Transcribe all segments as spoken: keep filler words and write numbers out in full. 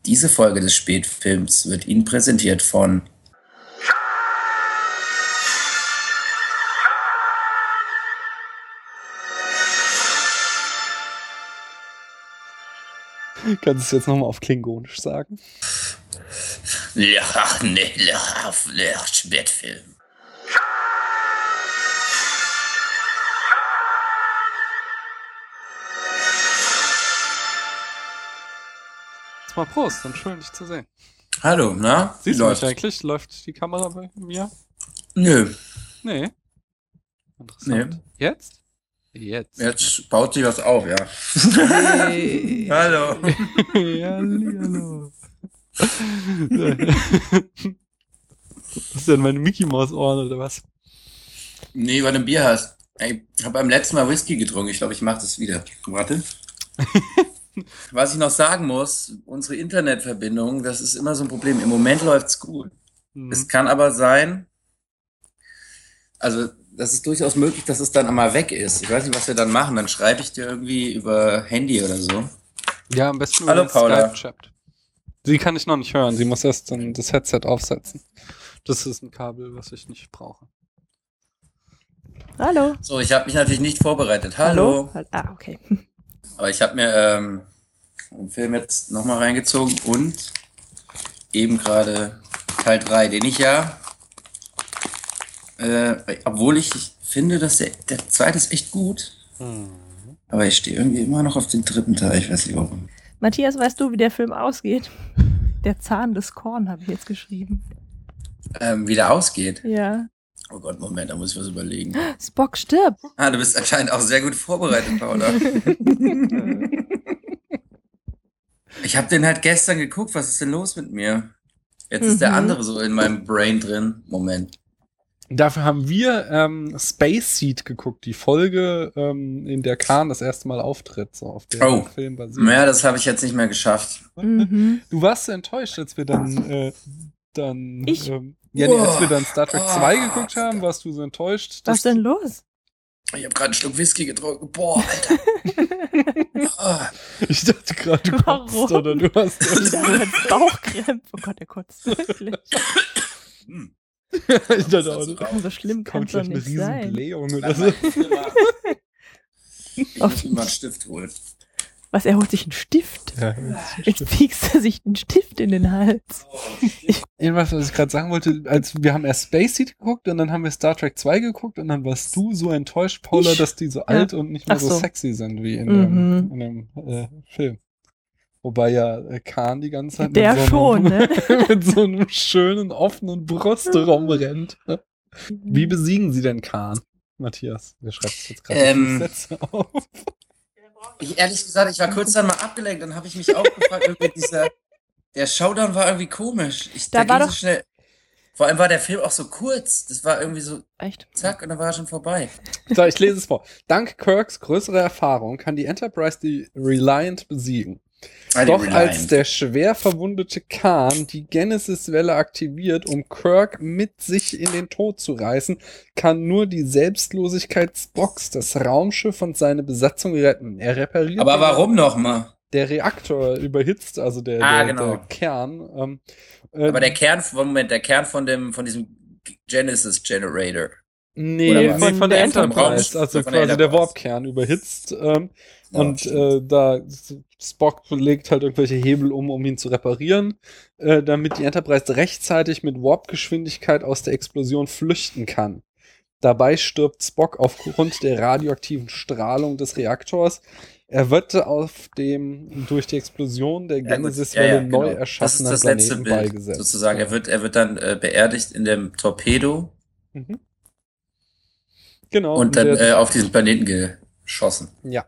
Diese Folge des Spätfilms wird Ihnen präsentiert von Kannst du es jetzt nochmal auf Klingonisch sagen? Lach, ne, lach, lach, Spätfilm. Mal Prost, dann schön, dich zu sehen. Hallo, na? Siehst du mich eigentlich? Läuft die Kamera bei mir? Nö. Nee. Interessant. Nee. Jetzt? Jetzt. Jetzt baut sich was auf, ja. Hey. Hallo. Ja, hallo. Was ist denn, meine Mickey Maus Ohren oder was? Nee, weil du ein Bier hast. Ey, ich habe beim letzten Mal Whisky getrunken. Ich glaube, ich mache das wieder. Warte. Was ich noch sagen muss, unsere Internetverbindung, das ist immer so ein Problem. Im Moment läuft's gut. Mhm. Es kann aber sein, also das ist durchaus möglich, dass es dann einmal weg ist. Ich weiß nicht, was wir dann machen. Dann schreibe ich dir irgendwie über Handy oder so. Ja, am besten Hallo, über Paula. Skype-Chat. Sie kann ich noch nicht hören. Sie muss erst dann das Headset aufsetzen. Das ist ein Kabel, was ich nicht brauche. Hallo. So, ich habe mich natürlich nicht vorbereitet. Hallo. Hallo? Ah, okay. Aber ich habe mir ähm, einen Film jetzt nochmal reingezogen und eben gerade Teil drei, den ich ja, äh, obwohl ich finde, dass der, der zweite ist echt gut, mhm. aber ich stehe irgendwie immer noch auf den dritten Teil, ich weiß nicht warum. Matthias, weißt du, wie der Film ausgeht? Der Zahn des Korn habe ich jetzt geschrieben. Ähm, wie der ausgeht? Ja. Oh Gott, Moment, da muss ich was überlegen. Spock stirbt. Ah, du bist anscheinend auch sehr gut vorbereitet, Paula. Ich habe den halt gestern geguckt, was ist denn los mit mir? Jetzt mhm. ist der andere so in meinem Brain drin. Moment. Dafür haben wir ähm, Space Seed geguckt, die Folge, ähm, in der Khan das erste Mal auftritt, so auf der oh. Film basiert. Naja, das habe ich jetzt nicht mehr geschafft. Mhm. Du warst so enttäuscht, als wir dann, äh, dann, ich? ähm, ja, nee, als wir dann Star Trek zwei geguckt haben, warst du so enttäuscht. Was denn los? Ich habe gerade einen Schluck Whisky getrunken. Boah, Alter. oh. Ich dachte gerade, du kotzt, oder du hast... Du hast Bauchkrämpfe. Oh Gott, der kotzt wirklich. Ich dachte auch, so, so schlimm kann es doch nicht eine sein. Blähung oder so. Ich muss mir mal einen Stift holen. Was, er holt sich einen Stift? Ja, jetzt piekst er sich einen Stift in den Hals. Irgendwas, was ich gerade sagen wollte, als wir haben erst Space Seed geguckt und dann haben wir Star Trek zwei geguckt und dann warst du so enttäuscht, Paula, ich? dass die so ja. alt und nicht mehr so. so sexy sind wie in mhm. dem, in dem äh, Film. Wobei ja äh, Khan die ganze Zeit Der mit, so schon, einem, ne? mit so einem schönen, offenen Brust rumrennt. Wie besiegen sie denn Khan, Matthias? Wir schreiben jetzt gerade ähm, Sätze auf. Ich, ehrlich gesagt, ich war kurz dann mal abgelenkt, dann habe ich mich auch gefragt, irgendwie dieser, der Showdown war irgendwie komisch. Ich, da da war ging doch so schnell. Vor allem war der Film auch so kurz. Das war irgendwie so, echt? Zack, und dann war er schon vorbei. So, ich lese es vor. Dank Kirks größerer Erfahrung kann die Enterprise die Reliant besiegen. Ah, Doch Reliant. als der schwer verwundete Khan die Genesis-Welle aktiviert, um Kirk mit sich in den Tod zu reißen, kann nur die Selbstlosigkeit Spocks das Raumschiff und seine Besatzung retten. Er repariert... Aber warum nochmal? Der Reaktor überhitzt, also der, ah, der, genau. der Kern. Ähm, äh, Aber der Kern, Moment, der Kern von dem, von diesem Genesis Generator. Nee, Oder nee was? von, von der Von Enterprise, also von quasi der, der Warp-Kern überhitzt. Ähm, ja, und äh, da Spock legt halt irgendwelche Hebel um, um ihn zu reparieren, äh, damit die Enterprise rechtzeitig mit Warp-Geschwindigkeit aus der Explosion flüchten kann. Dabei stirbt Spock aufgrund der radioaktiven Strahlung des Reaktors. Er wird auf dem durch die Explosion der Genesis-Welle ja, ja, genau. neu erschaffenen das ist das Planeten letzte Bild, beigesetzt. Sozusagen, er wird, er wird dann äh, beerdigt in dem Torpedo. Mhm. Genau. Und dann äh, auf diesen Planeten geschossen. Ja.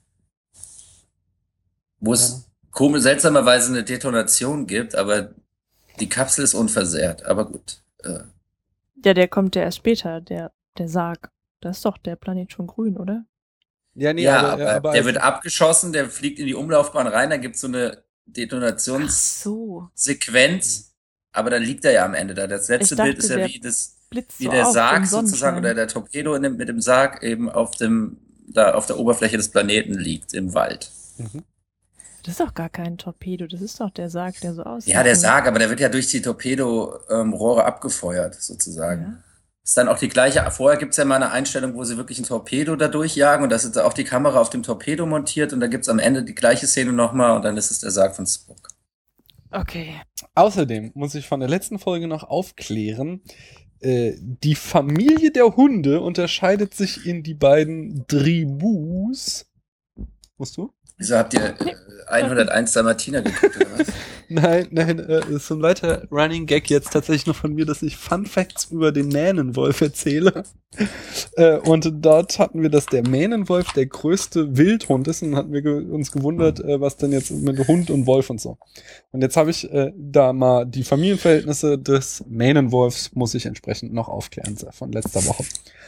Wo es ja. komisch, seltsamerweise eine Detonation gibt, aber die Kapsel ist unversehrt. Aber gut. Äh. Ja, der kommt ja erst später, der, der Sarg. Da ist doch der Planet schon grün, oder? Ja, nee, ja aber, aber, aber der wird abgeschossen, der fliegt in die Umlaufbahn rein, da gibt es so eine Detonationssequenz, so. Aber dann liegt er ja am Ende da. Das letzte dachte, Bild ist ja wie das, wie so der Sarg sozusagen, oder der Torpedo in dem, mit dem Sarg eben auf dem, da auf der Oberfläche des Planeten liegt, im Wald. Mhm. Das ist doch gar kein Torpedo, das ist doch der Sarg, der so aussieht. Ja, der ne? Sarg, aber der wird ja durch die Torpedorohre abgefeuert, sozusagen. Ja. Ist dann auch die gleiche, vorher gibt's ja mal eine Einstellung, wo sie wirklich ein Torpedo da durchjagen und da ist auch die Kamera auf dem Torpedo montiert und da gibt's am Ende die gleiche Szene nochmal und dann ist es der Sarg von Spock. Okay. Außerdem muss ich von der letzten Folge noch aufklären, äh, die Familie der Hunde unterscheidet sich in die beiden Tribus. Musst du? Wieso habt ihr äh, hunderteins Dalmatiner geguckt, oder was? Nein, nein, äh, ist so ein weiter Running Gag jetzt tatsächlich noch von mir, dass ich Fun Facts über den Mähnenwolf erzähle. äh, und dort hatten wir, dass der Mähnenwolf der größte Wildhund ist und hatten wir ge- uns gewundert, äh, was denn jetzt mit Hund und Wolf und so. Und jetzt habe ich äh, da mal die Familienverhältnisse des Mähnenwolfs, muss ich entsprechend noch aufklären, von letzter Woche.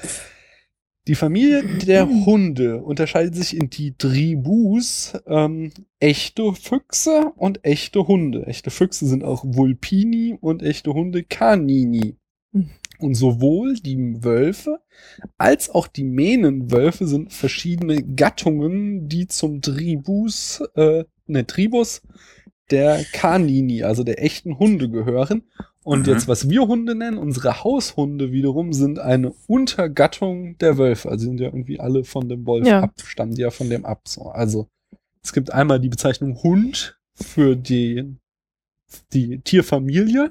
Die Familie der Hunde unterscheidet sich in die Tribus ähm, echte Füchse und echte Hunde. Echte Füchse sind auch Vulpini und echte Hunde Canini. Mhm. Und sowohl die Wölfe als auch die Mähnenwölfe sind verschiedene Gattungen, die zum Tribus, äh, ne, Tribus der Canini, also der echten Hunde gehören. Und Mhm. jetzt, was wir Hunde nennen, unsere Haushunde wiederum sind eine Untergattung der Wölfe. Also sind ja irgendwie alle von dem Wolf Ja. ab, stammen ja von dem ab. So. Also es gibt einmal die Bezeichnung Hund für die, die Tierfamilie.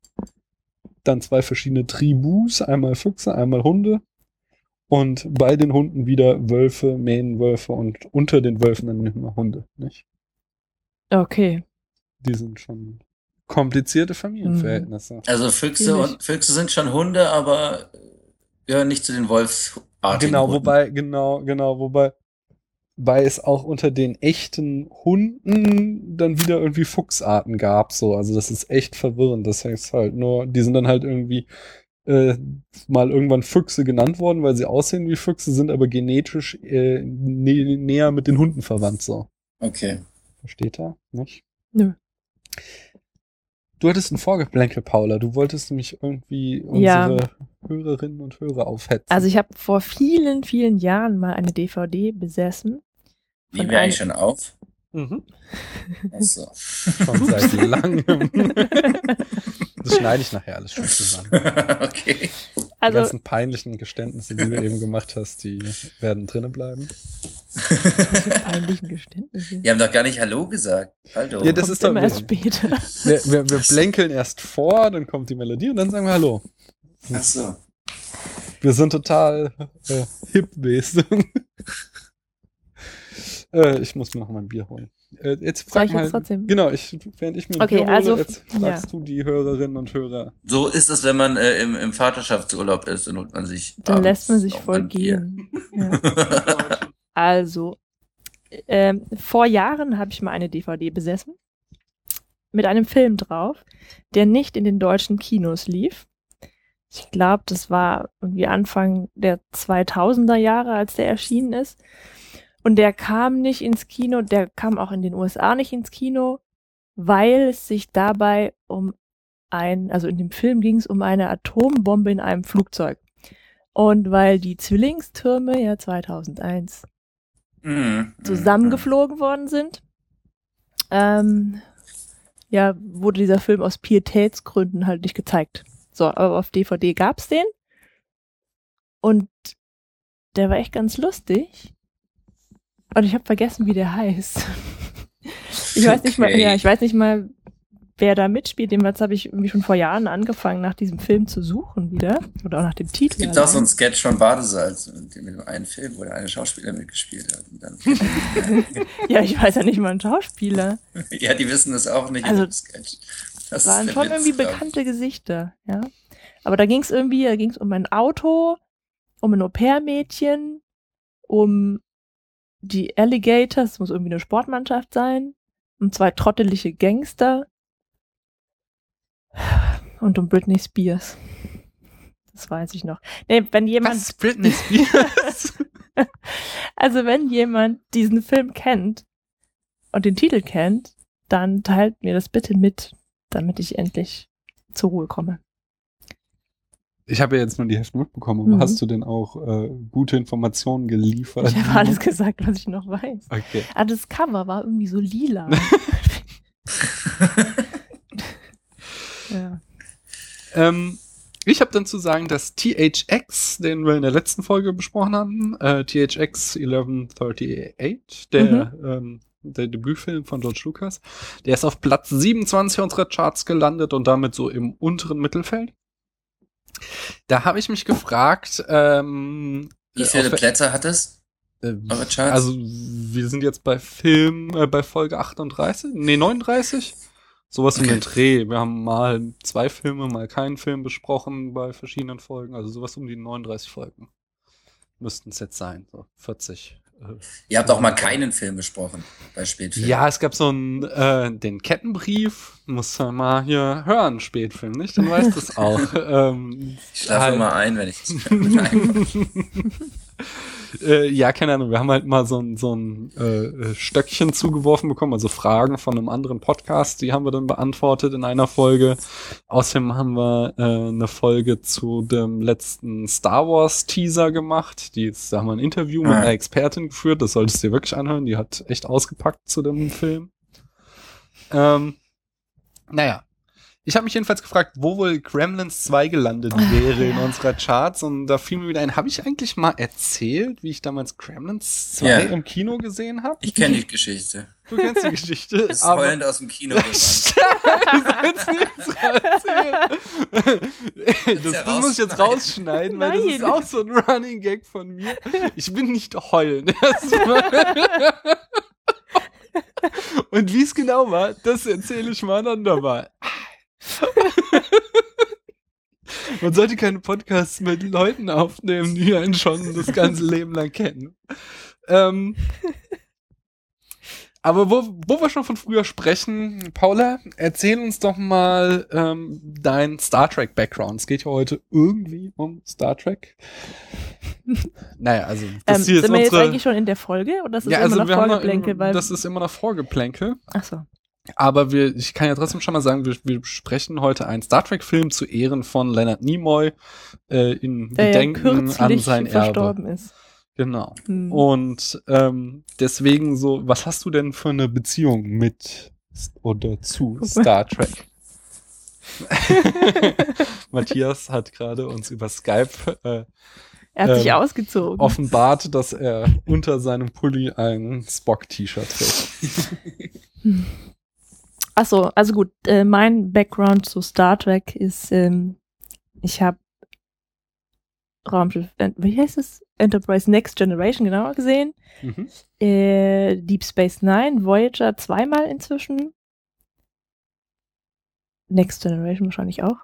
Dann zwei verschiedene Tribus, einmal Füchse, einmal Hunde. Und bei den Hunden wieder Wölfe, Mähnenwölfe und unter den Wölfen dann immer Hunde. Nicht? Okay. Die sind schon komplizierte Familienverhältnisse. Also Füchse Ziemlich. und Füchse sind schon Hunde, aber gehören nicht zu den Wolfsartigen Genau, Hunden. wobei, genau, genau, wobei, weil es auch unter den echten Hunden dann wieder irgendwie Fuchsarten gab, so. Also das ist echt verwirrend. Das heißt halt nur, die sind dann halt irgendwie äh, mal irgendwann Füchse genannt worden, weil sie aussehen wie Füchse, sind aber genetisch äh, nä- näher mit den Hunden verwandt, so. Okay. Versteht er? Nicht? Nö. Du hattest ein Vorgeplänkel, Paula. Du wolltest nämlich irgendwie Ja. unsere Hörerinnen und Hörer aufhetzen. Also ich habe vor vielen, vielen Jahren mal eine D V D besessen. Von Nehmen wir einem- eigentlich schon auf? mhm. Achso. Schon seit langem. Das schneide ich nachher alles schon zusammen. Okay. Die Also, ganzen peinlichen Geständnisse, die du eben gemacht hast, die werden drinnen bleiben. diese peinlichen Geständnisse. Wir haben doch gar nicht Hallo gesagt. Hallo. Ja, das Kommt ist doch immer erst wichtig. später. Wir, wir, wir blänkeln erst vor, dann kommt die Melodie und dann sagen wir Hallo. Achso. Wir sind total äh, hip, weißt du. äh, ich muss mir noch mal ein Bier holen. Äh, jetzt Soll frag ich jetzt mal, trotzdem? Genau, ich, während ich mir ein Okay, Bier hole, also, jetzt fragst ja. du die Hörerinnen und Hörer. So ist es, wenn man äh, im, im Vaterschaftsurlaub ist und holt man sich. Dann abends lässt man sich noch voll ein Bier. gehen. Ja. Also, ähm, vor Jahren habe ich mal eine D V D besessen mit einem Film drauf, der nicht in den deutschen Kinos lief. Ich glaube, das war irgendwie Anfang der zweitausender Jahre, als der erschienen ist. Und der kam nicht ins Kino, der kam auch in den U S A nicht ins Kino, weil es sich dabei um ein, also in dem Film ging es um eine Atombombe in einem Flugzeug. Und weil die Zwillingstürme ja zweitausendeins Mhm. zusammengeflogen worden sind, ähm, ja, wurde dieser Film aus Pietätsgründen halt nicht gezeigt. So, aber auf D V D gab's den. Und der war echt ganz lustig. Und ich habe vergessen, wie der heißt. Ich weiß nicht mal, Okay. ja, ich weiß nicht mal, wer da mitspielt. Jedenfalls habe ich irgendwie schon vor Jahren angefangen, nach diesem Film zu suchen wieder. Oder auch nach dem Titel. Es gibt auch so allein. einen Sketch von Badesalz mit dem einen Film, wo der eine Schauspieler mitgespielt hat. Und dann, Ja, ich weiß ja nicht mal einen Schauspieler. ja, die wissen das auch nicht Also, in dem Sketch. Das Das ist waren der schon Witz, irgendwie glaub ich. bekannte Gesichter, ja. Aber da ging es irgendwie, da ging es um ein Auto, um ein Au-pair-Mädchen, um die Alligators, das muss irgendwie eine Sportmannschaft sein, um zwei trottelige Gangster und um Britney Spears. Das weiß ich noch. Nee, wenn jemand, Was? Britney Spears? also wenn jemand diesen Film kennt und den Titel kennt, dann teilt mir das bitte mit, damit ich endlich zur Ruhe komme. Ich habe ja jetzt nur die Hälfte mitbekommen, aber Mhm. hast du denn auch äh, gute Informationen geliefert? Ich habe alles gesagt, was ich noch weiß. Okay. Ah, das Cover war irgendwie so lila. Ja. Ähm, ich habe dann zu sagen, dass T H X, den wir in der letzten Folge besprochen hatten, äh, T H X elf acht, der, ähm, der Debütfilm von George Lucas, der ist auf Platz siebenundzwanzig unserer Charts gelandet und damit so im unteren Mittelfeld. Da habe ich mich gefragt, ähm, Wie viele auf- Plätze hat es? äh, Eure Charts? also wir sind jetzt bei Film, äh, bei Folge achtunddreißig, nee, neununddreißig. Sowas um Okay. den Dreh. Wir haben mal zwei Filme, mal keinen Film besprochen bei verschiedenen Folgen. Also sowas um die neununddreißig Folgen. Müssten es jetzt sein. So vierzig. Äh, Ihr habt auch mal keinen Film besprochen bei Spätfilm. Ja, es gab so einen, äh, den Kettenbrief. Muss man mal hier hören, Spätfilm, nicht? Dann weißt du es auch. ähm, Ich schlafe halt- mal ein, wenn ich das Nein. äh, ja, keine Ahnung, wir haben halt mal so ein, so ein äh, Stöckchen zugeworfen bekommen, also Fragen von einem anderen Podcast, die haben wir dann beantwortet in einer Folge. Außerdem haben wir äh, eine Folge zu dem letzten Star Wars Teaser gemacht. Die ist, da haben wir ein Interview mit Ah. einer Expertin geführt, das solltest du dir wirklich anhören, die hat echt ausgepackt zu dem Film. Ähm, naja. Ich habe mich jedenfalls gefragt, wo wohl Gremlins zwei gelandet wäre in Ja. unserer Charts. Und da fiel mir wieder ein, habe ich eigentlich mal erzählt, wie ich damals Gremlins zwei Ja. im Kino gesehen habe? Ich kenne die Geschichte. Du kennst die Geschichte. Ist heulend aus dem Kino gerannt. das, das ja muss ich jetzt rausschneiden, weil das ist Nein. auch so ein Running Gag von mir. Ich bin nicht heulen. Und wie es genau war, das erzähle ich mal ein andermal. Man sollte keine Podcasts mit Leuten aufnehmen, die einen schon das ganze Leben lang kennen. Ähm, aber wo, wo wir schon von früher sprechen, Paula, erzähl uns doch mal ähm, dein Star Trek Background. Es geht ja heute irgendwie um Star Trek. Naja, also das Ähm, hier ist sind wir jetzt unsere... eigentlich schon in der Folge oder das ist ja, immer also noch wir haben Vorgeplänkel? noch, Weil, das ist immer noch Vorgeplänkel. ach so. Aber wir, ich kann ja trotzdem schon mal sagen, wir, wir besprechen heute einen Star Trek-Film zu Ehren von Leonard Nimoy äh, in Der ja Gedenken an kürzlich sein Erbe. verstorben ist. Genau. Hm. Und ähm, deswegen so, was hast du denn für eine Beziehung mit oder zu Star Trek? Matthias hat gerade uns über Skype äh, Er hat sich ähm, ausgezogen. offenbart, dass er unter seinem Pulli ein Spock-T-Shirt trägt. Hm. Ach so, also gut, äh, mein Background zu Star Trek ist, ähm, ich habe Raumschiff, äh, wie heißt es? Enterprise Next Generation genauer gesehen. Mhm. Äh, Deep Space Nine, Voyager zweimal inzwischen. Next Generation wahrscheinlich auch.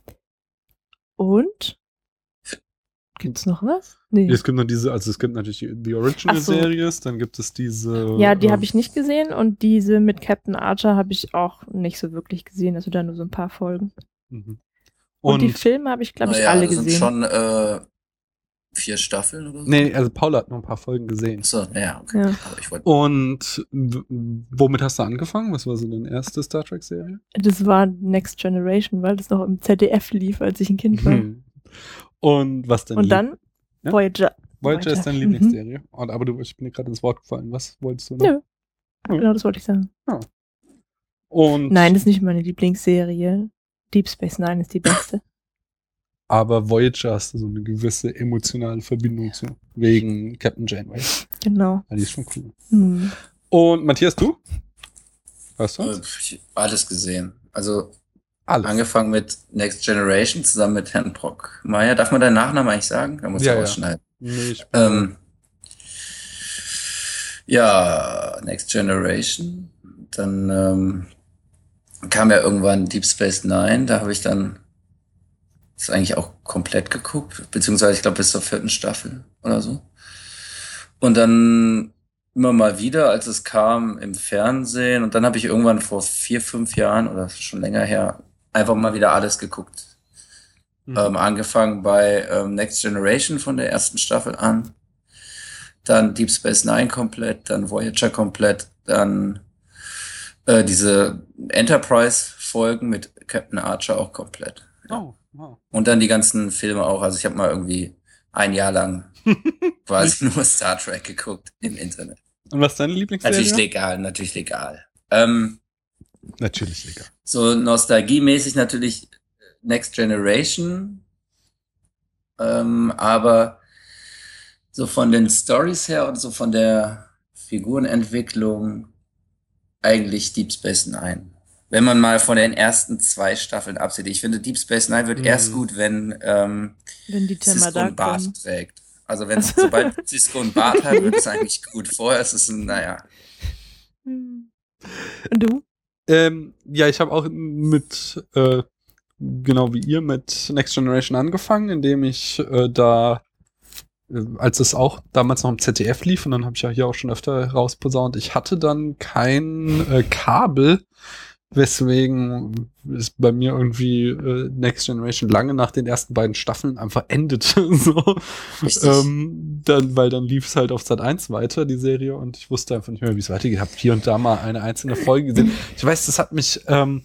Und? Gibt's noch was? Nee. Es gibt noch diese, also es gibt natürlich die, die Original Ach so. Series, dann gibt es diese. Ja, die äh, habe ich nicht gesehen und diese mit Captain Archer habe ich auch nicht so wirklich gesehen, also da nur so ein paar Folgen. Mhm. Und, Und, die Filme habe ich, glaube ich, Naja, alle das sind gesehen. schon äh, vier Staffeln oder so. nee, also Paula hat noch ein paar Folgen gesehen. So, ja, okay. Ja. Aber ich wollte. Und w- womit hast du angefangen? Was war so deine erste Star Trek Serie? Das war Next Generation, weil das noch im Z D F lief, als ich ein Kind war. Hm. Und was denn? Und dann Ja? Voyager. Voyager ist deine Mhm. Lieblingsserie. Und, aber du, ich bin dir gerade ins Wort gefallen. Was wolltest du noch? Nö. Genau, das wollte ich sagen. Und, Nein, das ist nicht meine Lieblingsserie. Deep Space Nine ist die beste. aber Voyager hast du so eine gewisse emotionale Verbindung zu. Wegen Captain Janeway. Genau. Ja, die ist schon cool. Hm. Und Matthias, du? Weißt du? Äh, ich- alles gesehen. Also Alles. angefangen mit Next Generation zusammen mit Herrn Brockmeier. Darf man deinen Nachnamen eigentlich sagen? Da muss Ja, ich ja. rausschneiden. Nee, ich bin Ähm, ja, Next Generation. Dann ähm, kam ja irgendwann Deep Space Nine. Da habe ich dann das eigentlich auch komplett geguckt. Beziehungsweise ich glaube bis zur vierten Staffel oder so. Und dann immer mal wieder, als es kam im Fernsehen. Und dann habe ich irgendwann vor vier, fünf Jahren oder schon länger her einfach mal wieder alles geguckt. Mhm. Ähm, angefangen bei ähm, Next Generation von der ersten Staffel an. Dann Deep Space Nine komplett, dann Voyager komplett, dann äh, diese Enterprise-Folgen mit Captain Archer auch komplett. Oh, wow. Und dann die ganzen Filme auch. Also ich habe mal irgendwie ein Jahr lang quasi nur Star Trek geguckt im Internet. Und was ist deine Lieblingsserie? Natürlich legal, natürlich legal. Ähm, natürlich legal. So nostalgiemäßig natürlich Next Generation. Ähm, aber so von den Stories her und so von der Figurenentwicklung eigentlich Deep Space Nine. Wenn man mal von den ersten zwei Staffeln absieht. Ich finde, Deep Space Nine wird Mhm. erst gut, wenn, ähm, Wenn die Thema Cisco da einen Bart kommt. trägt. Also wenn, sobald Cisco einen Bart hat, wird es eigentlich gut. Vorher ist es ein, naja. Und du? Ähm, ja, ich habe auch mit, äh, genau wie ihr, mit Next Generation angefangen, indem ich äh, da, äh, als es auch damals noch im Z D F lief, und dann habe ich ja hier auch schon öfter rausposaunt, ich hatte dann kein äh, Kabel, weswegen es bei mir irgendwie äh, Next Generation lange nach den ersten beiden Staffeln einfach endete. so. ähm, dann, weil dann lief es halt auf Sat eins weiter, die Serie, und ich wusste einfach nicht mehr, wie es weitergeht. Hab hier und da mal eine einzelne Folge gesehen. Ich weiß, das hat mich, ähm,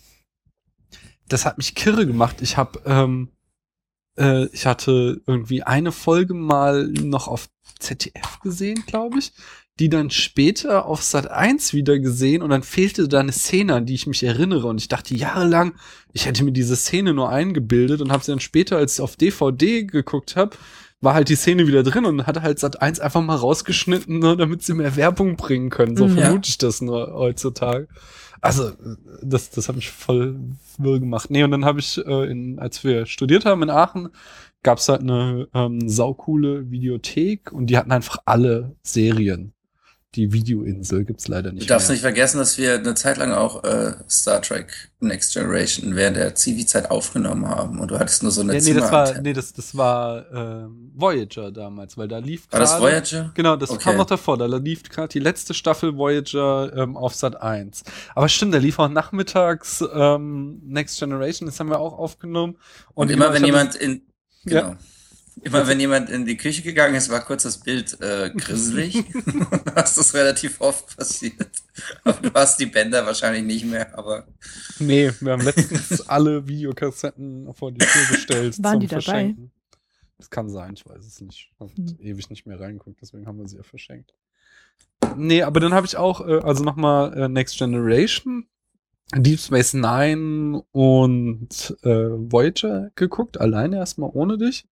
das hat mich kirre gemacht. Ich habe, ähm, äh, ich hatte irgendwie eine Folge mal noch auf Z D F gesehen, glaube ich, die dann später auf Sat eins wieder gesehen, und dann fehlte da eine Szene, an die ich mich erinnere, und ich dachte jahrelang, ich hätte mir diese Szene nur eingebildet, und habe sie dann später, als ich auf D V D geguckt habe, war halt die Szene wieder drin, und hatte halt Sat eins einfach mal rausgeschnitten, nur damit sie mehr Werbung bringen können. So Ja. vermute ich das nur heutzutage. Also, das, das hat mich voll wirr gemacht. Nee, und dann habe ich, äh, in, als wir studiert haben in Aachen, gab's halt eine ähm, saukoole Videothek, und die hatten einfach alle Serien. Die Videoinsel gibt's leider nicht Du darfst mehr. nicht vergessen, dass wir eine Zeit lang auch äh, Star Trek Next Generation während der Zivi-Zeit aufgenommen haben. Und du hattest nur so eine Ja, nee, das war, Zimmerantenne. nee, das, das war ähm, Voyager damals, weil da lief War das gerade- Voyager? Genau, das Okay. kam noch davor. Da lief gerade die letzte Staffel Voyager ähm, auf Sat eins. Aber stimmt, da lief auch nachmittags ähm, Next Generation, das haben wir auch aufgenommen. Und, genau, immer ich wenn hab jemand in, Ja. genau. Immer wenn jemand in die Küche gegangen ist, war kurz das Bild äh, grisselig. Das ist relativ oft passiert. Aber du hast die Bänder wahrscheinlich nicht mehr, aber Das, nee, wir haben letztens alle Videokassetten vor die Tür gestellt Waren zum die dabei? Verschenken. Das kann sein, ich weiß es nicht. Ich habe Hm. ewig nicht mehr reingeguckt, deswegen haben wir sie ja verschenkt. Nee, aber dann habe ich auch, äh, also nochmal äh, Next Generation, Deep Space Nine und äh, Voyager geguckt, alleine erstmal ohne dich.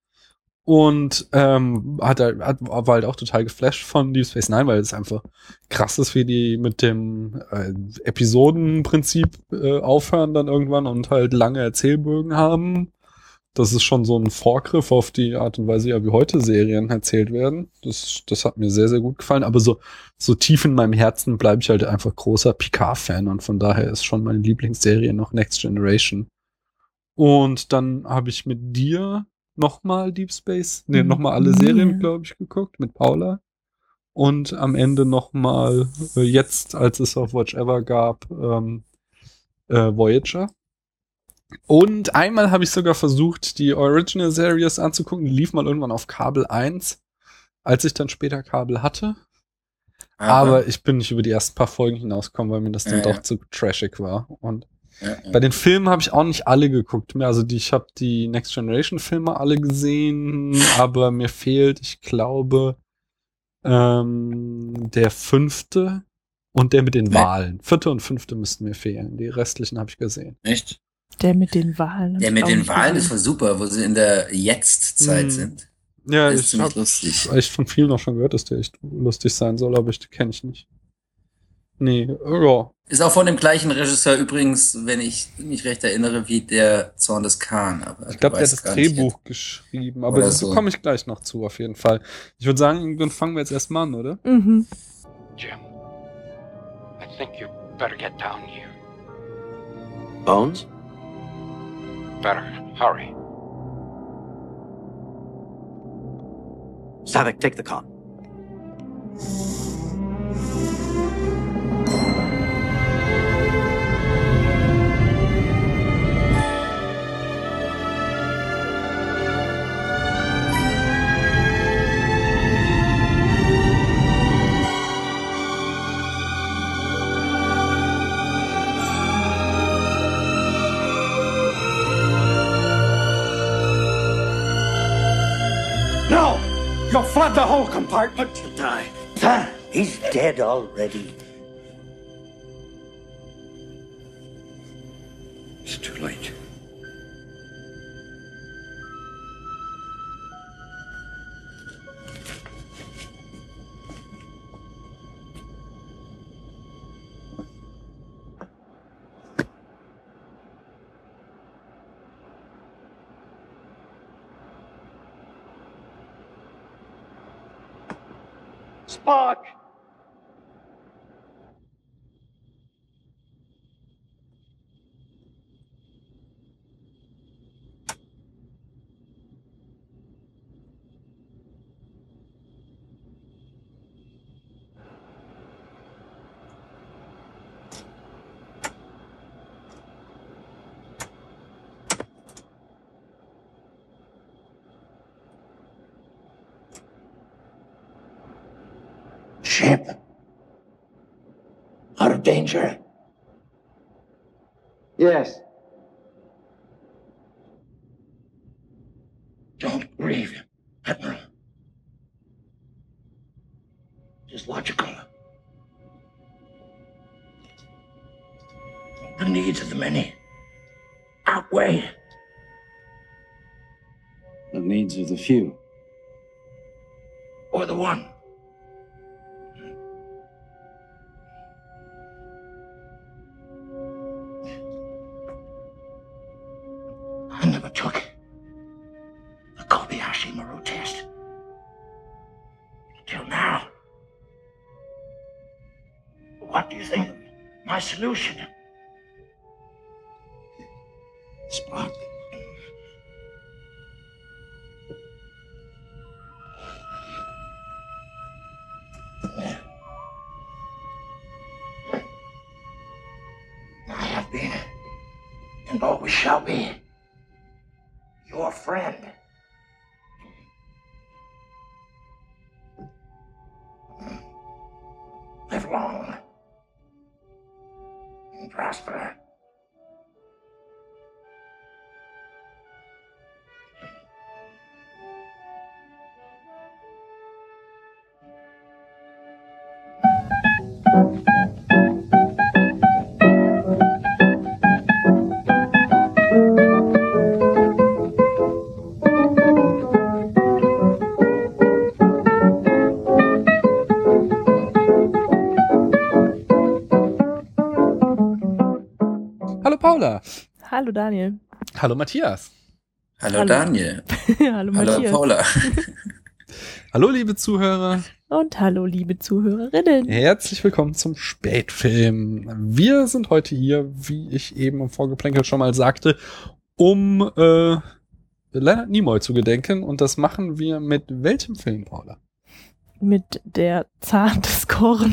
Und ähm, hat, halt- hat, war halt auch total geflasht von Deep Space Nine, weil es einfach krass ist, wie die mit dem äh, Episodenprinzip äh, aufhören dann irgendwann und halt lange Erzählbögen haben. Das ist schon so ein Vorgriff auf die Art und Weise, ja, wie heute Serien erzählt werden. Das, das hat mir sehr, sehr gut gefallen. Aber so, so tief in meinem Herzen bleibe ich halt einfach großer Picard-Fan, und von daher ist schon meine Lieblingsserie noch Next Generation. Und dann habe ich mit dir nochmal Deep Space, nee, Mhm. nochmal alle Ja. Serien, glaube ich, geguckt, mit Paula. Und am Ende nochmal, äh, jetzt, als es auf Watch Ever gab, ähm, äh, Voyager. Und einmal habe ich sogar versucht, die Original Series anzugucken. Die lief mal irgendwann auf Kabel eins, als ich dann später Kabel hatte. Aber ich bin nicht über die ersten paar Folgen hinausgekommen, weil mir das dann Ja, doch ja. zu trashig war. Und ja, ja. bei den Filmen habe ich auch nicht alle geguckt mehr. Also die, ich habe die Next Generation Filme alle gesehen, aber mir fehlt, ich glaube, ähm, der fünfte und der mit den Nee. Wahlen. Vierte und fünfte müssten mir fehlen. Die restlichen habe ich gesehen. Echt? Der mit den Wahlen. hab Der ich mit auch den nicht Wahlen ist gesehen. voll super, wo sie in der Jetzt-Zeit Hm. sind. Ja, Das ist ich ziemlich habe lustig. echt von vielen auch schon gehört, dass der echt lustig sein soll, aber ich kenne ich nicht. Nee, ja. Ist auch von dem gleichen Regisseur übrigens, wenn ich mich recht erinnere, wie der Zorn des Khan. Aber Ich du glaube, der hat weißt das gar nicht, Drehbuch geschrieben, aber Oder dazu so. komme ich gleich noch zu, auf jeden Fall. Ich würde sagen, dann fangen wir jetzt erstmal an, oder? Mhm. Jim, I think you better get down here. Bones? Better hurry. Savick, take the con. flood the whole compartment. He'll die. Ah, he's dead already. It's too late. Spock! Ship. Out of danger. Yes. Don't grieve, Admiral. It is logical. The needs of the many outweigh The needs of the few. or the one. I never took the Kobayashi Maru test. Until now. What do you think of my solution? Spock. I have been, and always shall be, your friend. Live long and prosper. Hallo Paula. Hallo Daniel. Hallo Matthias. Hallo, Hallo. Daniel. Hallo Hallo Matthias. Paula. Hallo liebe Zuhörer. Und hallo liebe Zuhörerinnen. Herzlich willkommen zum Spätfilm. Wir sind heute hier, wie ich eben im Vorgeplänkel schon mal sagte, um äh, Leonard Nimoy zu gedenken. Und das machen wir mit welchem Film, Paula? Mit der Zahn des Korn.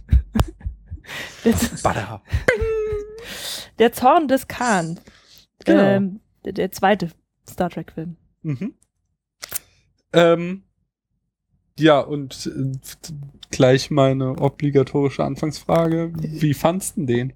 der, Bada. der Zorn des Khan. Genau. Ähm, der, der zweite Star Trek Film. Mhm. Ähm, ja, und äh, gleich meine obligatorische Anfangsfrage. Wie fandst du den?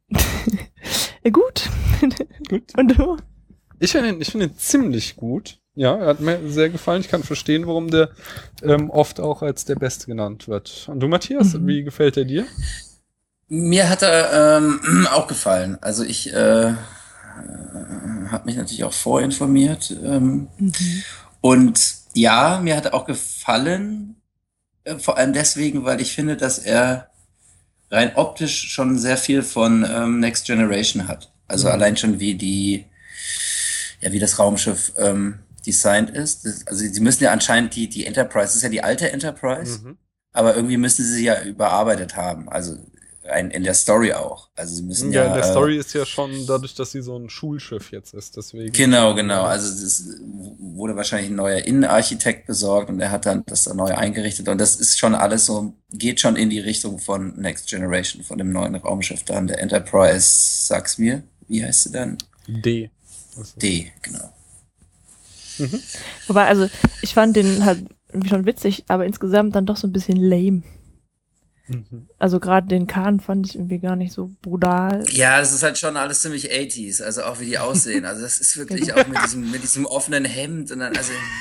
Äh, gut. Gut. Und du? Ich finde ihn, ich finde ihn ziemlich gut. Ja, er hat mir sehr gefallen. Ich kann verstehen, warum der ähm, oft auch als der Beste genannt wird. Und du, Matthias, Mhm. wie gefällt er dir? Mir hat er ähm, auch gefallen. Also ich äh, äh, habe mich natürlich auch vorinformiert. Ähm, Mhm. und ja, mir hat er auch gefallen. Äh, vor allem deswegen, weil ich finde, dass er rein optisch schon sehr viel von ähm, Next Generation hat. Also Mhm. allein schon wie die, ja, wie das Raumschiff ähm, designt ist. Das, also sie müssen ja anscheinend die, die Enterprise, das ist ja die alte Enterprise, Mhm. aber irgendwie müssen sie sie ja überarbeitet haben. Also ein, in der Story auch. Also sie müssen Ja, ja. in der äh, Story ist ja schon dadurch, dass sie so ein Schulschiff jetzt ist. Deswegen. Genau, genau. Also es wurde wahrscheinlich ein neuer Innenarchitekt besorgt und er hat dann das dann neu eingerichtet und das ist schon alles so, geht schon in die Richtung von Next Generation, von dem neuen Raumschiff dann, der Enterprise, sag's mir, wie heißt sie dann? D. Also, D, genau. Mhm. Wobei, also, ich fand den halt irgendwie schon witzig, aber insgesamt dann doch so ein bisschen lame. Mhm. Also gerade den Khan fand ich irgendwie gar nicht so brutal. Ja, das ist halt schon alles ziemlich achtziger, also auch wie die aussehen. Also das ist wirklich auch mit diesem, mit diesem offenen Hemd und dann, also,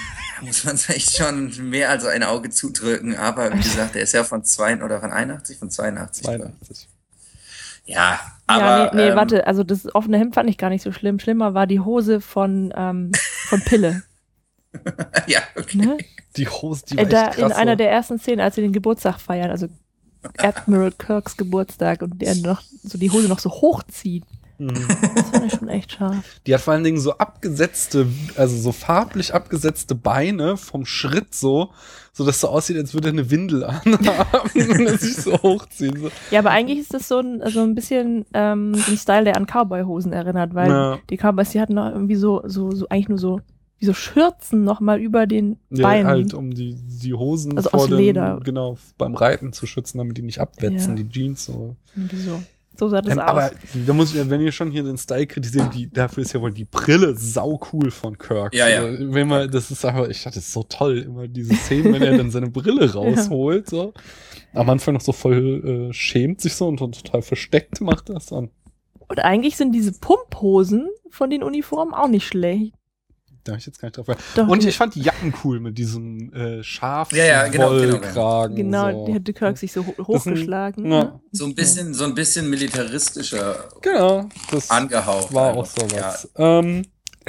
muss man echt schon mehr als ein Auge zudrücken. Aber wie gesagt, der ist ja von zwei oder von einundachtzig, von zweiundachtzig. zweiundachtzig. Ja, aber... ja, nee, nee ähm, warte, also das offene Hemd fand ich gar nicht so schlimm. Schlimmer war die Hose von, ähm, von Pille. ja, okay. Ne? Die Hose, die Äh, war da echt krass. in einer der ersten Szenen, als sie den Geburtstag feiern, also Admiral Kirks Geburtstag und der noch so die Hose noch so hochzieht. Mhm. Das fand ich schon echt scharf. Die hat vor allen Dingen so abgesetzte, also so farblich abgesetzte Beine vom Schritt so, so dass so aussieht, als würde er eine Windel anhaben und er sich so hochziehen. So. Ja, aber eigentlich ist das so ein, so ein bisschen ähm, so ein Style, der an Cowboy-Hosen erinnert, weil Ja. die Cowboys, die hatten noch irgendwie so, so, so eigentlich nur so, wie so Schürzen noch mal über den Ja, Beinen. halt, um die, die Hosen Also vor aus dem, Leder. genau, beim Reiten zu schützen, damit die nicht abwetzen, Ja. die Jeans so. Irgendwie so. So sah das Ähm, aus. aber da muss ich, wenn ihr schon hier den Style kritisiert, die, dafür ist ja wohl die Brille sau cool von Kirk. Ja, ja. Also, wenn man, das ist einfach, ich dachte, das ist so toll, immer diese Szenen, wenn er dann seine Brille rausholt, so. Am Anfang noch so voll äh, schämt sich so und total versteckt macht das dann. Und eigentlich sind diese Pumphosen von den Uniformen auch nicht schlecht. Da hab ich jetzt gar nicht drauf. Doch, Und die- ich fand die Jacken cool mit diesem äh, Ja, ja, genau, genau, genau. Schafswollkragen. Genau, so. die hätte Kirk sich so ho Das hochgeschlagen. sind- ja. ne? So ein bisschen, so ein bisschen militaristischer Genau, das angehaucht. war einfach. auch sowas. Ähm,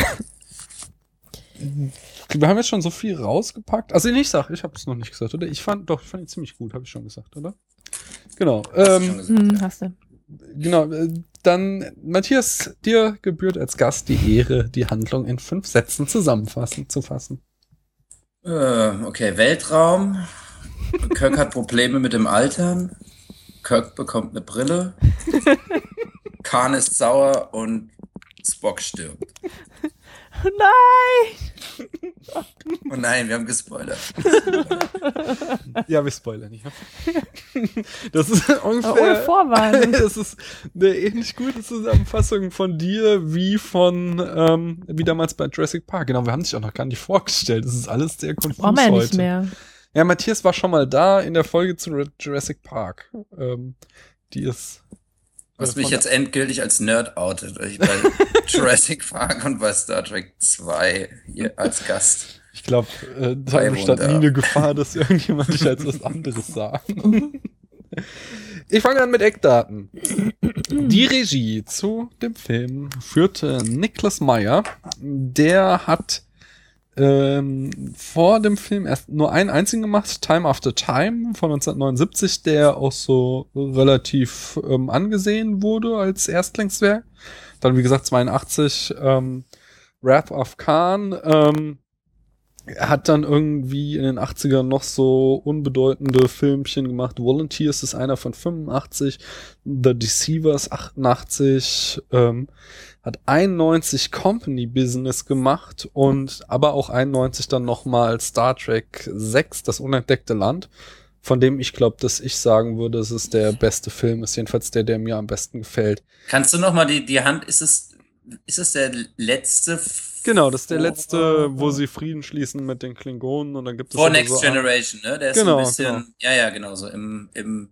wir haben jetzt schon so viel rausgepackt. Also ich sag, ich habe es noch nicht gesagt, oder? Ich fand, doch, ich fand ihn ziemlich gut, habe ich schon gesagt, oder? Genau. Ja, hast du Ähm, schon gesagt, Hm, ja. hast du. genau. äh, Dann, Matthias, dir gebührt als Gast die Ehre, die Handlung in fünf Sätzen zusammenfassen zu fassen. Äh, okay, Weltraum. Kirk hat Probleme mit dem Altern. Kirk bekommt eine Brille. Khan ist sauer und Spock stirbt. Nein! Oh nein, wir haben gespoilert. Ja, wir spoilern nicht. Ne? Das ist Aber ohne ungefähr. Vorwarnung. Das ist eine ähnlich gute Zusammenfassung von dir wie von ähm, wie damals bei Jurassic Park. Genau, wir haben dich auch noch gar nicht vorgestellt. Das ist alles sehr konfus Brauchen wir ja heute. nicht mehr. Ja, Matthias war schon mal da in der Folge zu Jurassic Park. Ähm, die ist Was äh, mich von- jetzt endgültig als Nerd outet, weil ich bei Jurassic Park und bei Star Trek zwei hier als Gast. Ich glaube, äh, da Bei bestand Wunder. nie eine Gefahr, dass irgendjemand dich als was anderes sagt. Ich fange an mit Eckdaten. Die Regie zu dem Film führte Nicholas Meyer. Der hat ähm, vor dem Film erst nur einen einzigen gemacht, Time After Time von neunzehnhundertneunundsiebzig, der auch so relativ ähm, angesehen wurde als Erstlingswerk. Dann, wie gesagt, zweiundachtzig ähm, Wrath of Khan. Ähm, er hat dann irgendwie in den achtzigern noch so unbedeutende Filmchen gemacht. Volunteers ist einer von fünfundachtzig, The Deceivers achtundachtzig, ähm, hat einundneunzig Company Business gemacht und aber auch einundneunzig dann nochmal Star Trek sechs, das unentdeckte Land, von dem ich glaube, dass ich sagen würde, dass es der beste Film ist, jedenfalls der, der mir am besten gefällt. Kannst du noch mal die, die Hand, ist es, ist es der letzte? Genau, das ist der vor- letzte, wo sie Frieden schließen mit den Klingonen und dann gibt es Vor aber Next so Generation, ne? Der ist Genau, so ein bisschen, genau. ja, ja, genau, so im, im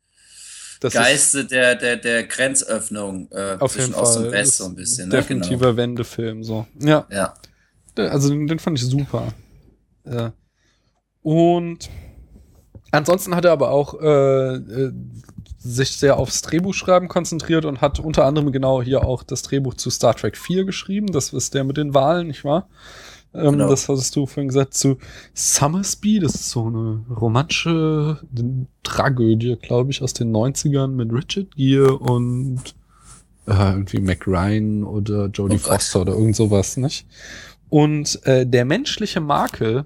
das Geiste der, der, der Grenzöffnung äh, auf zwischen jeden Ost Fall und West ist so ein bisschen, ne? definitiver Genau. Wendefilm, so. Ja, Ja. also den, den fand ich super. Ja. Und ansonsten hat er aber auch äh, äh, sich sehr aufs Drehbuchschreiben konzentriert und hat unter anderem genau hier auch das Drehbuch zu Star Trek vier geschrieben. Das ist der mit den Wahlen, nicht wahr? Ähm, Genau. Das hattest du vorhin gesagt zu Summersby. Das ist so eine romantische Tragödie, glaube ich, aus den neunzigern mit Richard Gere und äh, irgendwie Mac Ryan oder Jodie Oh Gott. Foster oder irgend sowas, nicht? Und äh, der menschliche Makel,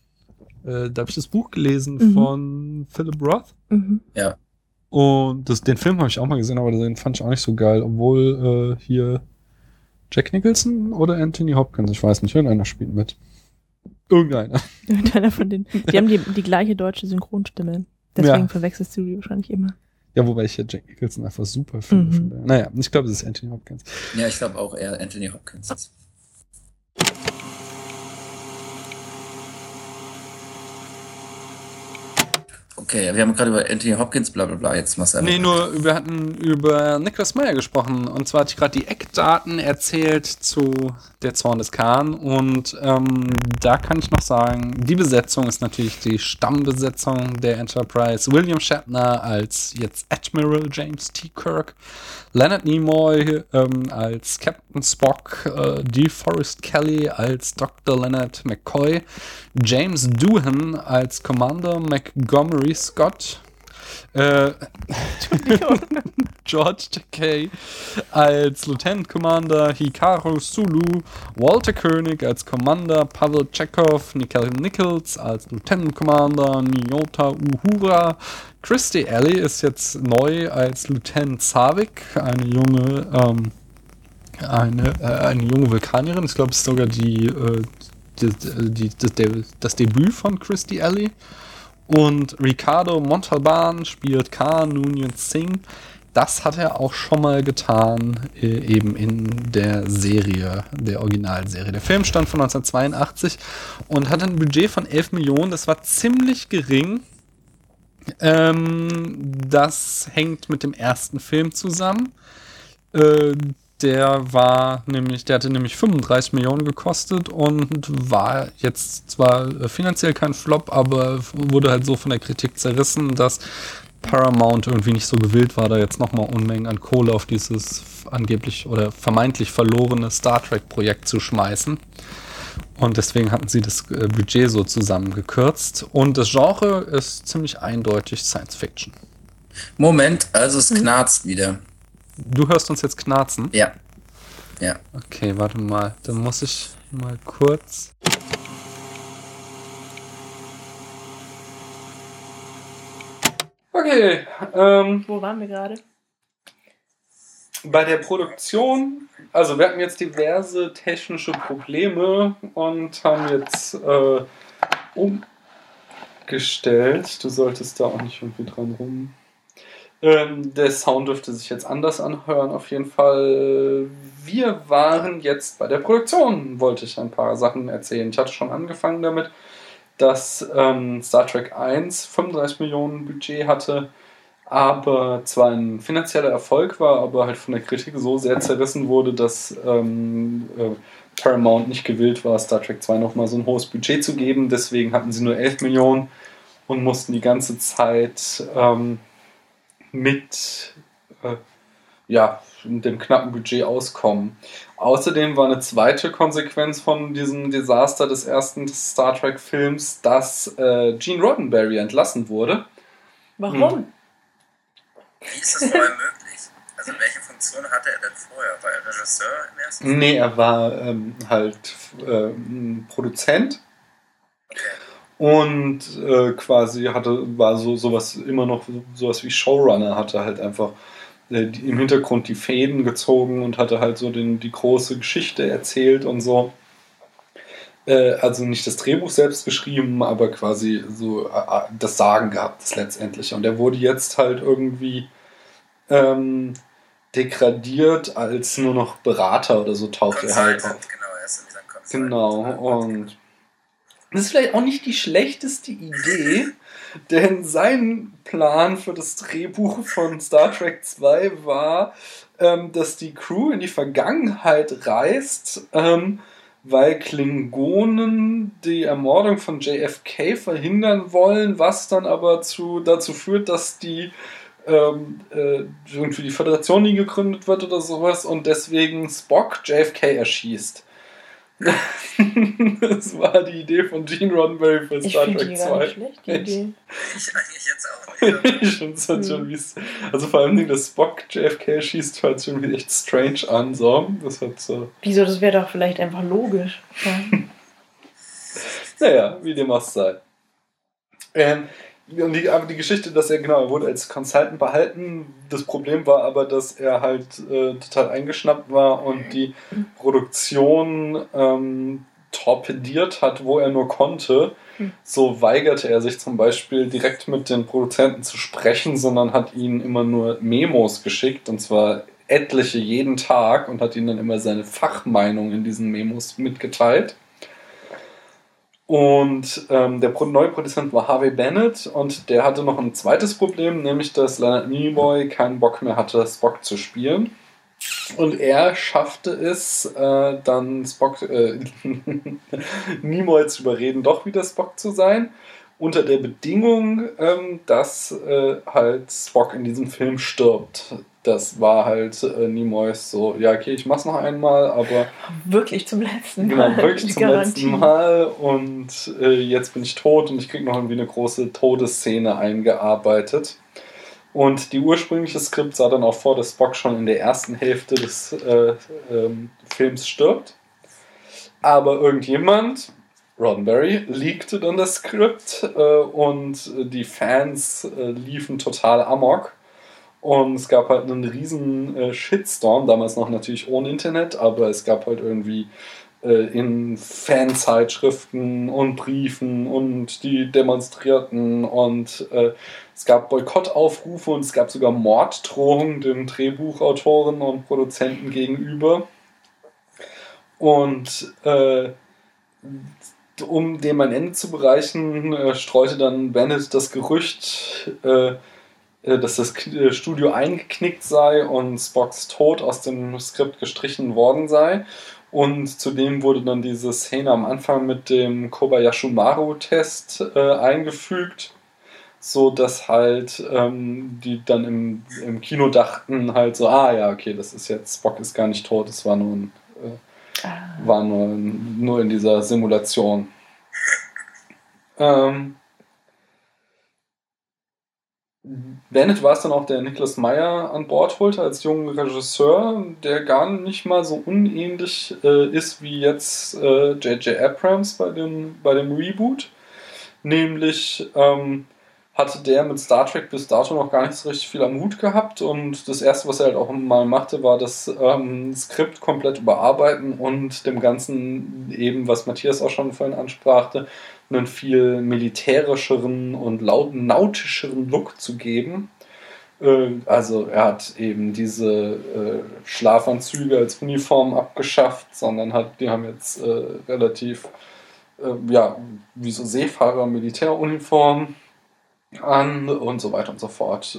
äh, da habe ich das Buch gelesen Mhm. von Philip Roth. Mhm. Ja. Und das, den Film habe ich auch mal gesehen, aber den fand ich auch nicht so geil. Obwohl äh, hier Jack Nicholson oder Anthony Hopkins, ich weiß nicht, irgendeiner spielt mit. Irgendeiner. Irgendeiner von den. Die haben die, die gleiche deutsche Synchronstimme. Deswegen Ja. verwechselst du die wahrscheinlich immer. Ja, wobei ich ja Jack Nicholson einfach super finde. Mhm. von daher. Naja, ich glaube, es ist Anthony Hopkins. Ja, ich glaube auch eher Anthony Hopkins. Okay, wir haben gerade über Anthony Hopkins, bla bla bla, jetzt machst du einfach. Nee, nur wir hatten über Nicholas Meyer gesprochen. Und zwar hatte ich gerade die Eckdaten erzählt zu Der Zorn des Khan. Und ähm, da kann ich noch sagen, die Besetzung ist natürlich die Stammbesetzung der Enterprise. William Shatner als jetzt Admiral James T. Kirk. Leonard Nimoy ähm, als Captain Spock. Äh, DeForest Kelley als Doktor Leonard McCoy. James Doohan als Commander Montgomery Scott. Äh, George Takei als Lieutenant Commander Hikaru Sulu, Walter Koenig als Commander Pavel Chekhov, Nichelle Nichols als Lieutenant Commander Nyota Uhura, Kirstie Alley ist jetzt neu als Lieutenant Savik, eine junge ähm, eine, äh, eine junge Vulkanierin. Ich glaube, es ist sogar die, äh, die, die, die, das Debüt von Kirstie Alley. Und Ricardo Montalban spielt Khan Noonien Singh. Das hat er auch schon mal getan, äh, eben in der Serie, der Originalserie. Der Film stammt von neunzehnhundertzweiundachtzig und hatte ein Budget von elf Millionen. Das war ziemlich gering. Ähm, das hängt mit dem ersten Film zusammen. Äh, Der war nämlich, der hatte nämlich fünfunddreißig Millionen gekostet und war jetzt zwar finanziell kein Flop, aber wurde halt so von der Kritik zerrissen, dass Paramount irgendwie nicht so gewillt war, da jetzt nochmal Unmengen an Kohle auf dieses angeblich oder vermeintlich verlorene Star Trek-Projekt zu schmeißen. Und deswegen hatten sie das Budget so zusammengekürzt. Und das Genre ist ziemlich eindeutig Science Fiction. Moment, also es knarzt wieder. Du hörst uns jetzt knarzen? Ja. Ja. Okay, warte mal. Dann muss ich mal kurz. Okay. Ähm, Wo waren wir gerade? bei der Produktion, also wir hatten jetzt diverse technische Probleme und haben jetzt äh, umgestellt. Du solltest da auch nicht irgendwie dran rum. Ähm, der Sound dürfte sich jetzt anders anhören, auf jeden Fall. Wir waren jetzt bei der Produktion, wollte ich ein paar Sachen erzählen. Ich hatte schon angefangen damit, dass ähm, Star Trek eins fünfunddreißig Millionen Budget hatte, aber zwar ein finanzieller Erfolg war, aber halt von der Kritik so sehr zerrissen wurde, dass ähm, äh, Paramount nicht gewillt war, Star Trek zwei nochmal so ein hohes Budget zu geben. Deswegen hatten sie nur elf Millionen und mussten die ganze Zeit ähm, mit äh, ja, dem knappen Budget auskommen. Außerdem war eine zweite Konsequenz von diesem Desaster des ersten Star Trek Films, dass äh, Gene Roddenberry entlassen wurde. Warum? Hm. Wie ist das vorher möglich? Also welche Funktion hatte er denn vorher? War er Regisseur im ersten Film? Nee, er war ähm, halt äh, ein Produzent. Okay. Und äh, quasi hatte, war so sowas immer noch sowas wie Showrunner, hatte halt einfach äh, die, im Hintergrund die Fäden gezogen und hatte halt so den, die große Geschichte erzählt und so. Äh, also nicht das Drehbuch selbst geschrieben, aber quasi so äh, das Sagen gehabt, das letztendliche. Und er wurde jetzt halt irgendwie ähm, degradiert als nur noch Berater oder so, taucht er halt auf. Genau, er ist in dieser Consultant. Genau, und das ist vielleicht auch nicht die schlechteste Idee, denn sein Plan für das Drehbuch von Star Trek zwei war, ähm, dass die Crew in die Vergangenheit reist, ähm, weil Klingonen die Ermordung von J F K verhindern wollen, was dann aber zu, dazu führt, dass die ähm, äh, irgendwie die Föderation nie gegründet wird oder sowas und deswegen Spock J F K erschießt. Das war die Idee von Gene Roddenberry für Star Trek die zwei. gar nicht schlecht, die Idee. Ich eigentlich jetzt auch nicht. Ich find's halt schon wie also vor allem, dass Spock J F K schießt, hört sich irgendwie echt strange an. So. Das hat so. Wieso, das wäre doch vielleicht einfach logisch. Ja. Naja, wie dem auch sei. Ähm, und die, aber die Geschichte, dass er, genau, er wurde als Consultant behalten. Das Problem war aber, dass er halt äh, total eingeschnappt war und die Produktion ähm, torpediert hat, wo er nur konnte. So weigerte er sich zum Beispiel direkt mit den Produzenten zu sprechen, sondern hat ihnen immer nur Memos geschickt, und zwar etliche jeden Tag, und hat ihnen dann immer seine Fachmeinung in diesen Memos mitgeteilt. Und ähm, der Pro- neue Produzent war Harvey Bennett und der hatte noch ein zweites Problem, nämlich dass Leonard Nimoy keinen Bock mehr hatte, Spock zu spielen. Und er schaffte es, äh, dann Spock, äh, Nimoy zu überreden, doch wieder Spock zu sein, unter der Bedingung, ähm, dass äh, halt Spock in diesem Film stirbt. Das war halt äh, Nimoys so, ja okay, ich mach's noch einmal, aber Wirklich zum letzten genau, Mal. wirklich Die zum Garantie. letzten Mal und äh, jetzt bin ich tot und ich krieg noch irgendwie eine große Todesszene eingearbeitet. Und die ursprüngliche Skript sah dann auch vor, dass Spock schon in der ersten Hälfte des äh, ähm, Films stirbt. Aber irgendjemand, Roddenberry, leakte dann das Skript äh, und die Fans äh, liefen total amok. Und es gab halt einen riesen äh, Shitstorm, damals noch natürlich ohne Internet, aber es gab halt irgendwie äh, in Fanzeitschriften und Briefen und die demonstrierten und äh, es gab Boykottaufrufe und es gab sogar Morddrohungen den Drehbuchautoren und Produzenten gegenüber. Und äh, um dem ein Ende zu bereichen, äh, streute dann Bennett das Gerücht, äh, dass das Studio eingeknickt sei und Spocks Tod aus dem Skript gestrichen worden sei. Und zudem wurde dann diese Szene am Anfang mit dem Kobayashi Maru-Test äh, eingefügt, so dass halt ähm, die dann im, im Kino dachten halt so, ah ja, okay, das ist jetzt, Spock ist gar nicht tot, es war nur, ein, äh, ah. war nur, nur in dieser Simulation. Ähm, Bennett war es dann auch, der Nicholas Meyer an Bord holte als jungen Regisseur, der gar nicht mal so unähnlich äh, ist wie jetzt äh, J J Abrams bei dem, bei dem Reboot. Nämlich ähm, hatte der mit Star Trek bis dato noch gar nicht so richtig viel am Hut gehabt und das erste, was er halt auch mal machte, war das ähm, Skript komplett überarbeiten und dem Ganzen eben, was Matthias auch schon vorhin ansprach, einen viel militärischeren und nautischeren Look zu geben. Äh, also er hat eben diese äh, Schlafanzüge als Uniform abgeschafft, sondern hat, die haben jetzt äh, relativ äh, ja, wie so Seefahrer Militäruniform an und so weiter und so fort.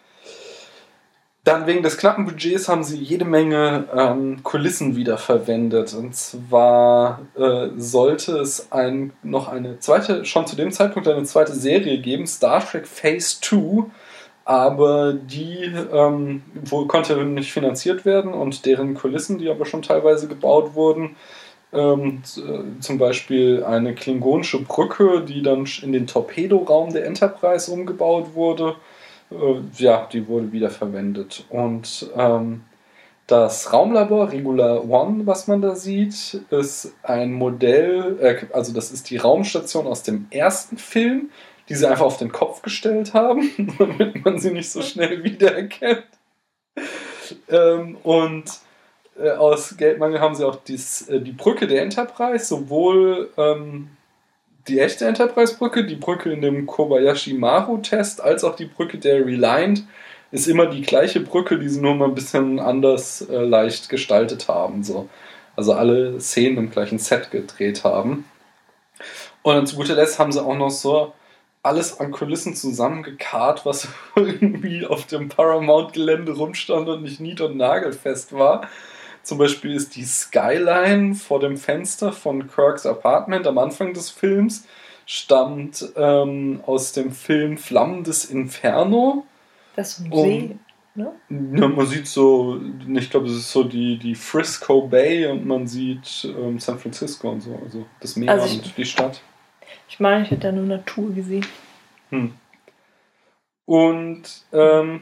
Dann wegen des knappen Budgets haben sie jede Menge ähm, Kulissen wiederverwendet. Und zwar äh, sollte es ein, noch eine zweite, schon zu dem Zeitpunkt eine zweite Serie geben, Star Trek Phase zwei, aber die ähm, wohl konnte nicht finanziert werden und deren Kulissen, die aber schon teilweise gebaut wurden, ähm, zum Beispiel eine klingonische Brücke, die dann in den Torpedoraum der Enterprise umgebaut wurde, ja, die wurde wiederverwendet. Und ähm, das Raumlabor Regular One, was man da sieht, ist ein Modell, äh, also das ist die Raumstation aus dem ersten Film, die sie einfach auf den Kopf gestellt haben, damit man sie nicht so schnell wiedererkennt. ähm, und äh, aus Geldmangel haben sie auch dies, äh, die Brücke der Enterprise, sowohl ähm, die echte Enterprise-Brücke, die Brücke in dem Kobayashi Maru-Test, als auch die Brücke der Reliant, ist immer die gleiche Brücke, die sie nur mal ein bisschen anders äh, leicht gestaltet haben. So. Also alle Szenen im gleichen Set gedreht haben. Und dann zu guter Letzt haben sie auch noch so alles an Kulissen zusammengekarrt, was irgendwie auf dem Paramount-Gelände rumstand und nicht nied- und nagelfest war. Zum Beispiel ist die Skyline vor dem Fenster von Kirks Apartment am Anfang des Films, stammt ähm, aus dem Film Flammen des Inferno. Das ist ein See, ne? Ja, man sieht so, ich glaube, es ist so die, die Frisco Bay und man sieht ähm, San Francisco und so, also das Meer also ich, und die Stadt. Ich meine, ich hätte da nur Natur gesehen. Hm. Und, ähm,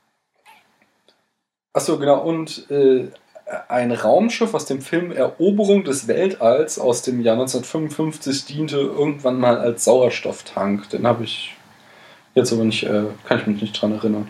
achso, genau, und äh, ein Raumschiff aus dem Film Eroberung des Weltalls aus dem Jahr neunzehnhundertfünfundfünfzig diente irgendwann mal als Sauerstofftank. Den habe ich jetzt aber nicht, äh, kann ich mich nicht dran erinnern.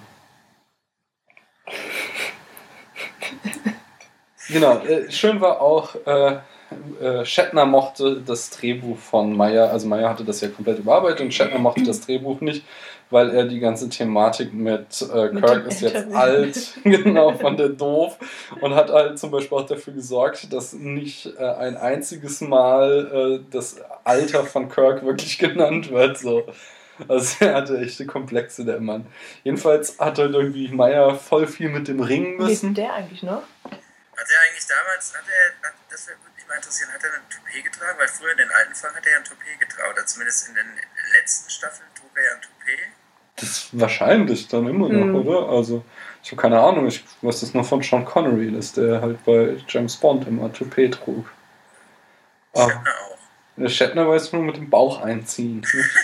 Genau, äh, schön war auch, äh, äh, Shatner mochte das Drehbuch von Meyer, also Meyer hatte das ja komplett überarbeitet und Shatner mochte das Drehbuch nicht, weil er die ganze Thematik mit, äh, mit Kirk ist jetzt alt, genau, fand er doof und hat halt zum Beispiel auch dafür gesorgt, dass nicht äh, ein einziges Mal äh, das Alter von Kirk wirklich genannt wird, so. Also er hatte echte Komplexe, der Mann. Jedenfalls hat halt irgendwie Meyer voll viel mit dem Ringen müssen. Lebt der eigentlich noch? Hat er eigentlich damals, hat er, das würde mich mal interessieren, hat er ein Toupet getragen? Weil früher in den alten Folgen hat er ja ein Toupet getragen. Oder zumindest in den letzten Staffeln trug er ja ein Toupet. Das ist wahrscheinlich dann immer noch, mhm. oder? Also, ich habe keine Ahnung, ich weiß das nur von Sean Connery, dass der halt bei James Bond immer Toupet trug. Ah. Shatner auch. Der Shatner weiß nur mit dem Bauch einziehen.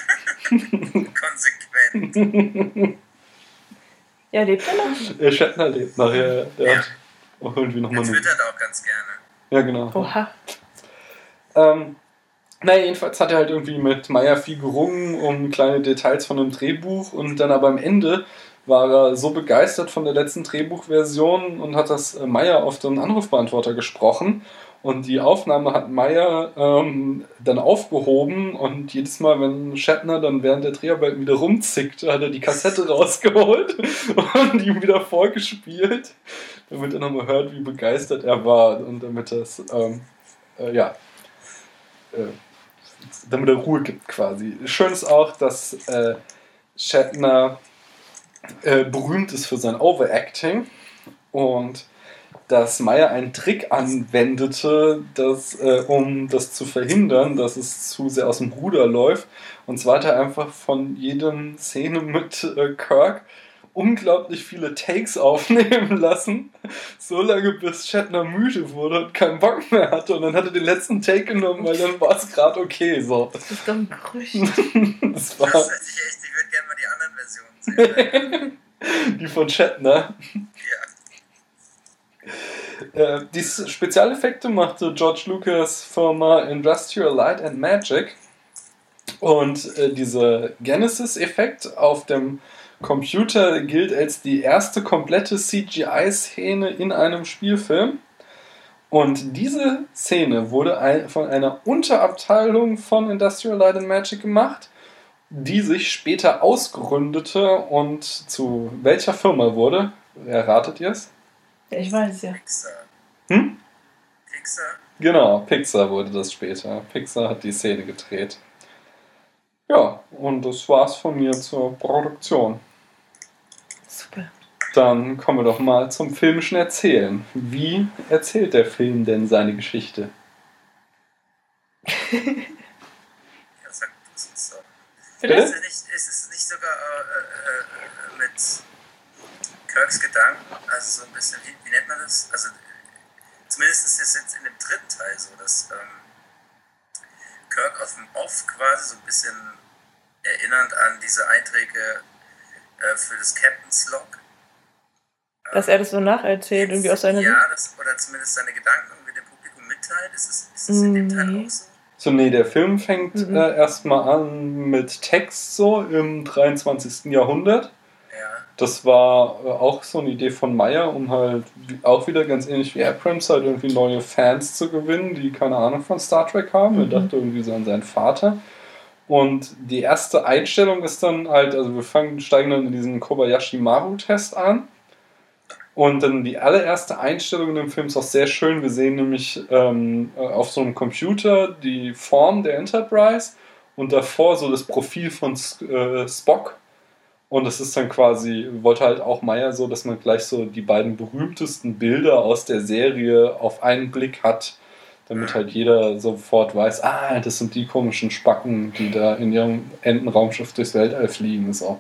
Konsequent. Ja, lebt er noch? Der Shatner lebt noch, ja. Der ja. hat auch irgendwie nochmal. Der twittert auch ganz gerne. Ja, genau. Oha. Ähm, naja, jedenfalls hat er halt irgendwie mit Meyer viel gerungen um kleine Details von dem Drehbuch und dann aber am Ende war er so begeistert von der letzten Drehbuchversion und hat das äh, Meyer auf den Anrufbeantworter gesprochen. Und die Aufnahme hat Meyer ähm, dann aufgehoben und jedes Mal, wenn Shatner dann während der Dreharbeiten wieder rumzickte, hat er die Kassette rausgeholt und ihm wieder vorgespielt, damit er nochmal hört, wie begeistert er war und damit das, ähm, äh, ja, äh, damit er Ruhe gibt quasi. Schön ist auch, dass äh, Shatner äh, berühmt ist für sein Overacting und dass Meyer einen Trick anwendete, dass, äh, um das zu verhindern, dass es zu sehr aus dem Ruder läuft. Und zwar hat er einfach von jedem Szene mit äh, Kirk unglaublich viele Takes aufnehmen lassen, so lange bis Shatner müde wurde und keinen Bock mehr hatte. Und dann hat er den letzten Take genommen, weil dann war es gerade okay. So. Das ist doch ein Gerücht. das war das ich, echt, ich würde gerne mal die anderen Versionen sehen. Die von Shatner. Ja. Äh, die Spezialeffekte machte George Lucas Firma Industrial Light and Magic und äh, dieser Genesis-Effekt auf dem Computer gilt als die erste komplette C G I-Szene in einem Spielfilm und diese Szene wurde ein, von einer Unterabteilung von Industrial Light and Magic gemacht, die sich später ausgründete und zu welcher Firma wurde? Erratet ihr es? Ich weiß ja. Pixar. Hm? Pixar? Genau, Pixar wurde das später. Pixar hat die Szene gedreht. Ja, und das war's von mir zur Produktion. Super. Dann kommen wir doch mal zum filmischen Erzählen. Wie erzählt der Film denn seine Geschichte? Ja, sag das ist so. Bitte? Ist es nicht, ist es nicht sogar äh, äh, mit Kirks Gedanken, also so ein bisschen, wie, wie nennt man das? Also zumindest ist es jetzt in dem dritten Teil so, dass ähm, Kirk auf dem Off quasi so ein bisschen erinnernd an diese Einträge äh, für das Captain's Log. Dass er das so nacherzählt, irgendwie aus seiner Ja, das, oder zumindest seine Gedanken irgendwie dem Publikum mitteilt. Ist das, ist das in dem Teil Nee. auch so? So, nee, der Film fängt Mhm. äh, erstmal an mit Text so im dreiundzwanzigsten Jahrhundert. Ja. Das war äh, auch so eine Idee von Meyer, um halt wie, auch wieder ganz ähnlich wie Abrams halt irgendwie neue Fans zu gewinnen, die keine Ahnung von Star Trek haben. Er Mhm. dachte irgendwie so an seinen Vater. Und die erste Einstellung ist dann halt, also wir fangen, steigen dann in diesen Kobayashi Maru-Test an. Und dann die allererste Einstellung in dem Film ist auch sehr schön. Wir sehen nämlich ähm, auf so einem Computer die Form der Enterprise und davor so das Profil von äh, Spock. Und das ist dann quasi, wollte halt auch Meyer so, dass man gleich so die beiden berühmtesten Bilder aus der Serie auf einen Blick hat, damit halt jeder sofort weiß, ah, das sind die komischen Spacken, die da in ihrem Entenraumschiff durchs Weltall fliegen. So.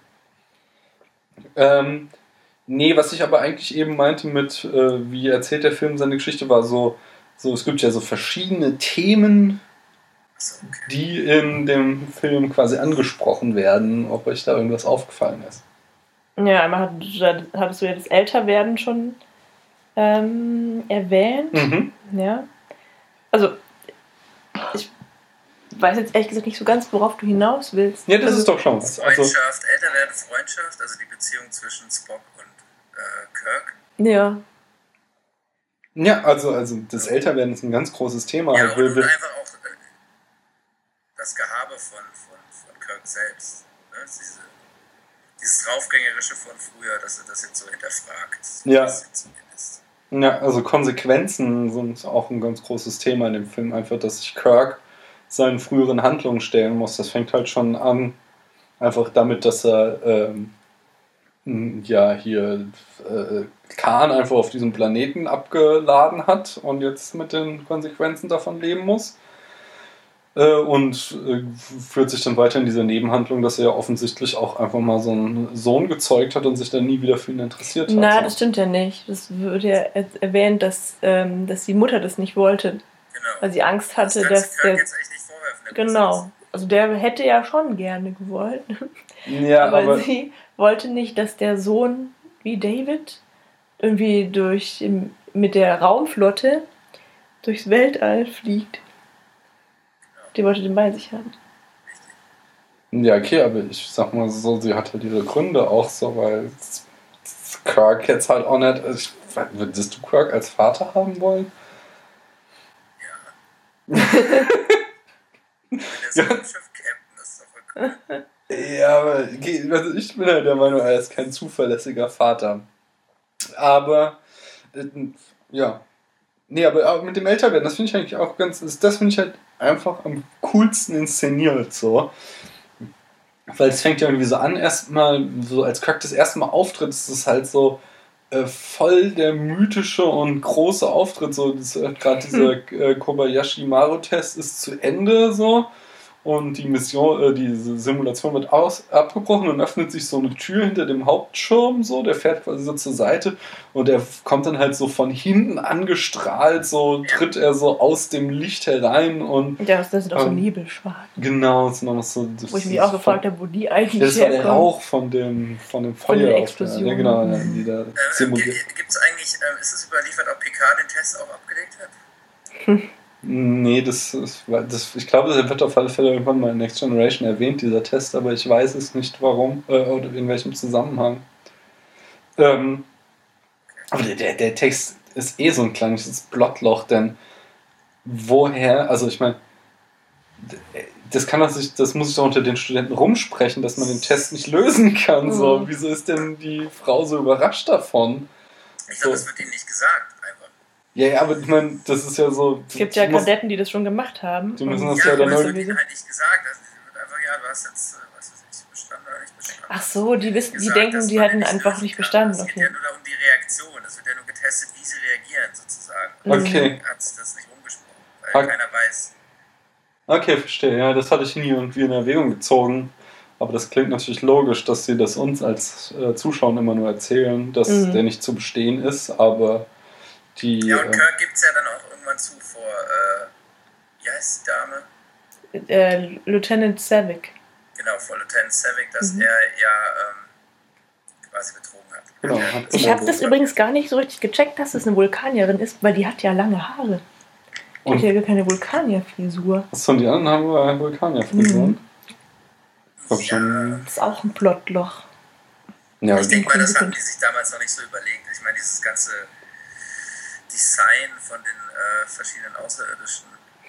Ähm, nee, was ich aber eigentlich eben meinte mit, äh, wie erzählt der Film seine Geschichte, war so, so, es gibt ja so verschiedene Themen, die in dem Film quasi angesprochen werden, ob euch da irgendwas aufgefallen ist. Ja, einmal hat, hattest du ja das Älterwerden schon ähm, erwähnt. Mhm. Ja. Also, ich weiß jetzt ehrlich gesagt nicht so ganz, worauf du hinaus willst. Ja, das also, ist doch schon was. Also, Freundschaft, älter werden Freundschaft, also die Beziehung zwischen Spock und äh, Kirk. Ja. Ja, also, also das Älterwerden ist ein ganz großes Thema. Ja, Halt, und, wir- und wir- einfach auch äh, das Gehabe von, von, von Kirk selbst. Ne? Diese, dieses Draufgängerische von früher, dass er das jetzt so hinterfragt. So Ja. ein bisschen zumindest. Ja, also Konsequenzen sind auch ein ganz großes Thema in dem Film. Einfach, dass sich Kirk seinen früheren Handlungen stellen muss. Das fängt halt schon an, einfach damit, dass er ähm, ja hier äh, Khan einfach auf diesem Planeten abgeladen hat und jetzt mit den Konsequenzen davon leben muss. Äh, und äh, führt sich dann weiter in dieser Nebenhandlung, dass er ja offensichtlich auch einfach mal so einen Sohn gezeugt hat und sich dann nie wieder für ihn interessiert hat. Na, So. das stimmt ja nicht. Das wird ja er- erwähnt, dass, ähm, dass die Mutter das nicht wollte, Genau. weil sie Angst hatte, das dass kannst du Kirk der... jetzt echt nicht vorwerfen. der Genau. Also der hätte ja schon gerne gewollt. Ja, aber, aber sie wollte nicht, dass der Sohn wie David irgendwie durch im, mit der Raumflotte durchs Weltall fliegt. Die wollte den bei sich haben. ja, okay, aber ich sag mal so, sie hat halt ihre Gründe auch so, weil Kirk jetzt halt auch nicht. Also ich, würdest du Kirk als Vater haben wollen? Wenn der so Ja. ein Schiff captain, das ist doch voll cool. Ja, aber okay, also ich bin halt der Meinung, er ist kein zuverlässiger Vater. Aber, äh, ja. Nee, aber auch mit dem Älterwerden, das finde ich eigentlich auch ganz, das finde ich halt einfach am coolsten inszeniert, so. Weil es fängt ja irgendwie so an, erstmal, so als Kirk das erste Mal auftritt, ist es halt so äh, voll der mythische und große Auftritt, so, äh, gerade dieser äh, Kobayashi Maru-Test ist zu Ende, so. Und die Mission, äh, diese Simulation wird aus, abgebrochen und öffnet sich so eine Tür hinter dem Hauptschirm, so, der fährt quasi so zur Seite und der kommt dann halt so von hinten angestrahlt, so tritt er so aus dem Licht herein und Ja, das ist doch so Ähm, nebelschwarz. genau, es ist noch so. Das Wo ich mich ist auch gefragt von- habe, wo die Ja, eigentlich das war der herkommen. Rauch von dem, von dem Feuer. Von der auf Explosion. Ja, genau, ja, die da Äh, simuliert. Gibt es eigentlich, äh, ist es überliefert, ob Picard den Test auch abgelegt hat? Nee, das ist, das, ich glaube, das wird auf alle Fälle irgendwann mal in Next Generation erwähnt, dieser Test, aber ich weiß es nicht, warum äh, oder in welchem Zusammenhang. Ähm, aber der, der, der Text ist eh so ein kleines Blottloch, denn woher, also ich meine, das kann doch sich, das muss ich doch unter den Studenten rumsprechen, dass man den Test nicht lösen kann. So, Mhm. wieso ist denn die Frau so überrascht davon? Ich glaube, So. das wird ihnen nicht gesagt, einfach. Ja, ja, aber ich meine, das ist ja so. Es gibt ja muss- Kadetten, die das schon gemacht haben. Die müssen Und- das ja Ja, dann aber es neu- wird ihnen halt nicht gesagt. Das wird einfach, ja, du hast jetzt, äh, was weiß ich, bestanden oder nicht bestanden. Ach so, die wissen, die Gesagt, denken, dass die man hätten den einfach lösen nicht kann. bestanden. Es geht Okay. ja nur da um die Reaktion. Es wird ja nur getestet, wie sie reagieren, sozusagen. Okay. Hat sich das nicht rumgesprochen, weil Okay. keiner weiß. Okay, verstehe. Ja, das hatte ich nie irgendwie in Erwägung gezogen. Aber das klingt natürlich logisch, dass sie das uns als äh, Zuschauern immer nur erzählen, dass Mhm. der nicht zu bestehen ist, aber die. Ja, und äh, Kirk gibt es ja dann auch irgendwann zu vor, äh, wie heißt die Dame? Äh, Lieutenant Savick. Genau, vor Lieutenant Savick, dass Mhm. er ja ähm, quasi betrogen hat. Genau, Ja, hat- Ich Genau habe so. das übrigens gar nicht so richtig gecheckt, dass es eine Vulkanierin ist, weil die hat ja lange Haare. Die Und- hat ja gar keine Vulkanierfrisur. Was von die anderen haben wir Vulkanierfrisuren. Mhm. Ich glaube schon. Das ist auch ein Plotloch. Ja, Ich denke mal, das hatten konsequent. die sich damals noch nicht so überlegt. Ich meine, dieses ganze Design von den äh, verschiedenen Außerirdischen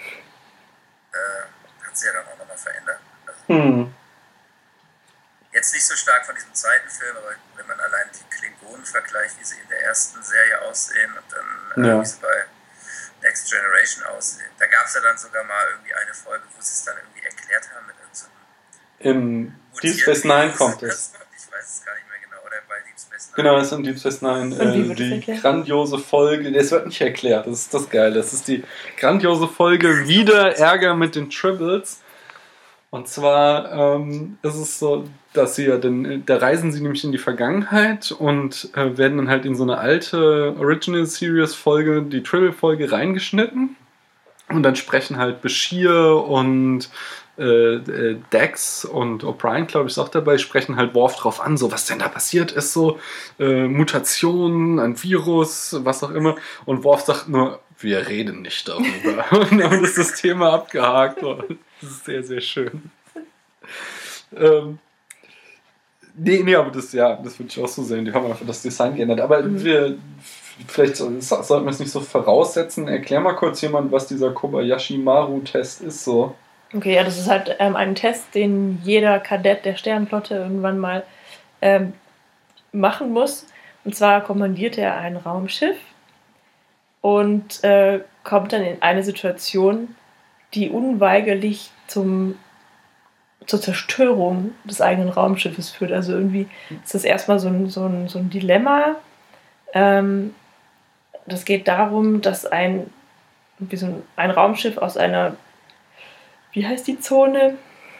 äh, hat sich ja dann auch nochmal verändert. Also hm. jetzt nicht so stark von diesem zweiten Film, aber wenn man allein die Klingonen vergleicht, wie sie in der ersten Serie aussehen und dann äh, Ja. wie sie bei Next Generation aussehen. Da gab es ja dann sogar mal irgendwie eine Folge, wo sie es dann irgendwie erklärt haben mit irgendeinem Im Deep Space Nine kommt es. Ich weiß es gar nicht mehr genau. Oder bei Deep Space Nine. Genau, das ist in Deep Space Nine Und wie äh, wird das die erklärt? grandiose Folge. Das wird nicht erklärt, das ist das Geile. Das ist die grandiose Folge Wieder Ärger mit den Tribbles. Und zwar ähm, ist es so, dass sie ja dann, da reisen sie nämlich in die Vergangenheit und äh, werden dann halt in so eine alte Original Series Folge, die Tribble-Folge, reingeschnitten. Und dann sprechen halt Bashir und äh, äh, Dex und O'Brien, glaube ich, ist auch dabei, sprechen halt Worf drauf an, so was denn da passiert ist, so äh, Mutationen, ein Virus, was auch immer. Und Worf sagt nur, wir reden nicht darüber. Und damit ist das Thema abgehakt. Das ist sehr, sehr schön. Ähm, nee, nee, aber das, ja, das würde ich auch so sehen. Die haben einfach das Design geändert. Aber Mhm. wir, vielleicht so, sollten wir es nicht so voraussetzen. Erklär mal kurz jemand, was dieser Kobayashi-Maru-Test ist. So. Okay, ja, das ist halt ähm, ein Test, den jeder Kadett der Sternenflotte irgendwann mal ähm, machen muss. Und zwar kommandiert er ein Raumschiff und äh, kommt dann in eine Situation, die unweigerlich zum, zur Zerstörung des eigenen Raumschiffes führt. Also irgendwie ist das erstmal so ein, so ein, so ein Dilemma. Ähm, das geht darum, dass ein, wie so ein, ein Raumschiff aus einer, wie heißt die Zone?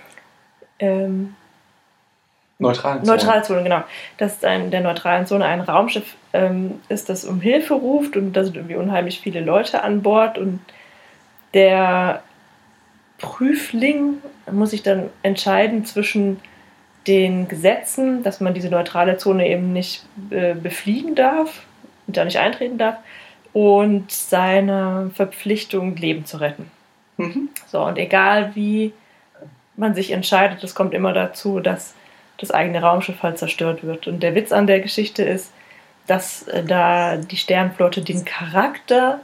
Ähm, Neutralen Zone. Neutralzone, genau. Dass in der neutralen Zone ein Raumschiff ähm, ist, das um Hilfe ruft und da sind irgendwie unheimlich viele Leute an Bord und der Prüfling muss sich dann entscheiden zwischen den Gesetzen, dass man diese neutrale Zone eben nicht äh, befliegen darf und da nicht eintreten darf und seiner Verpflichtung, Leben zu retten. Mhm. So, und egal wie man sich entscheidet, es kommt immer dazu, dass das eigene Raumschiff halt zerstört wird. Und der Witz an der Geschichte ist, dass äh, da die Sternenflotte den Charakter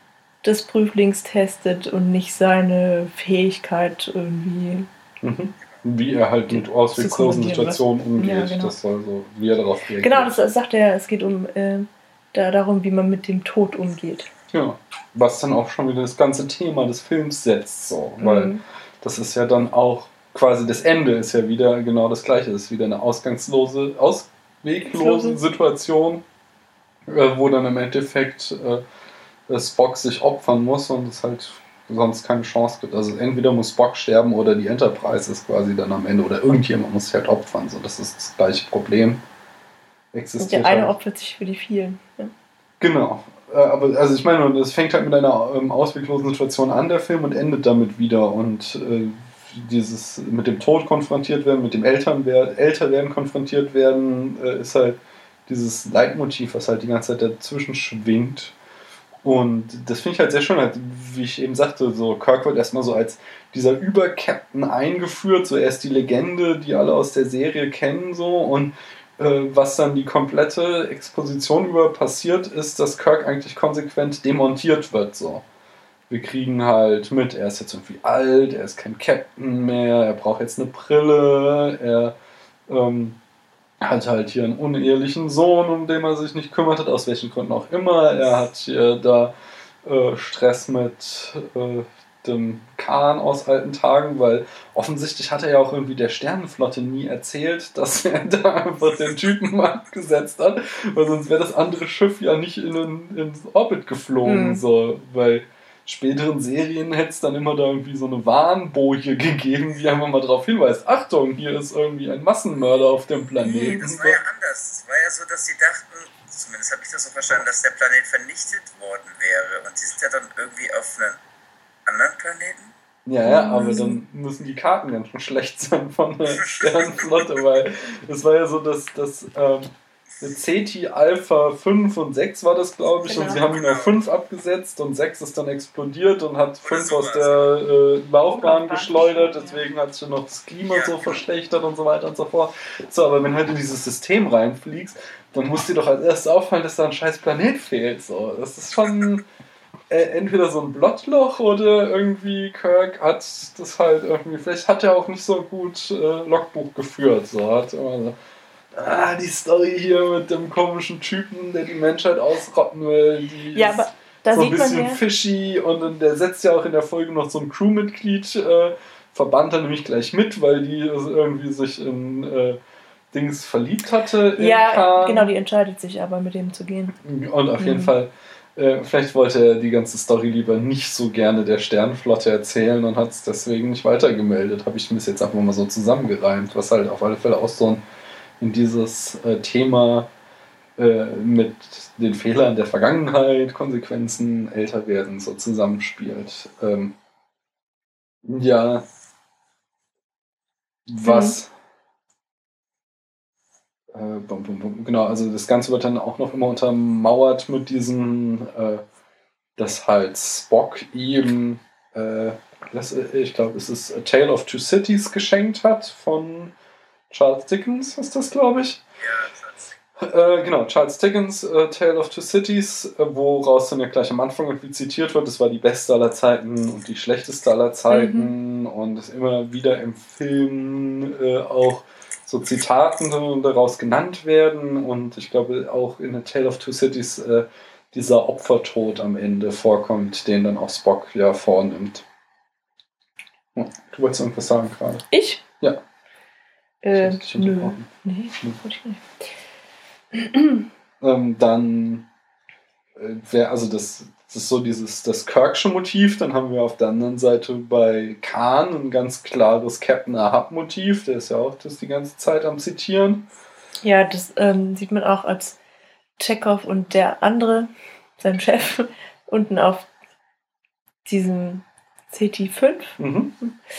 des Prüflings testet und nicht seine Fähigkeit irgendwie. Mhm. Wie er halt mit ausweglosen Situationen umgeht. Ja, genau. Das soll so, wie er darauf reagiert. Genau, das, das sagt er, es geht um äh, da, darum, wie man mit dem Tod umgeht. Ja, was dann auch schon wieder das ganze Thema des Films setzt, so, weil Mhm. das ist ja dann auch quasi das Ende ist ja wieder genau das Gleiche, es ist wieder eine ausgangslose, ausweglose Situation, äh, wo dann im Endeffekt äh, Spock sich opfern muss und es halt sonst keine Chance gibt. Also entweder muss Spock sterben oder die Enterprise ist quasi dann am Ende oder irgendjemand muss sich halt opfern. So, das ist das gleiche Problem. Existiert Und der eine halt. opfert sich für die vielen. Ja. Genau. Äh, aber also ich meine, es fängt halt mit einer ähm, ausweglosen Situation an, der Film, und endet damit wieder. Und äh, dieses mit dem Tod konfrontiert werden, mit dem Eltern werden, älter werden konfrontiert werden, äh, ist halt dieses Leitmotiv, was halt die ganze Zeit dazwischen schwingt. Und das finde ich halt sehr schön, halt, wie ich eben sagte, so Kirk wird erstmal so als dieser Über-Captain eingeführt, so er ist die Legende, die alle aus der Serie kennen, so, und äh, was dann die komplette Exposition über passiert, ist, dass Kirk eigentlich konsequent demontiert wird, so. Wir kriegen halt mit, er ist jetzt irgendwie alt, er ist kein Captain mehr, er braucht jetzt eine Brille, er ähm, hat halt hier einen unehelichen Sohn, um den er sich nicht kümmert hat, aus welchen Gründen auch immer. Er hat hier da äh, Stress mit äh, dem Khan aus alten Tagen, weil offensichtlich hat er ja auch irgendwie der Sternenflotte nie erzählt, dass er da einfach den Typen abgesetzt hat, weil sonst wäre das andere Schiff ja nicht in den, ins Orbit geflogen, Mhm. so, weil späteren Serien hätte es dann immer da irgendwie so eine Warnboje gegeben, die einfach mal darauf hinweist, Achtung, hier ist irgendwie ein Massenmörder auf dem Planeten. Das war ja anders. Es war ja so, dass sie dachten, zumindest habe ich das so verstanden, dass der Planet vernichtet worden wäre. Und sie sind ja dann irgendwie auf einen anderen Planeten. Ja, ja, aber dann müssen die Karten ganz schön schlecht sein von der Sternenflotte, weil es war ja so, dass das ähm, Ceti Alpha fünf und sechs war das, glaube ich, Genau. und sie haben ihn auf fünf abgesetzt und sechs ist dann explodiert und hat fünf aus der äh, Laufbahn geschleudert, deswegen hat sich noch das Klima so verschlechtert und so weiter und so fort. So, aber wenn du halt in dieses System reinfliegst, dann muss dir doch als erstes auffallen, dass da ein scheiß Planet fehlt. So, das ist schon äh, entweder so ein Blottloch oder irgendwie Kirk hat das halt irgendwie, vielleicht hat er auch nicht so gut äh, Logbuch geführt. So, hat immer so, ah, die Story hier mit dem komischen Typen, der die Menschheit ausrotten will, die Ja, ist aber da so ein sieht man bisschen ja. fishy und dann, der setzt ja auch in der Folge noch so ein Crewmitglied, äh, verbannt er nämlich gleich mit, weil die irgendwie sich in äh, Dings verliebt hatte. in Ja, Khan. genau, die entscheidet sich aber, mit dem zu gehen. Und auf jeden Mhm. Fall, äh, vielleicht wollte er die ganze Story lieber nicht so gerne der Sternenflotte erzählen und hat es deswegen nicht weitergemeldet. Habe ich mir das jetzt einfach mal so zusammengereimt, was halt auf alle Fälle auch so ein, in dieses äh, Thema äh, mit den Fehlern der Vergangenheit, Konsequenzen, älter werden so zusammenspielt. Ähm, ja. Was? Äh, bum, bum, bum. Genau, also das Ganze wird dann auch noch immer untermauert mit diesem, äh, dass halt Spock ihm, äh, das, ich glaube, es ist A Tale of Two Cities geschenkt hat von Charles Dickens, ist das, glaube ich. Äh, genau, Charles Dickens, äh, Tale of Two Cities, äh, woraus dann ja gleich am Anfang irgendwie zitiert wird, das war die beste aller Zeiten und die schlechteste aller Zeiten, mhm. und ist immer wieder im Film äh, auch so Zitaten daraus genannt werden, und ich glaube auch in A Tale of Two Cities äh, dieser Opfertod am Ende vorkommt, den dann auch Spock ja vornimmt. Ja, du wolltest irgendwas sagen gerade. Ich? Ja. Äh, ich nö. Nee, nö. wollte ich nicht. ähm, dann äh, wäre also das, das ist so dieses das Kirksche Motiv. Dann haben wir auf der anderen Seite bei Khan ein ganz klares Captain Ahab Motiv. Der ist ja auch das die ganze Zeit am Zitieren. Ja, das ähm, sieht man auch, als Chekhov und der andere, sein Chef, unten auf diesem C T fünf Mhm.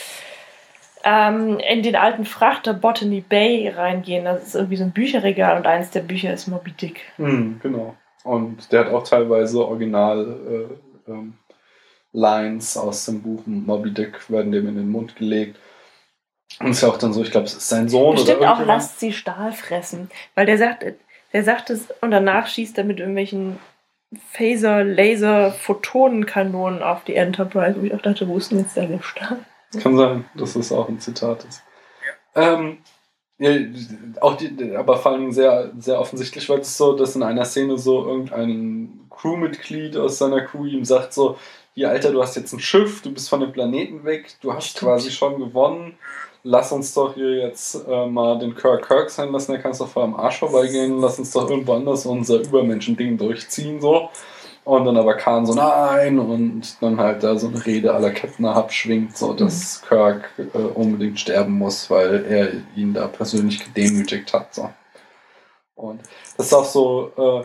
ähm, in den alten Frachter Botany Bay reingehen. Das ist irgendwie so ein Bücherregal und eins der Bücher ist Moby Dick. Mhm, genau. Und der hat auch teilweise Original äh, ähm, Lines aus dem Buch Moby Dick werden dem in den Mund gelegt. Und es ist ja auch dann so, ich glaube, es ist sein Sohn Bestimmt oder auch lasst sie Stahl fressen. Weil der sagt, der sagt es und danach schießt er mit irgendwelchen Phaser, Laser, Photonenkanonen auf die Enterprise. Und ich auch dachte, wo ist denn jetzt da der Stahl? Das kann sein, dass es auch ein Zitat ist. Ja. Ähm, ja, auch die, aber vor allem sehr, sehr offensichtlich war es so, dass in einer Szene so irgendein Crewmitglied aus seiner Crew ihm sagt so, hier Alter, du hast jetzt ein Schiff, du bist von dem Planeten weg, du hast Stimmt. quasi schon gewonnen, lass uns doch hier jetzt äh, mal den Kirk Kirk sein lassen, der kann es doch vor am Arsch vorbeigehen, lass uns doch irgendwo anders unser Übermenschen-Ding durchziehen, so. Und dann aber Khan so, nein, und dann halt da so eine Rede à la Captain Ahab schwingt, so dass mhm. Kirk äh, unbedingt sterben muss, weil er ihn da persönlich gedemütigt hat, so. Und das ist auch so,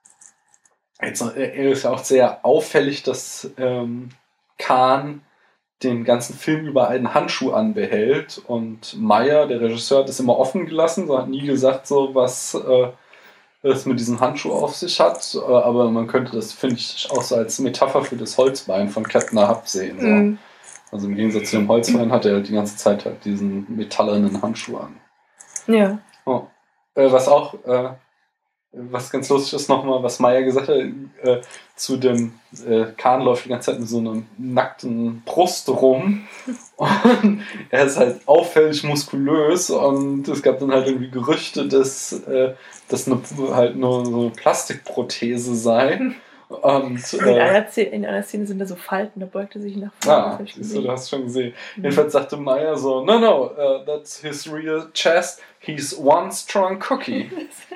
äh, jetzt, äh, ist ja auch sehr auffällig, dass ähm, Khan den ganzen Film über einen Handschuh anbehält und Meyer, der Regisseur, hat es immer offen gelassen, so hat nie gesagt, so was äh, es mit diesem Handschuh auf sich hat, aber man könnte das, finde ich, auch so als Metapher für das Holzbein von Captain Ahab sehen. So. Mhm. Also im Gegensatz zu dem Holzbein hat er halt die ganze Zeit halt diesen metallenen Handschuh an. Ja. Oh. Äh, was auch, äh, was ganz lustig ist nochmal, was Meyer gesagt hat, äh, zu dem äh, Khan läuft die ganze Zeit mit so einer nackten Brust rum und er ist halt auffällig muskulös und es gab dann halt irgendwie Gerüchte, dass äh, das eine, halt nur so eine Plastikprothese sei. Und, in, äh, einer Szene, in einer Szene sind da so Falten, da beugt er sich nach vorne. Ah, siehst du, du hast schon gesehen. Mhm. Jedenfalls sagte Meyer so, no, no, uh, that's his real chest, he's one strong cookie.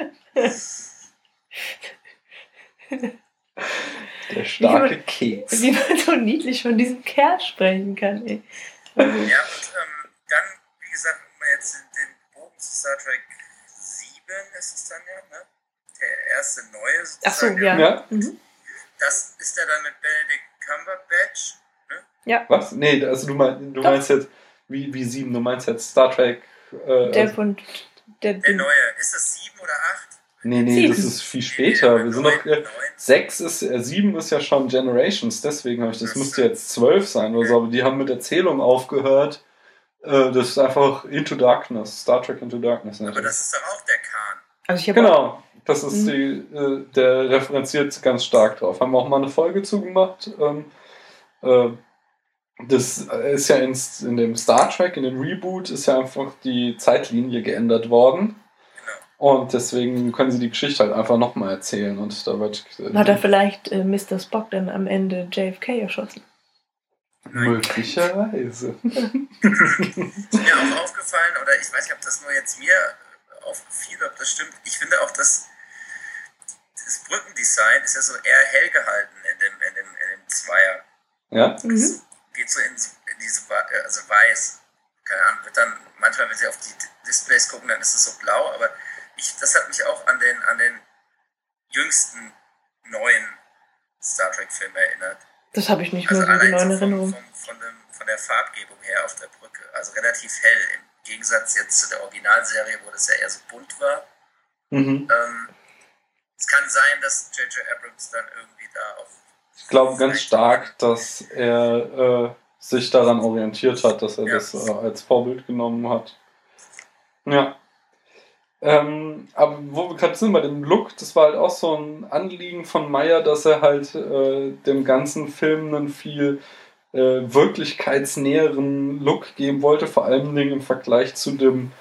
Der starke wie man, Keks. Wie man so niedlich von diesem Kerl sprechen kann. Ey. Ja, und ähm, dann, wie gesagt, wenn man jetzt den, den Bogen zu Star Trek sieben ist es dann ja, ne? Der erste neue sozusagen. Ach so, ja. ja. Mhm. Das ist ja dann mit Benedict Cumberbatch, ne? Ja. Was? Nee, also du, mein, du meinst jetzt, wie, wie sieben, du meinst jetzt Star Trek. Äh, der also, von. Der, der neue. Ist das sieben oder acht? Nee, nee, sieben. Das ist viel später. Nee, wir sind noch. Äh, sechs ist, äh, sieben ist ja schon Generations, deswegen habe ich, das, das müsste jetzt zwölf sein oder so, aber die haben mit Erzählung aufgehört. Äh, das ist einfach Into Darkness, Star Trek Into Darkness. Natürlich. Aber das ist doch auch der Khan. Also ich genau. Das ist die, äh, der referenziert ganz stark drauf. Haben wir auch mal eine Folge zugemacht. Ähm, äh, das ist ja in, in dem Star Trek, in dem Reboot, ist ja einfach die Zeitlinie geändert worden. Genau. Und deswegen können sie die Geschichte halt einfach nochmal erzählen. Und da wird, äh, hat er vielleicht äh, Mister Spock dann am Ende J F K erschossen? Möglicherweise. Ist mir auch aufgefallen, oder ich weiß nicht, ob das nur jetzt mir aufgefiel, ob das stimmt. Ich finde auch, dass das Brückendesign ist ja so eher hell gehalten in dem, in dem, in dem Zweier. Ja. Mhm. Es geht so in, in diese, also weiß. Keine Ahnung, wird dann, manchmal, wenn sie auf die Displays gucken, dann ist es so blau, aber ich, das hat mich auch an den, an den jüngsten neuen Star Trek-Film erinnert. Das habe ich nicht also mehr so genau in so Erinnerung. Von, von, dem, von der Farbgebung her auf der Brücke. Also relativ hell. Im Gegensatz jetzt zu der Originalserie, wo das ja eher so bunt war. Mhm. Ähm, es kann sein, dass J J Abrams dann irgendwie da auch... Ich glaube ganz stark, dass er äh, sich daran orientiert hat, dass er ja. das äh, als Vorbild genommen hat. Ja. Ähm, aber wo wir gerade sind bei dem Look, das war halt auch so ein Anliegen von Meyer, dass er halt äh, dem ganzen Film einen viel äh, wirklichkeitsnäheren Look geben wollte, vor allen Dingen im Vergleich zu dem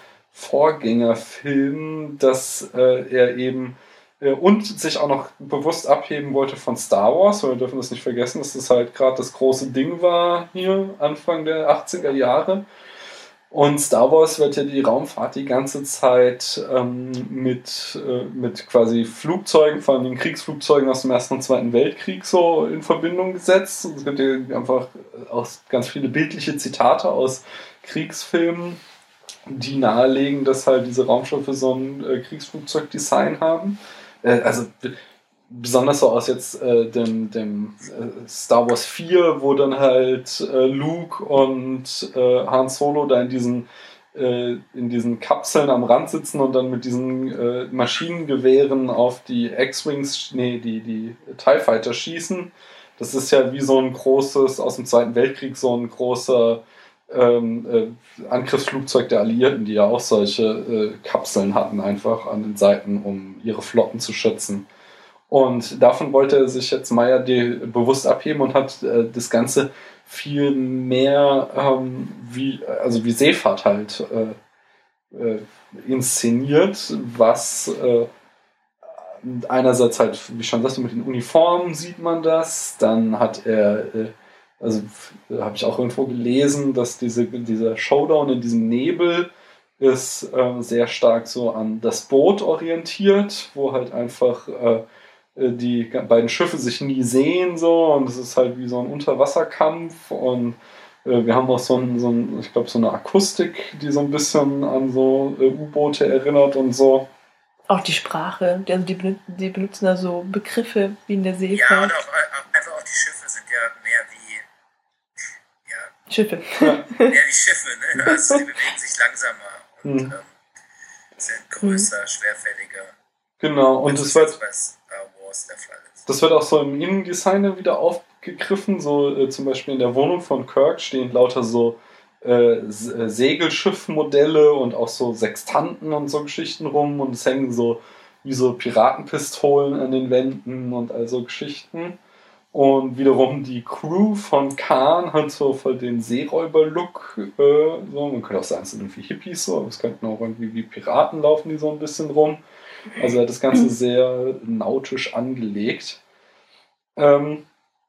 Vorgängerfilm, dass äh, er eben äh, und sich auch noch bewusst abheben wollte von Star Wars, weil wir dürfen das nicht vergessen, dass das halt gerade das große Ding war hier Anfang der achtziger Jahre. Und Star Wars wird ja die Raumfahrt die ganze Zeit ähm, mit, äh, mit quasi Flugzeugen, vor allem den Kriegsflugzeugen aus dem Ersten und Zweiten Weltkrieg so in Verbindung gesetzt. Und es gibt ja einfach auch ganz viele bildliche Zitate aus Kriegsfilmen, die nahelegen, dass halt diese Raumschiffe so ein äh, Kriegsflugzeugdesign haben. Äh, also besonders so aus jetzt äh, dem, dem äh, Star Wars vier, wo dann halt äh, Luke und äh, Han Solo da in diesen, äh, in diesen Kapseln am Rand sitzen und dann mit diesen äh, Maschinengewehren auf die X-Wings, nee, die, die TIE Fighter schießen. Das ist ja wie so ein großes, aus dem Zweiten Weltkrieg, so ein großer ähm, äh, Angriffsflugzeug der Alliierten, die ja auch solche äh, Kapseln hatten, einfach an den Seiten, um ihre Flotten zu schützen. Und davon wollte er sich jetzt Meyer bewusst abheben und hat äh, das Ganze viel mehr ähm, wie, also wie Seefahrt halt äh, äh, inszeniert, was äh, einerseits halt, wie schon sagst du, mit den Uniformen sieht man das, dann hat er, äh, also äh, habe ich auch irgendwo gelesen, dass diese, dieser Showdown in diesem Nebel ist äh, sehr stark so an das Boot orientiert, wo halt einfach äh, die beiden Schiffe sich nie sehen so und es ist halt wie so ein Unterwasserkampf und äh, wir haben auch so ein, so ein ich glaube so eine Akustik, die so ein bisschen an so äh, U-Boote erinnert und so. Auch die Sprache, also die, benutzen, die benutzen da so Begriffe wie in der Seefahrt. Ja, und auch, einfach auch die Schiffe sind ja mehr wie ja, Schiffe. Ja, mehr wie Schiffe, ne? Also die bewegen sich langsamer und hm. ähm, sind größer, hm. schwerfälliger. Genau, und das wird der Fall ist. Das wird auch so im Innendesign wieder aufgegriffen, so äh, zum Beispiel in der Wohnung von Kirk stehen lauter so äh, Segelschiffmodelle und auch so Sextanten und so Geschichten rum und es hängen so wie so Piratenpistolen an den Wänden und all so Geschichten. Und wiederum die Crew von Khan hat so voll den Seeräuber-Look. Äh, so. Man könnte auch sagen, es sind irgendwie Hippies, so, aber es könnten auch irgendwie wie Piraten laufen, die so ein bisschen rum. Also er hat das Ganze sehr nautisch angelegt. Ähm,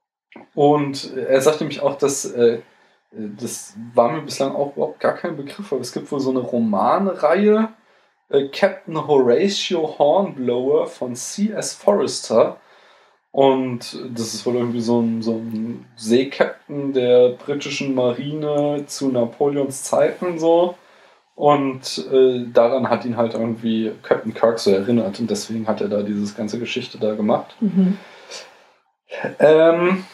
und er sagt nämlich auch, dass äh, das war mir bislang auch überhaupt gar kein Begriff, aber es gibt wohl so eine Romanreihe, äh, Captain Horatio Hornblower von C S Forrester. Und das ist wohl irgendwie so ein, so ein Seekapitän der britischen Marine zu Napoleons Zeiten so. Und äh, daran hat ihn halt irgendwie Captain Kirk so erinnert und deswegen hat er da diese ganze Geschichte da gemacht. Mhm. Ähm,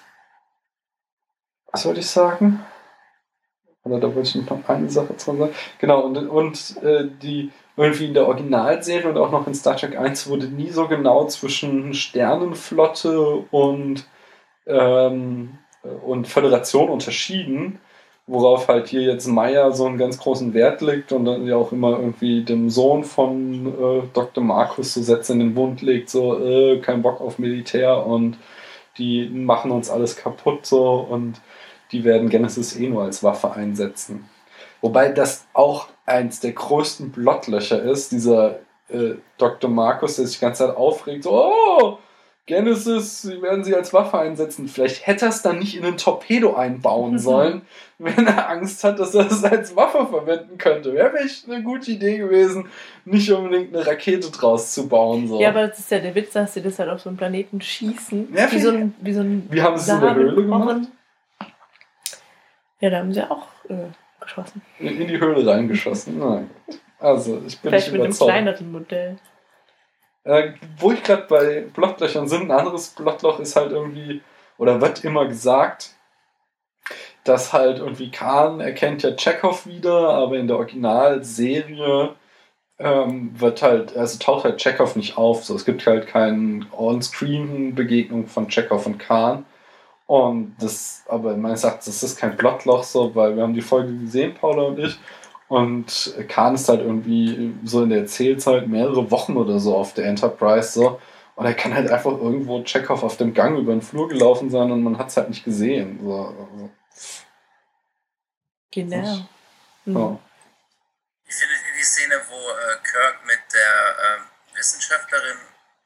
was wollte ich sagen? Oder da wollte ich noch eine Sache zu sagen. Genau, und, und äh, die irgendwie in der Originalserie und auch noch in Star Trek eins wurde nie so genau zwischen Sternenflotte und, ähm, und Föderation unterschieden. Worauf halt hier jetzt Meyer so einen ganz großen Wert legt und dann ja auch immer irgendwie dem Sohn von äh, Doktor Markus so Sätze in den Mund legt, so, äh, kein Bock auf Militär und die machen uns alles kaputt so und die werden Genesis eh nur als Waffe einsetzen. Wobei das auch eins der größten Blottlöcher ist, dieser äh, Doktor Markus, der sich die ganze Zeit aufregt, so, oh, Genesis, sie werden sie als Waffe einsetzen. Vielleicht hätte er es dann nicht in einen Torpedo einbauen sollen, wenn er Angst hat, dass er es als Waffe verwenden könnte. Wäre echt eine gute Idee gewesen, nicht unbedingt eine Rakete draus zu bauen. So. Ja, aber das ist ja der Witz, dass sie das halt auf so einen Planeten schießen. Ja, wie, so ein, wie so ein Wie haben sie es in der Höhle gemacht? Ja, da haben sie auch äh, geschossen. In, in die Höhle reingeschossen. Na gut. Also, ich bin Vielleicht nicht mit überzeugt. einem kleineren Modell. Äh, wo ich gerade bei Blottlöchern sind, ein anderes Blottloch ist halt irgendwie, oder wird immer gesagt, dass halt irgendwie Khan erkennt ja Chekhov wieder, aber in der Originalserie ähm, wird halt, also taucht halt Chekhov nicht auf. So, es gibt halt keine On-Screen-Begegnung von Chekhov und Khan. Und das, aber meines Erachtens, das ist kein Blottloch so, weil wir haben die Folge gesehen, Paula und ich, Und Khan ist halt irgendwie so in der Erzählzeit mehrere Wochen oder so auf der Enterprise so. Und er kann halt einfach irgendwo Chekhov auf dem Gang über den Flur gelaufen sein und man hat es halt nicht gesehen. So. Genau. Mhm. Ja. Ich finde die Szene, wo äh, Kirk mit der äh, Wissenschaftlerin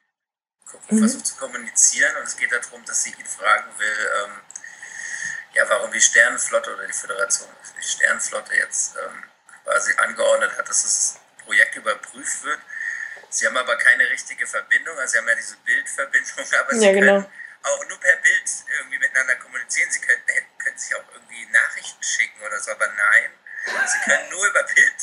mhm. versucht zu kommunizieren und es geht darum, dass sie ihn fragen will, ähm, ja, warum die Sternenflotte oder die Föderation, die Sternenflotte jetzt ähm, quasi angeordnet hat, dass das Projekt überprüft wird. Sie haben aber keine richtige Verbindung, also sie haben ja diese Bildverbindung, aber sie ja, genau. können auch nur per Bild irgendwie miteinander kommunizieren. Sie können, können sich auch irgendwie Nachrichten schicken oder so, aber nein, sie können nur über Bild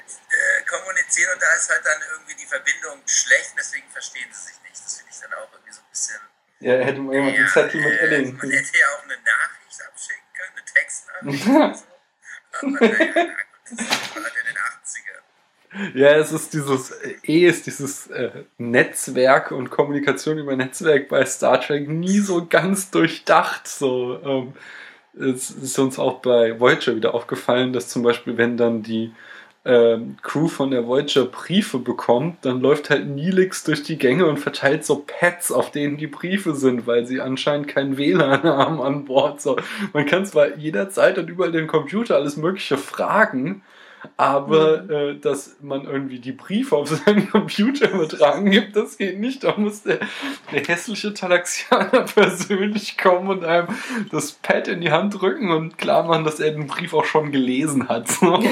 äh, kommunizieren und da ist halt dann irgendwie die Verbindung schlecht, deswegen verstehen sie sich nicht. Das finde ich dann auch irgendwie so ein bisschen... Ja, hätte man jemand ja, einen Zettel mit Edding. Man hätte ja auch eine Nachricht abschicken können, eine Textnachricht oder so. Aber naja, das war halt in den achtzigern. Ja, es ist dieses, eh ist dieses äh, Netzwerk und Kommunikation über Netzwerk bei Star Trek nie so ganz durchdacht. So, ähm, es ist uns auch bei Voyager wieder aufgefallen, dass zum Beispiel, wenn dann die ähm, Crew von der Voyager Briefe bekommt, dann läuft halt Neelix durch die Gänge und verteilt so Pads, auf denen die Briefe sind, weil sie anscheinend kein W L A N haben an Bord. So, man kann zwar jederzeit und überall den Computer alles Mögliche fragen, aber mhm. äh, dass man irgendwie die Briefe auf seinen Computer übertragen gibt, das geht nicht. Da muss der, der hässliche Talaxianer persönlich kommen und einem das Pad in die Hand drücken und klar machen, dass er den Brief auch schon gelesen hat. So. bei, bei,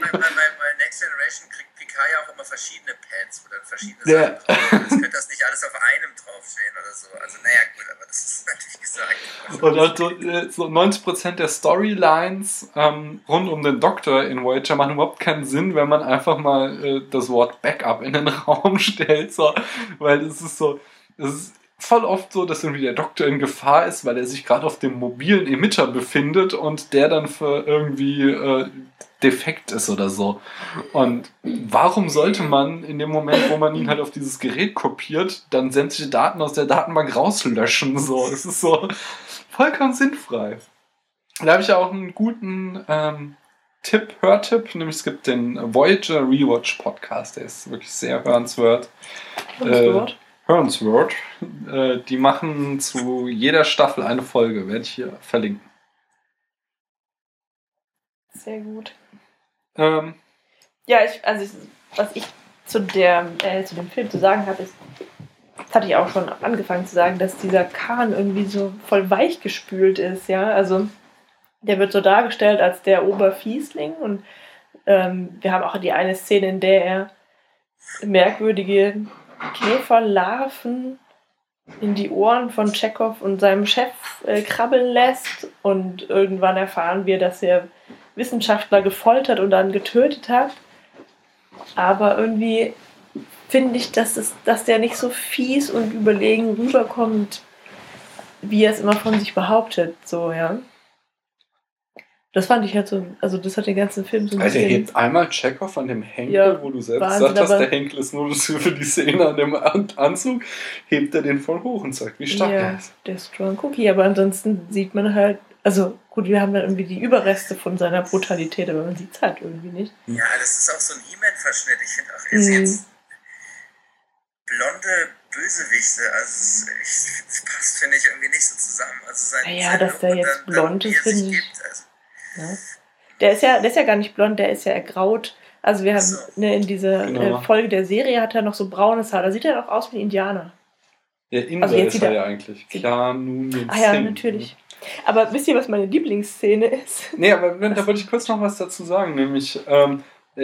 bei Next Generation kriegt Picard ja auch immer verschiedene Pads, wo dann verschiedene Sachen ja. drauf sind. Jetzt könnte das nicht alles auf einem draufstehen oder so. Also naja, gut, aber das ist natürlich gesagt. Und also, so neunzig Prozent der Storylines ähm, rund um den Doktor in Voyager machen überhaupt keinen Sinn, wenn man einfach mal äh, das Wort Backup in den Raum stellt. So. Weil es ist so, es ist voll oft so, dass irgendwie der Doktor in Gefahr ist, weil er sich gerade auf dem mobilen Emitter befindet und der dann für irgendwie äh, defekt ist oder so. Und warum sollte man in dem Moment, wo man ihn halt auf dieses Gerät kopiert, dann sämtliche Daten aus der Datenbank rauslöschen? So, es ist so vollkommen sinnfrei. Da habe ich ja auch einen guten ähm, Tipp, Hörtipp, nämlich es gibt den Voyager Rewatch Podcast, der ist wirklich sehr hörenswert. Hörenswert? Äh, hörenswert. Äh, die machen zu jeder Staffel eine Folge, werde ich hier verlinken. Sehr gut. Ähm, ja, ich, also ich, was ich zu, der, äh, zu dem Film zu sagen habe, ist, das hatte ich auch schon angefangen zu sagen, dass dieser Khan irgendwie so voll weich gespült ist, ja, also der wird so dargestellt als der Oberfiesling und ähm, wir haben auch die eine Szene, in der er merkwürdige Käferlarven in die Ohren von Chekhov und seinem Chef äh, krabbeln lässt und irgendwann erfahren wir, dass er Wissenschaftler gefoltert und dann getötet hat. Aber irgendwie finde ich, dass, es, dass der nicht so fies und überlegen rüberkommt, wie er es immer von sich behauptet. So, ja. Das fand ich halt so, also das hat den ganzen Film so ein also bisschen... er hebt einmal Chekhov an dem Henkel, ja, wo du selbst Wahnsinn, gesagt hast, der Henkel ist nur für die Szene an dem Anzug, hebt er den voll hoch und zeigt, wie stark ja, er ist. Der Strong Cookie, aber ansonsten sieht man halt, also gut, wir haben dann irgendwie die Überreste von seiner Brutalität, aber man sieht es halt irgendwie nicht. Ja, das ist auch so ein He-Man-Verschnitt. Ich finde auch, er ist mm. jetzt blonde Bösewichte, also es passt, finde ich, irgendwie nicht so zusammen. Also sein, ja, sein dass der jetzt dann, blond dann, ist, finde ich... Also. Ja. Der ist ja, der ist ja gar nicht blond, der ist ja ergraut. Also wir haben so. ne, in dieser genau. äh, Folge der Serie hat er noch so braunes Haar. Da sieht er doch aus wie ein Indianer. Ja, Inder also jetzt ist er ja eigentlich. Klar, nun Ah ja, Sing. Natürlich. Aber wisst ihr, was meine Lieblingsszene ist? Nee, aber da wollte ich kurz noch was dazu sagen, nämlich ähm,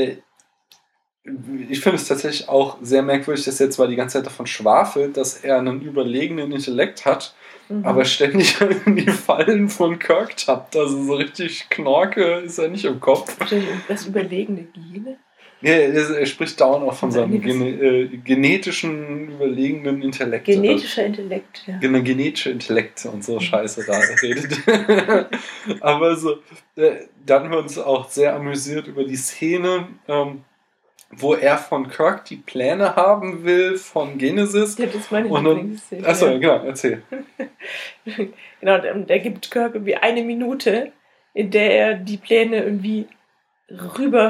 ich finde es tatsächlich auch sehr merkwürdig, dass er zwar die ganze Zeit davon schwafelt, dass er einen überlegenen Intellekt hat, mhm. aber ständig in die Fallen von Kirk tappt. Also so richtig Knorke ist er nicht im Kopf. Das überlegene Gene? Ja, er spricht dauernd auch von seinem gene, äh, genetischen, überlegenen Intellekt. Genetischer Intellekt, ja. Genau, genetischer Intellekt und so Scheiße da redet. Aber so, äh, da hatten wir uns auch sehr amüsiert über die Szene, ähm, wo er von Kirk die Pläne haben will von Genesis. Ja, das ist meine und Lieblingsszene. Achso, ja, genau, erzähl. Genau, der gibt Kirk irgendwie eine Minute, in der er die Pläne irgendwie rüber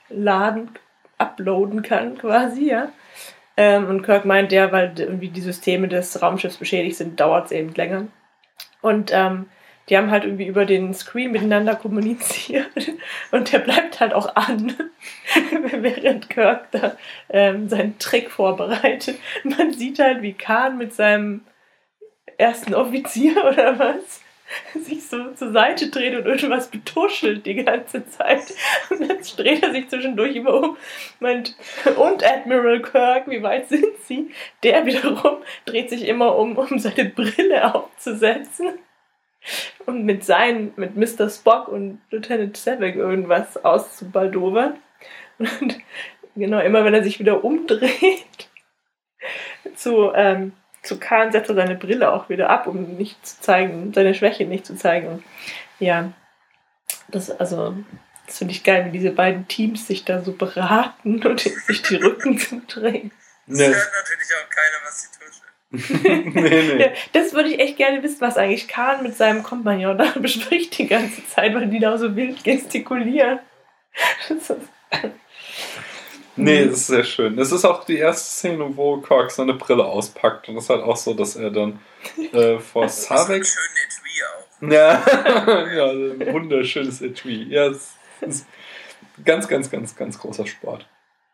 laden, uploaden kann quasi, ja. Ähm, und Kirk meint, ja, weil irgendwie die Systeme des Raumschiffs beschädigt sind, dauert es eben länger. Und ähm, die haben halt irgendwie über den Screen miteinander kommuniziert und der bleibt halt auch an, während Kirk da ähm, seinen Trick vorbereitet. Man sieht halt, wie Khan mit seinem ersten Offizier oder was sich so zur Seite dreht und irgendwas betuschelt die ganze Zeit. Und dann dreht er sich zwischendurch immer um, meint, und Admiral Kirk, wie weit sind Sie? Der wiederum dreht sich immer um, um seine Brille aufzusetzen und mit seinen, mit Mister Spock und Lieutenant Savick irgendwas auszubaldowern. Und genau, immer wenn er sich wieder umdreht zu, ähm, zu Khan, setzt er seine Brille auch wieder ab, um nicht zu zeigen, seine Schwäche nicht zu zeigen. Und ja, das, also, das finde ich geil, wie diese beiden Teams sich da so beraten und sich die Rücken zudrehen. Das hört natürlich auch keiner, was sie tuscheln. nee, nee. Ja, das würde ich echt gerne wissen, was eigentlich Khan mit seinem Kompagnon da bespricht die ganze Zeit, weil die da so wild gestikulieren. Das ist Nee, das ist sehr schön. Das ist auch die erste Szene, wo Kirk seine Brille auspackt. Und das ist halt auch so, dass er dann äh, vor Savick... Das ist ein schönes Etui auch. Ja, ja, ein wunderschönes Etui. Ja, es ist ganz, ganz, ganz, ganz großer Sport.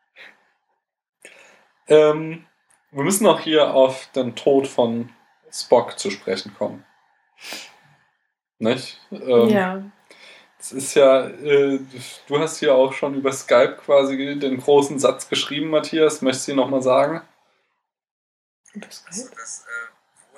Ähm, wir müssen auch hier auf den Tod von Spock zu sprechen kommen. Nicht? Ähm, ja. Es ist ja, äh, du hast hier auch schon über Skype quasi den großen Satz geschrieben, Matthias. Möchtest du ihn nochmal sagen? Über Skype? Also, dass äh, wohl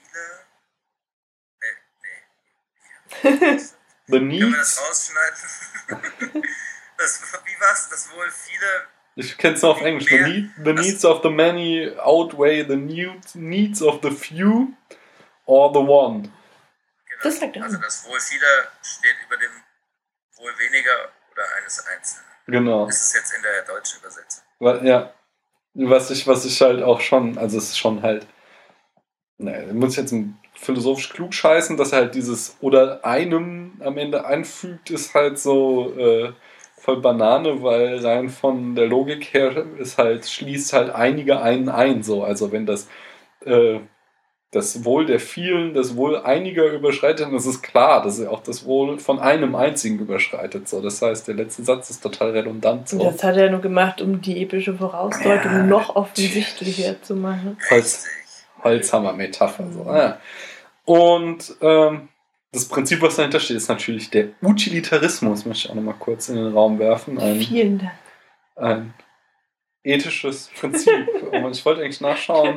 viele... Nee, nee. The Können wir das Needs. rausschneiden? das, wie war's? Dass wohl viele... Ich kenne es nur auf Englisch. The, need, the needs of the many outweigh the need, needs of the few or the one. Genau. Das sagt er. Also das Wohl vieler steht über dem Wohl weniger oder eines Einzelnen. Genau. Das ist jetzt in der deutschen Übersetzung. Wa- Ja. Was ich, was ich halt auch schon, also es ist schon halt, naja, muss ich jetzt philosophisch klug scheißen, dass halt dieses oder einem am Ende einfügt, ist halt so äh, voll Banane, weil rein von der Logik her ist halt, schließt halt einige einen ein, so. Also wenn das äh, das Wohl der vielen, das Wohl einiger überschreitet, dann ist es klar, dass er auch das Wohl von einem einzigen überschreitet. So. Das heißt, der letzte Satz ist total redundant. So. Und das hat er nur gemacht, um die epische Vorausdeutung Ja, noch offensichtlicher zu machen. Holz, Holzhammer-Metapher. So. Ja. Und ähm, das Prinzip, was dahinter steht, ist natürlich der Utilitarismus, möchte ich auch nochmal kurz in den Raum werfen. Ein, Vielen Dank. ein ethisches Prinzip. Und ich wollte eigentlich nachschauen,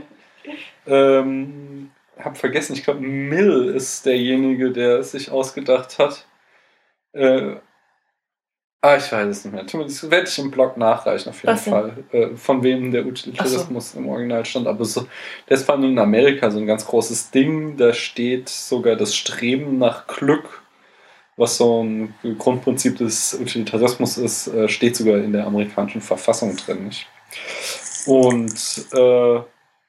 ähm, hab vergessen, ich glaube Mill ist derjenige, der es sich ausgedacht hat. Äh, ah, ich weiß es nicht mehr. Das werde ich im Blog nachreichen, auf jeden Was denn? Fall. Äh, von wem der Utilitarismus im Original stand. Aber so, das ist vor allem in Amerika so ein ganz großes Ding. Da steht sogar das Streben nach Glück, was so ein Grundprinzip des Utilitarismus ist, äh, steht sogar in der amerikanischen Verfassung drin. Nicht? Und äh,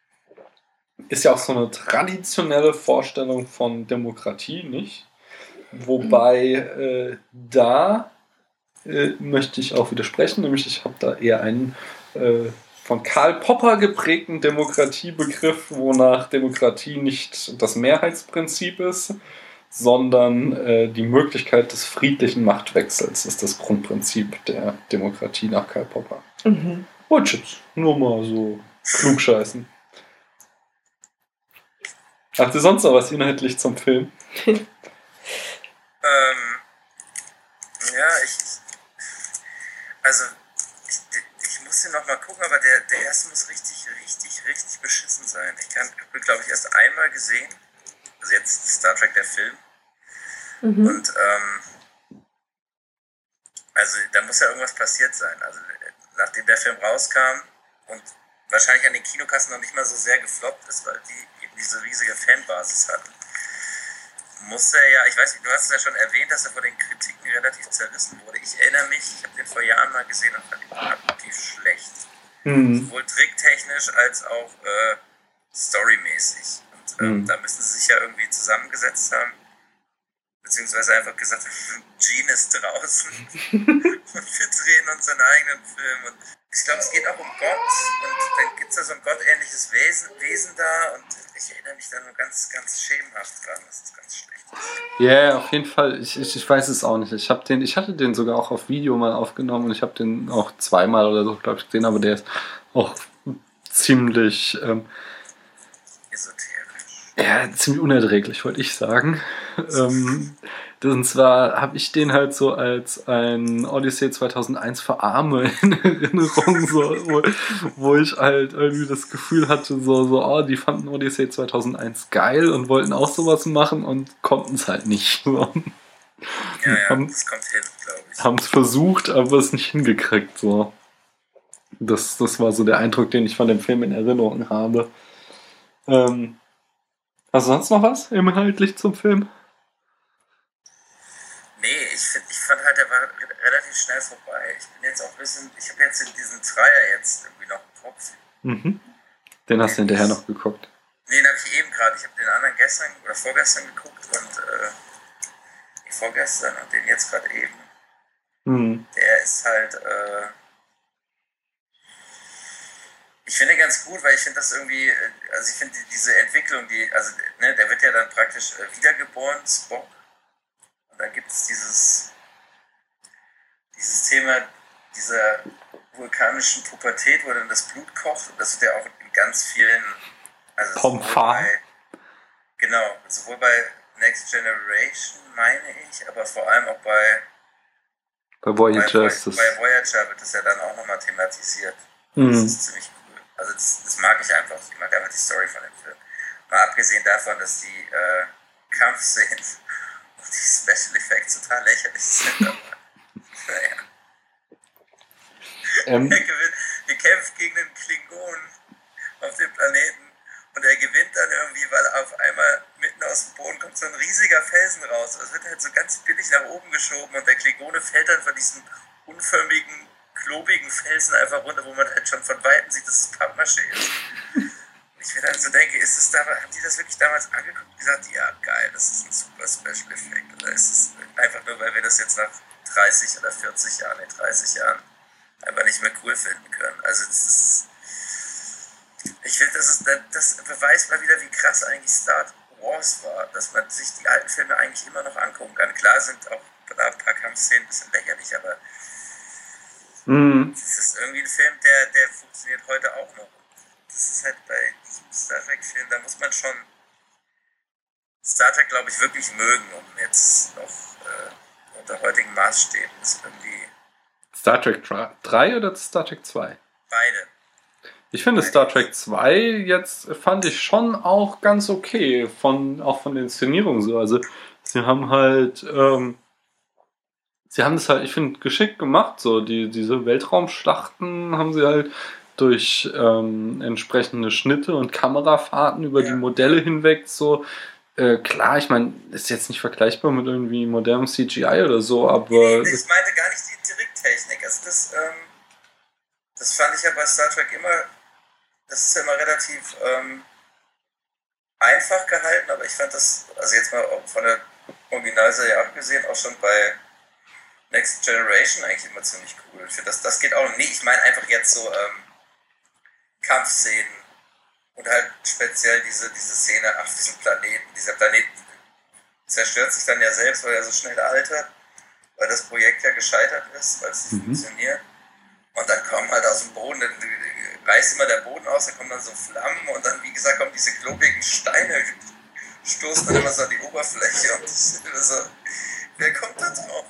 ist ja auch so eine traditionelle Vorstellung von Demokratie, nicht? Wobei äh, da äh, möchte ich auch widersprechen, nämlich ich habe da eher einen äh, von Karl Popper geprägten Demokratiebegriff, wonach Demokratie nicht das Mehrheitsprinzip ist, sondern äh, die Möglichkeit des friedlichen Machtwechsels ist das Grundprinzip der Demokratie nach Karl Popper. Mhm. Wollte jetzt nur mal so klugscheißen. Habt ihr sonst noch was inhaltlich zum Film? Ähm, ja, ich. Also, ich, ich muss den nochmal gucken, aber der, der erste muss richtig, richtig, richtig beschissen sein. Ich habe ihn, glaube ich, erst einmal gesehen. Also jetzt Star Trek, der Film. Mhm. Und, ähm, also da muss ja irgendwas passiert sein. Also, nachdem der Film rauskam und wahrscheinlich an den Kinokassen noch nicht mal so sehr gefloppt ist, weil die eben diese riesige Fanbasis hatten, muss er ja, ich weiß nicht, du hast es ja schon erwähnt, dass er vor den Kritiken relativ zerrissen wurde. Ich erinnere mich, ich habe den vor Jahren mal gesehen und fand ihn relativ schlecht. Mhm. Sowohl tricktechnisch als auch äh, storymäßig. Und ähm, Mhm. da müssen sie sich ja irgendwie zusammengesetzt haben. Mit beziehungsweise einfach gesagt, Gene ist draußen und wir drehen unseren eigenen Film. Und ich glaube, es geht auch um Gott und dann gibt es da so ein gottähnliches Wesen, Wesen da und ich erinnere mich da nur ganz, ganz schemenhaft dran. Das ist ganz schlecht. Ja, yeah, auf jeden Fall. Ich, ich, ich weiß es auch nicht. Ich, hab den, ich hatte den sogar auch auf Video mal aufgenommen und ich habe den auch zweimal oder so, glaube ich, gesehen, aber der ist auch ziemlich ähm, esoterisch. Ja, ziemlich unerträglich, wollte ich sagen. ähm, und zwar habe ich den halt so als ein Odyssey zweitausendeins für Arme in Erinnerung, so, wo, wo ich halt irgendwie das Gefühl hatte, so, so, oh, die fanden Odyssey zweitausendeins geil und wollten auch sowas machen und konnten es halt nicht. So. Ja, ja, haben, das kommt hin, glaube ich. Haben es versucht, aber es nicht hingekriegt, so. Das, das war so der Eindruck, den ich von dem Film in Erinnerung habe. Ähm, Hast du sonst noch was inhaltlich zum Film? Nee, ich, find, ich fand halt, der war relativ schnell vorbei. Ich bin jetzt auch ein bisschen, ich habe jetzt diesen Dreier jetzt irgendwie noch im Kopf. Mhm. Den hast du hinterher noch geguckt. Nee, den habe ich eben gerade. Ich habe den anderen gestern oder vorgestern geguckt und äh, vorgestern und den jetzt gerade eben. Mhm. Der ist halt, äh, ich finde ganz gut, weil ich finde das irgendwie, also ich finde diese Entwicklung, die, also ne, der wird ja dann praktisch äh, wiedergeboren, Spock. Und dann gibt es dieses, dieses Thema dieser vulkanischen Pubertät, wo dann das Blut kocht. Und das wird ja auch in ganz vielen, also sowohl bei, genau, sowohl bei Next Generation, meine ich, aber vor allem auch bei bei Voyager, bei, ist das bei Voyager wird das ja dann auch nochmal thematisiert. Mhm. Das ist ziemlich cool. Also das, das mag ich einfach. Ich mag einfach die Story von dem Film. Mal abgesehen davon, dass die äh, Kampfszenen und die Special Effects total lächerlich sind. Aber naja. Ähm. Er gewinnt, er kämpft gegen den Klingon auf dem Planeten und er gewinnt dann irgendwie, weil auf einmal mitten aus dem Boden kommt so ein riesiger Felsen raus. Das wird halt so ganz billig nach oben geschoben und der Klingone fällt dann von diesem unförmigen, klobigen Felsen einfach runter, wo man halt schon von Weitem sieht, dass es Pappmaché ist. Ich mir dann so denke, ist es da, haben die das wirklich damals angeguckt und gesagt, ja geil, das ist ein super Special Effect, oder ist es einfach nur, weil wir das jetzt nach dreißig oder vierzig Jahren, nee, dreißig Jahren einfach nicht mehr cool finden können. Also das ist, ich finde, das ist, das beweist mal wieder, wie krass eigentlich Star Wars war, dass man sich die alten Filme eigentlich immer noch angucken kann. Klar sind auch ein paar Kampfszenen ein bisschen lächerlich, aber mhm. es ist irgendwie ein Film, der, der funktioniert heute auch noch. Das ist halt bei diesem Star Trek-Film, da muss man schon Star Trek, glaube ich, wirklich mögen, um jetzt noch äh, unter heutigen Maßstäben das irgendwie... Star Trek drei oder Star Trek zwei? Beide. Ich finde Star Trek zwei jetzt fand ich schon auch ganz okay, von, auch von der Inszenierung so. Also sie haben halt, ähm, sie haben das halt, ich finde, geschickt gemacht, so die, diese Weltraumschlachten haben sie halt durch ähm, entsprechende Schnitte und Kamerafahrten über ja. die Modelle hinweg so, äh, klar, ich meine, ist jetzt nicht vergleichbar mit irgendwie modernem C G I oder so, aber... Nee, nee, ich meinte gar nicht die Tricktechnik, also das, ähm, das fand ich ja bei Star Trek immer, das ist ja immer relativ ähm, einfach gehalten, aber ich fand das, also jetzt mal von der Originalserie abgesehen, auch schon bei Next Generation eigentlich immer ziemlich cool. Ich finde, das, das geht auch noch. Nee, ich meine einfach jetzt so ähm, Kampfszenen und halt speziell diese, diese Szene auf diesem Planeten. Dieser Planet zerstört sich dann ja selbst, weil er so schnell altert, weil das Projekt ja gescheitert ist, weil es nicht mhm. funktioniert. Und dann kommen halt aus dem Boden, dann reißt immer der Boden aus, dann kommen dann so Flammen und dann, wie gesagt, kommen diese klobigen Steine, stoßen dann immer so an die Oberfläche und ich sind immer so, wer kommt da drauf?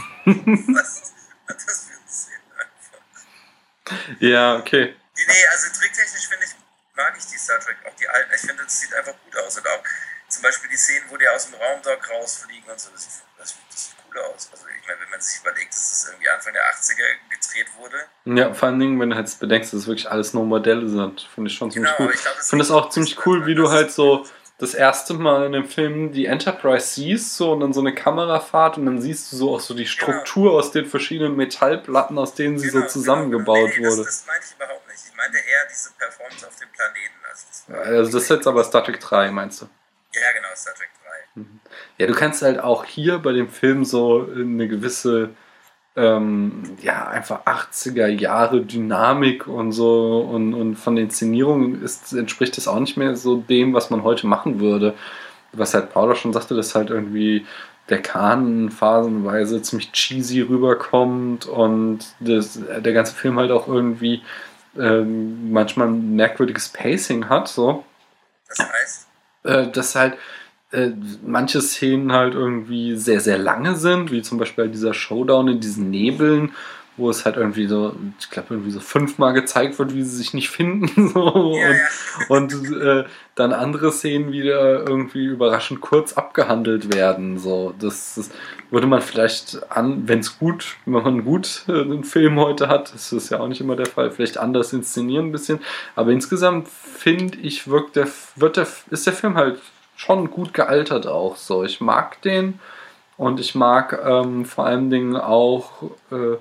Was hat das für ein Sinn einfach? Ja, okay. Die, nee, also tricktechnisch finde ich, mag ich die Star Trek, auch die alten, ich finde, das sieht einfach gut aus und auch zum Beispiel die Szenen, wo die aus dem Raumdock rausfliegen und so, das, das, das sieht cool aus. Also ich meine, wenn man sich überlegt, dass das irgendwie Anfang der achtziger gedreht wurde. Ja, vor allen Dingen, wenn du halt bedenkst, dass es wirklich alles nur Modelle sind, finde ich schon ziemlich genau, cool. Ich, ich finde es auch ziemlich cool, wie du halt so das erste Mal in dem Film die Enterprise siehst, so und dann so eine Kamerafahrt und dann siehst du so auch so die Struktur genau. aus den verschiedenen Metallplatten, aus denen sie genau, so zusammengebaut genau. nee, nee, wurde. Das, das meinte ich überhaupt nicht. Ich meinte eher diese Performance auf dem Planeten. Also das, also das ist jetzt aber Star Trek drei, meinst du? Ja, genau, Star Trek drei. Ja, du kannst halt auch hier bei dem Film so eine gewisse, ähm, ja, einfach achtziger Jahre Dynamik und so und, und von den Inszenierungen ist, entspricht das auch nicht mehr so dem, was man heute machen würde. Was halt Paula schon sagte, dass halt irgendwie der Kahn phasenweise ziemlich cheesy rüberkommt und das, der ganze Film halt auch irgendwie ähm, manchmal ein merkwürdiges Pacing hat, so. Das heißt? Äh, dass halt äh, manche Szenen halt irgendwie sehr, sehr lange sind, wie zum Beispiel dieser Showdown in diesen Nebeln, wo es halt irgendwie so, ich glaube, irgendwie so fünfmal gezeigt wird, wie sie sich nicht finden. So. Ja, und ja. und äh, dann andere Szenen wieder irgendwie überraschend kurz abgehandelt werden. So. Das, das würde man vielleicht an, wenn es gut, wenn man gut äh, einen Film heute hat, das ist ja auch nicht immer der Fall, vielleicht anders inszenieren ein bisschen. Aber insgesamt finde ich, wirkt der, wird der, ist der Film halt schon gut gealtert auch. So. Ich mag den und ich mag ähm, vor allen Dingen auch äh,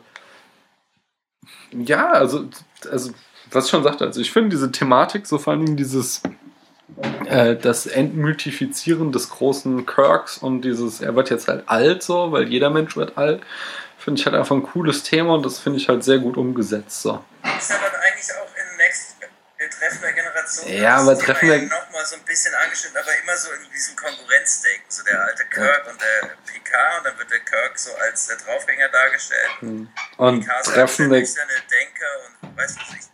ja, also, also was ich schon sagte, also ich finde diese Thematik, so vor allen Dingen dieses äh, das Entmythifizieren des großen Kirks und dieses, er wird jetzt halt alt so, weil jeder Mensch wird alt, finde ich halt einfach ein cooles Thema und das finde ich halt sehr gut umgesetzt. So. Ist aber eigentlich auch in Next äh, Treffen der Generation. Ja, aber Treffen der nochmal so ein bisschen angeschnitten, aber immer so in diesem Konkurrenzdenken. So der alte Kirk ja. und der Picard und dann wird der Kirk so als der Draufgänger dargestellt. Hm. Und Picard Treffen der, der Denker und weißt du nicht.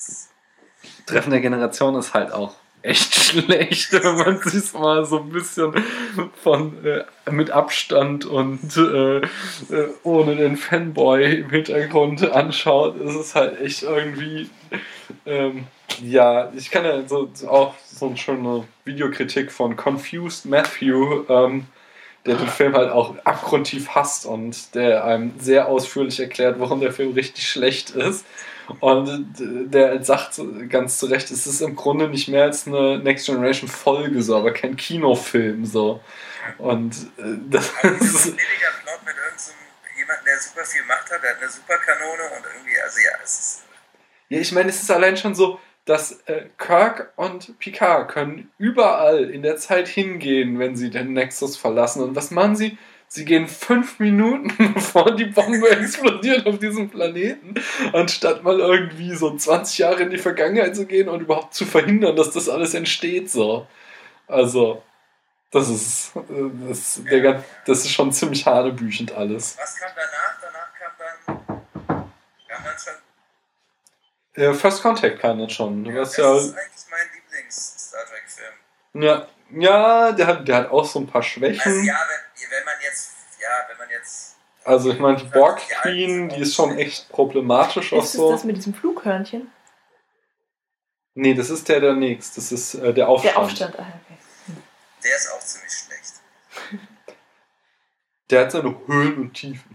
Treffen der Generation ist halt auch echt schlecht, wenn man sich mal so ein bisschen von äh, mit Abstand und äh, äh, ohne den Fanboy im Hintergrund anschaut, ist es halt echt irgendwie ähm, ja, ich kann ja so, auch so eine schöne Videokritik von Confused Matthew, ähm, der den Film halt auch abgrundtief hasst und der einem sehr ausführlich erklärt, warum der Film richtig schlecht ist. Und der sagt ganz zu Recht, es ist im Grunde nicht mehr als eine Next Generation Folge, so, aber kein Kinofilm. So. Und äh, das aber ist ein billiger Plot mit irgendeinem, der super viel Macht hat, der hat eine Superkanone und irgendwie, also ja, es ist. Ja, ich meine, es ist allein schon so, dass äh, Kirk und Picard können überall in der Zeit hingehen, wenn sie den Nexus verlassen. Und was machen sie? Sie gehen fünf Minuten, bevor die Bombe explodiert auf diesem Planeten, anstatt mal irgendwie so zwanzig Jahre in die Vergangenheit zu gehen und überhaupt zu verhindern, dass das alles entsteht. So. Also, das ist, das, der, das ist schon ziemlich hanebüchend alles. Was kam danach? Danach kam dann, kam dann schon Äh, First Contact kann das schon. Ja, das das ja, ist eigentlich mein Lieblings-Star Trek-Film. Ja, ja der, hat, der hat auch so ein paar Schwächen. Also ja, wenn, wenn man jetzt, ja, wenn man jetzt... Also ich meine, die Borg Queen, die ist schon echt problematisch auch Ist so. das das mit diesem Flughörnchen? Nee, das ist der danächst. Das ist äh, der Aufstand. Der Aufstand, ah, okay. Der ist auch ziemlich schlecht. Der hat seine Höhen und Tiefen.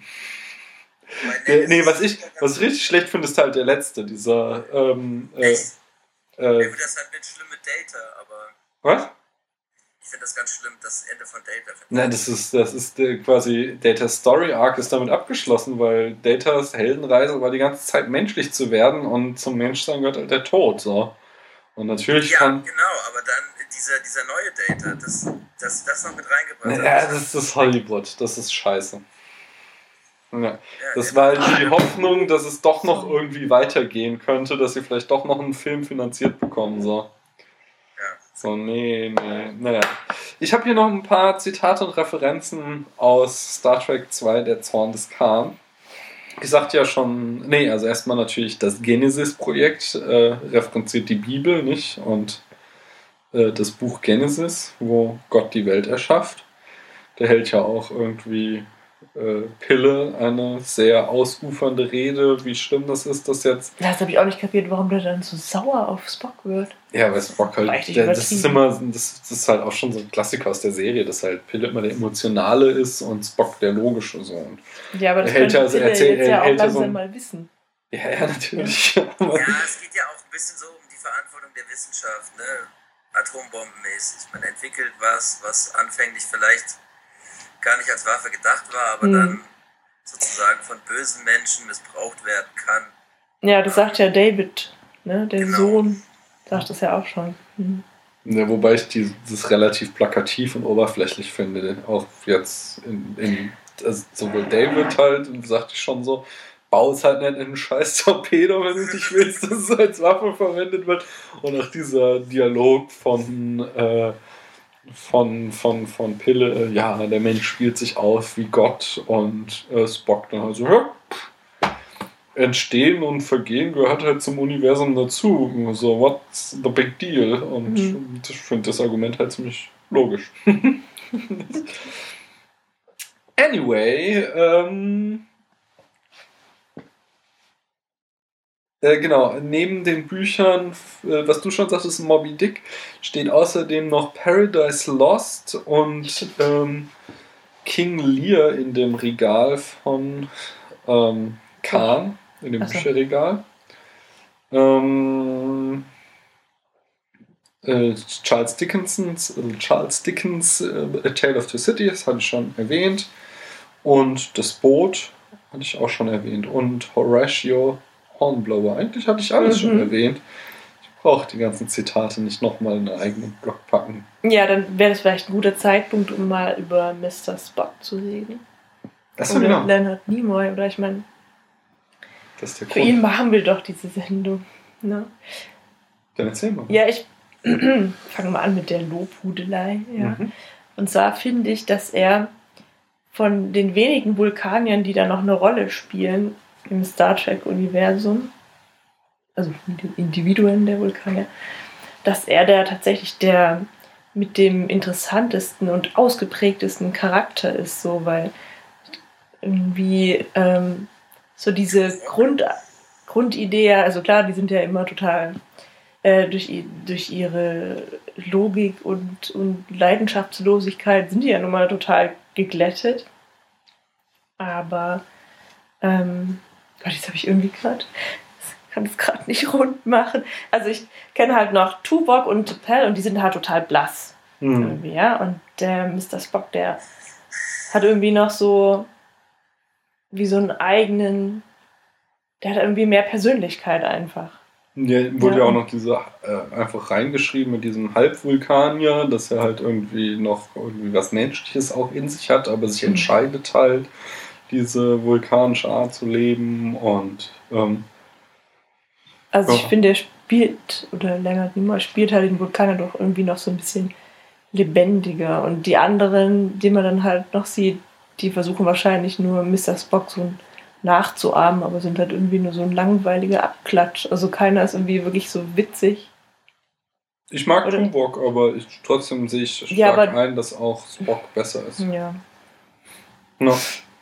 Der, nee, was ich, was ich richtig schlecht finde, ist halt der letzte, dieser. Ähm, äh, Echt? äh, Ich finde das halt nicht schlimm mit Data, aber was? ich finde das ganz schlimm, das Ende von Data. Nein, das ist, das ist der, quasi Datas Story Arc ist damit abgeschlossen, weil Datas Heldenreise war die ganze Zeit menschlich zu werden und zum Menschsein gehört halt der Tod, so. Und natürlich ja, kann. genau, aber dann dieser, dieser neue Data, das, das, das noch mit reingebracht. Ja, das ist Hollywood, das ist scheiße. Ja. Ja, Das ja. war halt die Hoffnung, dass es doch noch irgendwie weitergehen könnte, dass sie vielleicht doch noch einen Film finanziert bekommen. So, Ja. so nee, nee, naja. Ich habe hier noch ein paar Zitate und Referenzen aus Star Trek zwei, der Zorn des Khan. Ich sagte ja schon, nee, also erstmal natürlich das Genesis-Projekt äh, referenziert die Bibel, nicht? Und äh, das Buch Genesis, wo Gott die Welt erschafft. Der hält ja auch irgendwie äh, Pille eine sehr ausufernde Rede, wie schlimm das ist, dass jetzt... Das habe ich auch nicht kapiert, warum der dann so sauer auf Spock wird. Ja, weil Spock halt... Richtig Der, das ist übertrieben. immer, das, das ist halt auch schon so ein Klassiker aus der Serie, dass halt Pille immer der Emotionale ist und Spock der Logische. So. Und Ja, aber das Er hält könnte ja- also Pille erzähl- jetzt ja er auch hält ja langsam so ein- mal wissen. ja, ja, natürlich. Aber, Ja, es geht ja auch ein bisschen so um die Verantwortung der Wissenschaft, ne? Atombombenmäßig. Man entwickelt was, was anfänglich vielleicht gar nicht als Waffe gedacht war, aber Hm. dann sozusagen von bösen Menschen missbraucht werden kann. Ja, das sagt ja David, ne? Der Genau. Sohn sagt das ja auch schon. Hm. Ja, wobei ich die, das relativ plakativ und oberflächlich finde. Auch jetzt in, in also sowohl David halt, sagte ich schon so, bau es halt nicht in einen scheiß Torpedo, wenn du nicht willst, dass es als Waffe verwendet wird. Und auch dieser Dialog von, äh, von, von, von Pille, ja, der Mensch spielt sich auf wie Gott und äh, Spock dann halt so, ja, Entstehen und Vergehen gehört halt zum Universum dazu. So, what's the big deal? Und mhm. ich finde das Argument halt ziemlich logisch. Anyway, ähm, äh, genau, neben den Büchern, äh, was du schon sagtest, Moby Dick, steht außerdem noch Paradise Lost und ähm, King Lear in dem Regal von ähm, Khan. In dem so. Bücherregal. Ähm, äh, Charles Dickensons, äh, Charles Dickens äh, A Tale of Two Cities hatte ich schon erwähnt. Und Das Boot hatte ich auch schon erwähnt. Und Horatio Hornblower. Eigentlich hatte ich alles mhm. schon erwähnt. Ich brauche die ganzen Zitate nicht nochmal in einen eigenen Blog packen. Ja, dann wäre das vielleicht ein guter Zeitpunkt, um mal über Mister Spock zu reden. Achso, oder genau. Leonard Nimoy. Oder ich meine, für Grund. ihn machen wir doch diese Sendung. Ne? Dann erzähl mal. Ja, ich fange mal an mit der Lobhudelei. Ja. Mhm. Und zwar finde ich, dass er von den wenigen Vulkaniern, die da noch eine Rolle spielen im Star Trek-Universum, also den Individuen der Vulkanier, dass er der tatsächlich der mit dem interessantesten und ausgeprägtesten Charakter ist, so, weil irgendwie ähm, so diese Grund, Grundidee, also klar, die sind ja immer total äh, durch, durch ihre Logik und, und Leidenschaftslosigkeit sind die ja nun mal total geglättet. Aber ähm, Gott, jetzt habe ich irgendwie gerade, kann es gerade nicht rund machen. Also ich kenne halt noch Tuvok und T'Pel und die sind halt total blass. Mhm. Irgendwie, ja? Und der Mister Spock, der hat irgendwie noch so wie so einen eigenen, der hat irgendwie mehr Persönlichkeit einfach. Ja, wurde ja auch noch diese äh, einfach reingeschrieben mit diesem Halbvulkanier, dass er halt irgendwie noch irgendwie was Menschliches auch in sich hat, aber sich entscheidet halt, diese vulkanische Art zu leben und ähm, also ja. ich finde, er spielt, oder Leonard Nimoy spielt halt den Vulkanier doch irgendwie noch so ein bisschen lebendiger und die anderen, die man dann halt noch sieht, die versuchen wahrscheinlich nur Mister Spock so nachzuahmen, aber sind halt irgendwie nur so ein langweiliger Abklatsch. Also keiner ist irgendwie wirklich so witzig. Ich mag Tuvok, aber ich, trotzdem sehe ich stark ja, ein, dass auch Spock besser ist. Ja. No.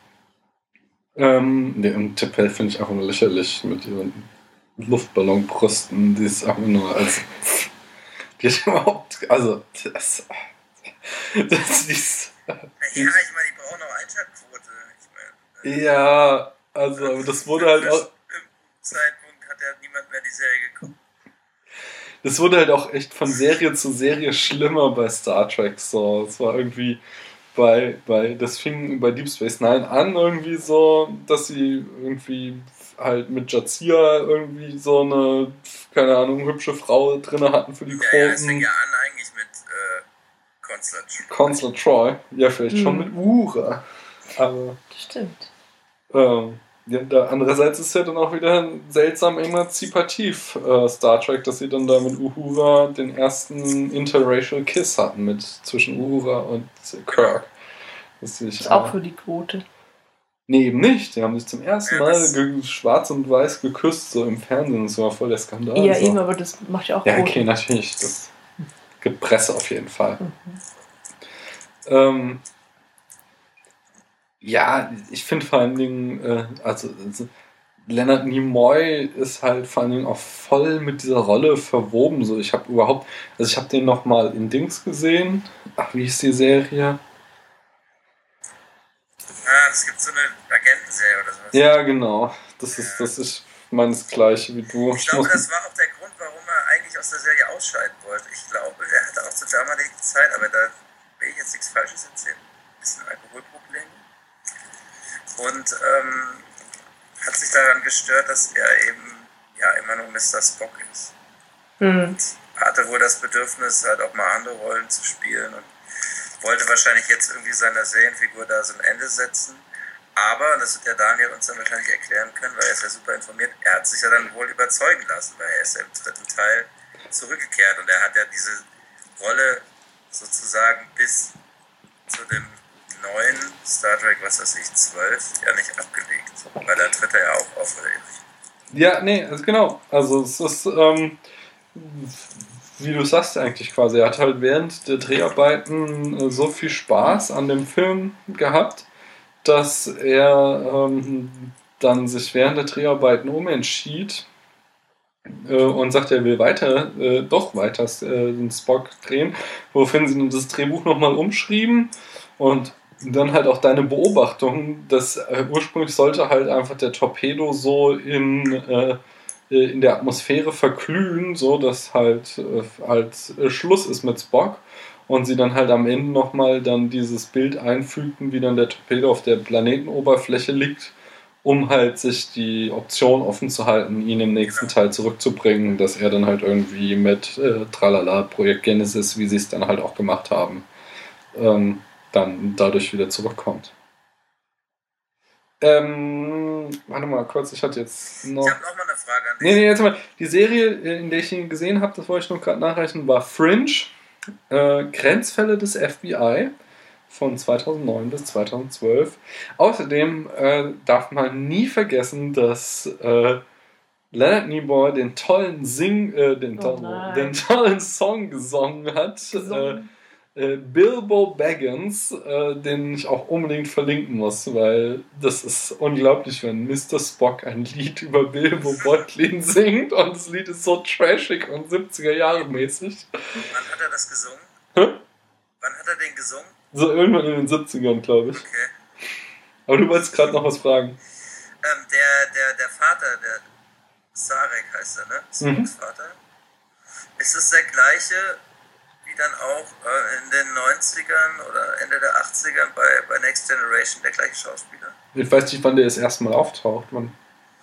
Ähm, nee, und T'Pel finde ich auch nur lächerlich mit ihren Luftballonbrüsten, die ist einfach nur als die hat überhaupt, also das, das ist ja, ich meine, die brauchen auch Einschaltquote. Ich meine, ja, also aber das wurde halt auch im Zeitpunkt hat ja niemand mehr die Serie geguckt. Das wurde halt auch echt von Serie zu Serie schlimmer bei Star Trek. So, es war irgendwie bei, bei das fing bei Deep Space Nine an irgendwie so, dass sie irgendwie halt mit Jadzia irgendwie so eine, keine Ahnung, hübsche Frau drin hatten für die Quoten. Ja, ja, es fing ja an eigentlich mit äh, Consular Troy. Consular Troy, ja, vielleicht mhm. schon mit Uhura. Aber. Stimmt. Ähm, ja, da, andererseits ist ja dann auch wieder seltsam emanzipativ äh, Star Trek, dass sie dann da mit Uhura den ersten Interracial Kiss hatten mit zwischen Uhura und Kirk. Das ist äh, auch für die Quote. Nee, eben nicht. Die haben sich zum ersten ja, Mal ge- schwarz und weiß geküsst, so im Fernsehen. Das war voll der Skandal. Ja, so. eben, aber das macht ja auch Ja, Quote. okay, natürlich. Das gibt Presse auf jeden Fall. Mhm. Ähm, ja, ich finde vor allen Dingen, äh, also, also Leonard Nimoy ist halt vor allen Dingen auch voll mit dieser Rolle verwoben. So, ich habe überhaupt, also ich habe den noch mal in Dings gesehen. Ach, wie ist die Serie? Ah, es gibt so eine Agentenserie oder sowas. Ja, genau. Das ist, das ist meinesgleiche wie du. Ich glaube, das war auch der Grund, warum er eigentlich aus der Serie ausscheiden wollte. Ich glaube, er hatte auch zur damaligen Zeit, aber da will ich jetzt nichts Falsches erzählen, ein bisschen Alkoholprobleme. Und ähm, hat sich daran gestört, dass er eben ja immer nur Mister Spock ist. Mhm. Und hatte wohl das Bedürfnis, halt auch mal andere Rollen zu spielen und wollte wahrscheinlich jetzt irgendwie seiner Serienfigur da so ein Ende setzen. Aber, und das wird der Daniel uns dann wahrscheinlich erklären können, weil er ist ja super informiert, er hat sich ja dann wohl überzeugen lassen, weil er ist ja im dritten Teil zurückgekehrt und er hat ja diese Rolle sozusagen bis zu dem neuen Star Trek, was weiß ich, zwölf, ja nicht abgelegt. Weil da tritt er ja auch auf, oder Erich? Ja, nee, also genau. Also es ist, ähm, wie du sagst eigentlich quasi, er hat halt während der Dreharbeiten äh, so viel Spaß an dem Film gehabt, dass er ähm, dann sich während der Dreharbeiten umentschied äh, und sagt, er will weiter, äh, doch weiter äh, den Spock drehen, woraufhin sie das Drehbuch nochmal umschrieben und dann halt auch deine Beobachtung, dass äh, ursprünglich sollte halt einfach der Torpedo so in, äh, in der Atmosphäre verglühen, so dass halt äh, halt äh, Schluss ist mit Spock und sie dann halt am Ende nochmal dann dieses Bild einfügten, wie dann der Torpedo auf der Planetenoberfläche liegt, um halt sich die Option offen zu halten, ihn im nächsten Teil zurückzubringen, dass er dann halt irgendwie mit äh, Tralala, Projekt Genesis, wie sie es dann halt auch gemacht haben, ähm, dann dadurch wieder zurückkommt. Ähm, warte mal kurz, ich hatte jetzt noch... Ich habe noch mal eine Frage an dich. Nee, nee, jetzt mal. Die Serie, in der ich ihn gesehen habe, das wollte ich noch gerade nachreichen, war Fringe, äh, Grenzfälle des F B I von zweitausendneun bis zweitausendzwölf. Außerdem äh, darf man nie vergessen, dass äh, Leonard Nimoy den tollen Sing, äh, den, Oh tollen, nein. den tollen Song gesungen hat. Gesungen. Äh, äh, Bilbo Baggins, äh, den ich auch unbedingt verlinken muss, weil das ist unglaublich, wenn Mister Spock ein Lied über Bilbo Beutlin singt und das Lied ist so trashig und siebziger Jahre mäßig. Wann hat er das gesungen? Hä? Wann hat er den gesungen? So irgendwann in den siebzigern, glaube ich. Okay. Aber du wolltest gerade noch was fragen. Ähm, der, der, der Vater, der Sarek heißt er, ne? Spocks Mhm. Vater. Ist es der gleiche wie dann auch äh, in den neunzigern oder Ende der achtzigern bei, bei Next Generation, der gleiche Schauspieler? Ich weiß nicht, wann der das erste Mal auftaucht. Wann?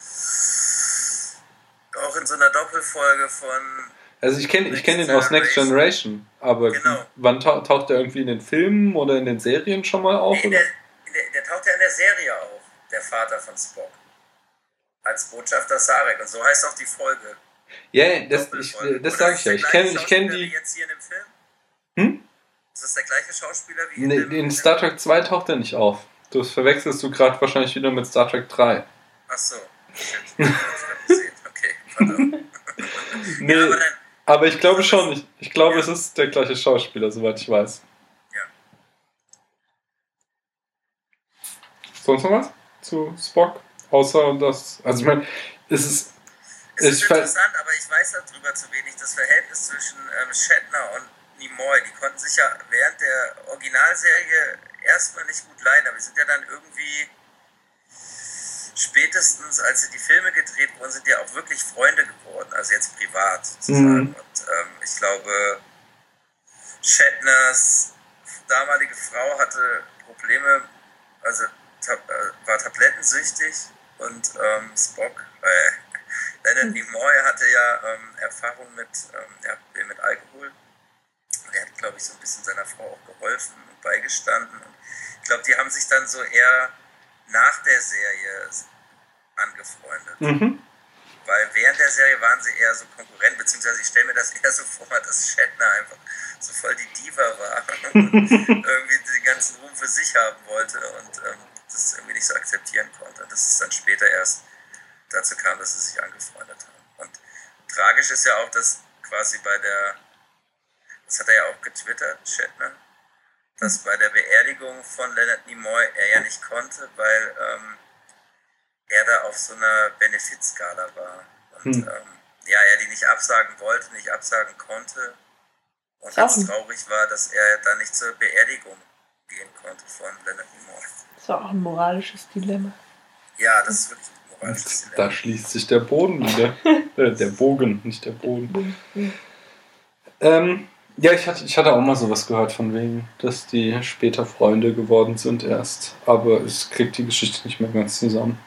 Auch in so einer Doppelfolge von... Also ich kenne ich kenn ihn aus Next Generation, aber Genau. wann tau- taucht er irgendwie in den Filmen oder in den Serien schon mal auf? Nee, in Oder? der, in der, der taucht ja in der Serie auf, der Vater von Spock. Als Botschafter Sarek. Und so heißt auch die Folge. Ja, das, ich, Doppelfolge. das Oder sage ist ich ja. der Ich gleiche kenne ich kenn Schauspieler die... wie jetzt hier in dem Film? Hm? Ist das der gleiche Schauspieler wie in Nee, dem... in Star Trek zwei taucht er nicht auf. Das verwechselst du gerade wahrscheinlich wieder mit Star Trek drei. Achso. Shit. Ich hab gesehen. Okay, verdammt. Nee, Ja, aber dann... aber ich glaube schon. Ich, ich glaube, es ist der gleiche Schauspieler, soweit ich weiß. Ja. Sonst noch was zu Spock? Außer das... Also ich meine, es ist... Es ist Ich ver- interessant, aber ich weiß darüber zu wenig. Das Verhältnis zwischen ähm, Shatner und Nimoy, die konnten sich ja während der Originalserie erstmal nicht gut leiden, aber die sind ja dann irgendwie spätestens, als sie die Filme gedreht wurden, sind ja auch wirklich Freunde geworden, also jetzt privat sozusagen. Mhm. Und ähm, ich glaube, Shatners damalige Frau hatte Probleme, also tab- äh, war tablettensüchtig und ähm, Spock, äh, Leonard Nimoy hatte ja ähm, Erfahrung mit, ähm, ja, mit Alkohol. Und er hat, glaube ich, so ein bisschen seiner Frau auch geholfen und beigestanden. Und ich glaube, die haben sich dann so eher nach der Serie angefreundet. Mhm. Weil während der Serie waren sie eher so Konkurrenten, beziehungsweise ich stelle mir das eher so vor, dass Shatner einfach so voll die Diva war und irgendwie den ganzen Ruhm für sich haben wollte und ähm, das irgendwie nicht so akzeptieren konnte. Und dass es dann später erst dazu kam, dass sie sich angefreundet haben. Und tragisch ist ja auch, dass quasi bei der, das hat er ja auch getwittert, Shatner, dass bei der Beerdigung von Leonard Nimoy er ja nicht konnte, weil ähm, er da auf so einer Benefizskala war. Und Hm. ähm, ja, er die nicht absagen wollte, nicht absagen konnte. Und Ist auch ganz ein- traurig war, dass er dann nicht zur Beerdigung gehen konnte von Leonard Nimoy. Das war auch ein moralisches Dilemma. Ja, das ist wirklich ein moralisches Da Dilemma. schließt sich der Boden wieder. äh, der Bogen, nicht der Boden. Mhm. Ähm, ja, ich hatte, ich hatte auch mal sowas gehört von wegen, dass die später Freunde geworden sind erst. Aber es kriegt die Geschichte nicht mehr ganz zusammen.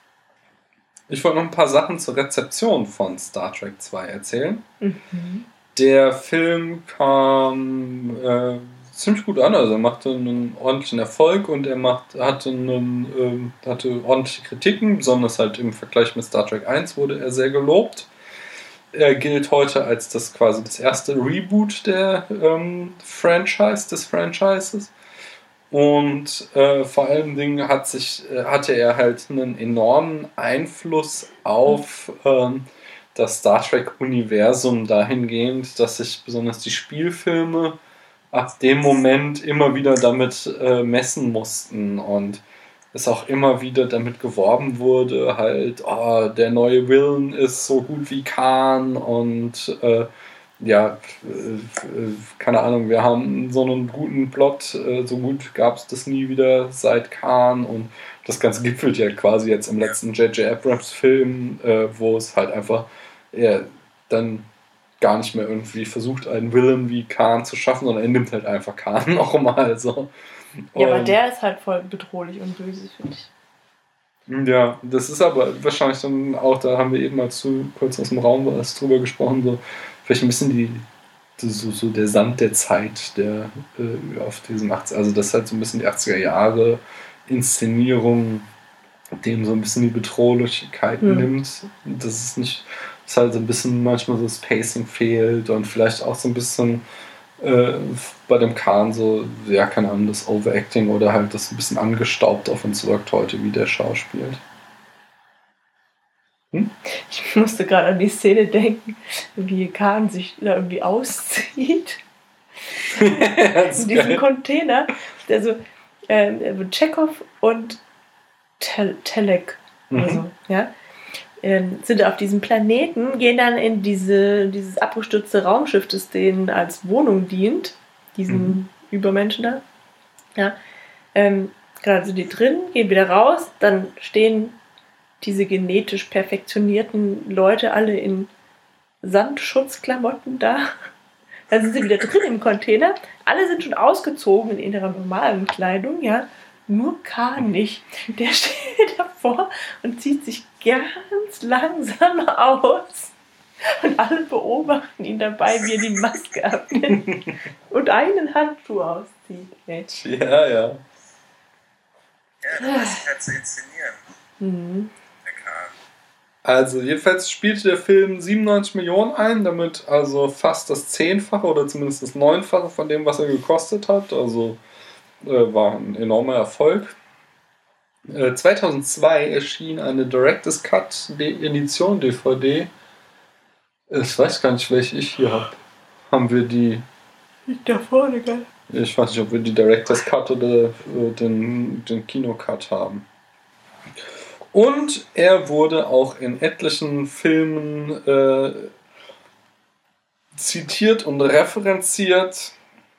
Ich wollte noch ein paar Sachen zur Rezeption von Star Trek zwei erzählen. Mhm. der Film kam äh, ziemlich gut an, also er machte einen ordentlichen Erfolg und er macht, hatte, einen, äh, hatte ordentliche Kritiken, besonders halt im Vergleich mit Star Trek eins wurde er sehr gelobt. Er gilt heute als das quasi das erste Reboot der ähm, Franchise, des Franchises. Und äh, vor allen Dingen hat sich, äh, hatte er halt einen enormen Einfluss auf ähm, das Star Trek-Universum dahingehend, dass sich besonders die Spielfilme ab dem Moment immer wieder damit äh, messen mussten und es auch immer wieder damit geworben wurde, halt, oh, der neue Villain ist so gut wie Khan und äh, ja, äh, keine Ahnung, wir haben so einen guten Plot, äh, so gut gab es das nie wieder seit Khan und das Ganze gipfelt ja quasi jetzt im letzten J J Abrams Film, äh, wo es halt einfach ja, dann gar nicht mehr irgendwie versucht, einen Villain wie Khan zu schaffen, sondern er nimmt halt einfach Khan nochmal so. Ja, aber der ist halt voll bedrohlich und böse, finde ich. Ja, das ist aber wahrscheinlich dann auch, da haben wir eben mal zu kurz aus dem Raum was drüber gesprochen, so vielleicht ein bisschen die, die so, so der Sand der Zeit, der äh, auf diesem achtziger, also das ist halt so ein bisschen die achtziger Jahre Inszenierung, dem so ein bisschen die Bedrohlichkeit hm. nimmt. Das ist nicht, das ist halt so ein bisschen manchmal so das Pacing fehlt und vielleicht auch so ein bisschen äh, bei dem Khan so, ja, keine Ahnung, das Overacting oder halt das ein bisschen angestaubt auf uns wirkt heute, wie der schauspielt. Hm? Ich musste gerade an die Szene denken, wie Khan sich da irgendwie auszieht. In diesem geil. Container. Der so, äh, Chekhov und Tel- Telek mhm. oder so, ja, äh, sind auf diesem Planeten, gehen dann in diese, dieses abgestürzte Raumschiff, das denen als Wohnung dient, diesen mhm. Übermenschen da. Ja, ähm, gerade sind die drin, gehen wieder raus, dann stehen diese genetisch perfektionierten Leute alle in Sandschutzklamotten da. Dann sind sie wieder drin im Container. Alle sind schon ausgezogen in ihrer normalen Kleidung, ja. Nur Khan nicht. Der steht davor und zieht sich ganz langsam aus. Und alle beobachten ihn dabei, wie er die Maske abnimmt und einen Handschuh auszieht. Mensch. Ja, ja. Ja, das ist halt zu inszenieren. Mhm. Also jedenfalls spielte der Film siebenundneunzig Millionen ein, damit also fast das Zehnfache oder zumindest das Neunfache von dem, was er gekostet hat. Also äh, war ein enormer Erfolg. Äh, zweitausendzwei erschien eine Director's Cut Edition D V D. Ich weiß gar nicht, welche ich hier habe. Haben wir die... Da vorne, gell? Ich weiß nicht, ob wir die Director's Cut oder äh, den, den Kino-Cut haben. Und er wurde auch in etlichen Filmen äh, zitiert und referenziert.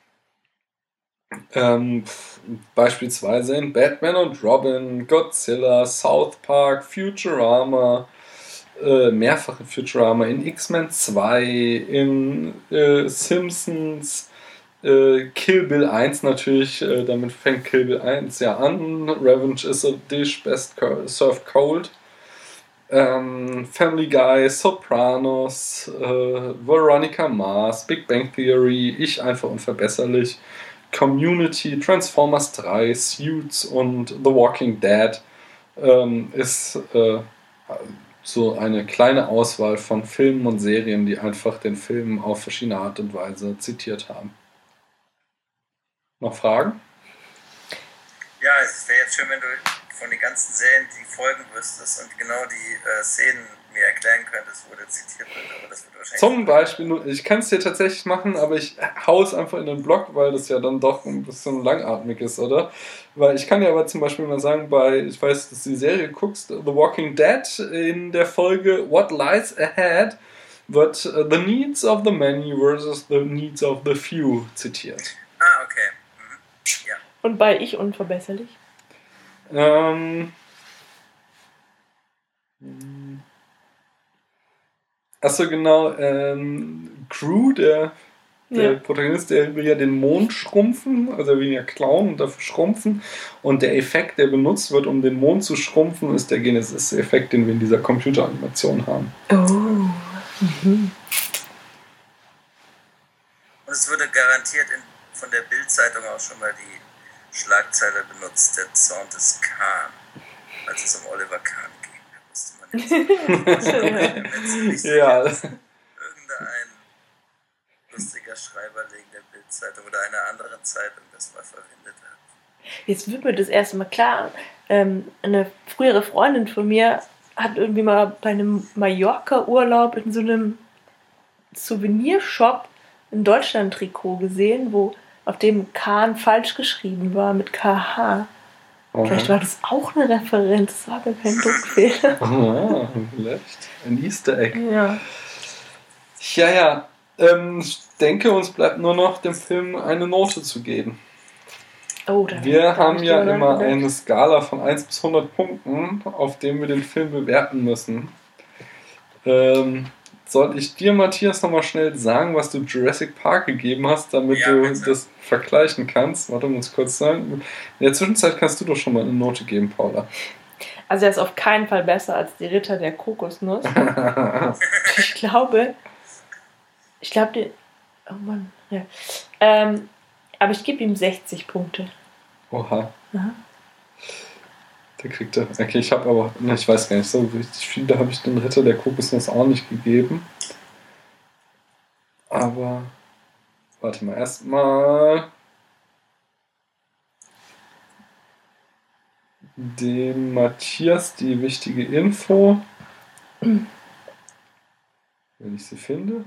Ähm, beispielsweise in Batman und Robin, Godzilla, South Park, Futurama, äh, mehrfach in Futurama, in X-Men zwei, in äh, Simpsons, äh, Kill Bill eins natürlich, äh, damit fängt Kill Bill eins ja an. Revenge is a dish best co- served cold. Ähm, Family Guy, Sopranos, äh, Veronica Mars, Big Bang Theory, Ich einfach unverbesserlich, Community, Transformers drei, Suits und The Walking Dead ähm, ist äh, so eine kleine Auswahl von Filmen und Serien, die einfach den Film auf verschiedene Art und Weise zitiert haben. Noch Fragen? Ja, es wäre jetzt schön, wenn du von den ganzen Serien die Folgen wüsstest und genau die äh, Szenen mir erklären könntest, wo der zitiert wird. Aber das wird wahrscheinlich Zum Beispiel, ich kann es dir tatsächlich machen, aber ich hau es einfach in den Blog, weil das ja dann doch ein bisschen langatmig ist, oder? Weil ich kann dir aber zum Beispiel mal sagen, bei, ich weiß, dass du die Serie guckst, The Walking Dead, in der Folge What Lies Ahead wird The Needs of the Many versus the Needs of the Few zitiert. Ah, okay. Ja. Und bei Ich unverbesserlich? Ähm. Achso, genau. Ähm, Crew, der, der ja. Protagonist, der will ja den Mond schrumpfen, also er will ja klauen und dafür schrumpfen. Und der Effekt, der benutzt wird, um den Mond zu schrumpfen, ist der Genesis-Effekt, den wir in dieser Computeranimation haben. Oh. Mhm. garantiert in, von der Bild-Zeitung auch schon mal die Schlagzeile benutzt, der Zorn des Kahn, als es um Oliver Kahn ging. Da musste man jetzt ja. irgendein lustiger Schreiberling der Bild-Zeitung oder einer anderen Zeitung das mal verwendet hat. Jetzt wird mir das erste Mal klar. Ähm, eine frühere Freundin von mir hat irgendwie mal bei einem Mallorca-Urlaub in so einem Souvenirshop ein Deutschland-Trikot gesehen, wo auf dem Kahn falsch geschrieben war mit K H. Oh. Vielleicht war das auch eine Referenz, das war gar kein Druckfehler. Ah, vielleicht. Ein Easter Egg. Ja. Ja, ja. Ähm, ich denke, uns bleibt nur noch dem Film eine Note zu geben. Oh, da wir haben ja immer gedacht. eine Skala von eins bis hundert Punkten, auf dem wir den Film bewerten müssen. Ähm, soll ich dir, Matthias, nochmal schnell sagen, was du Jurassic Park gegeben hast, damit Ja, du bitte. das vergleichen kannst? Warte, muss kurz sagen. In der Zwischenzeit kannst du doch schon mal eine Note geben, Paula. Also er ist auf keinen Fall besser als die Ritter der Kokosnuss. Ich glaube, ich glaube, die, oh Mann, ja. Ähm, aber ich gebe ihm sechzig Punkte. Oha. Aha. Der kriegt er. Okay, ich habe aber, ne, ich weiß gar nicht, so richtig viele habe ich den Ritter der Kokosnuss auch nicht gegeben. Aber, warte mal, erstmal dem Matthias die wichtige Info. Wenn ich sie finde.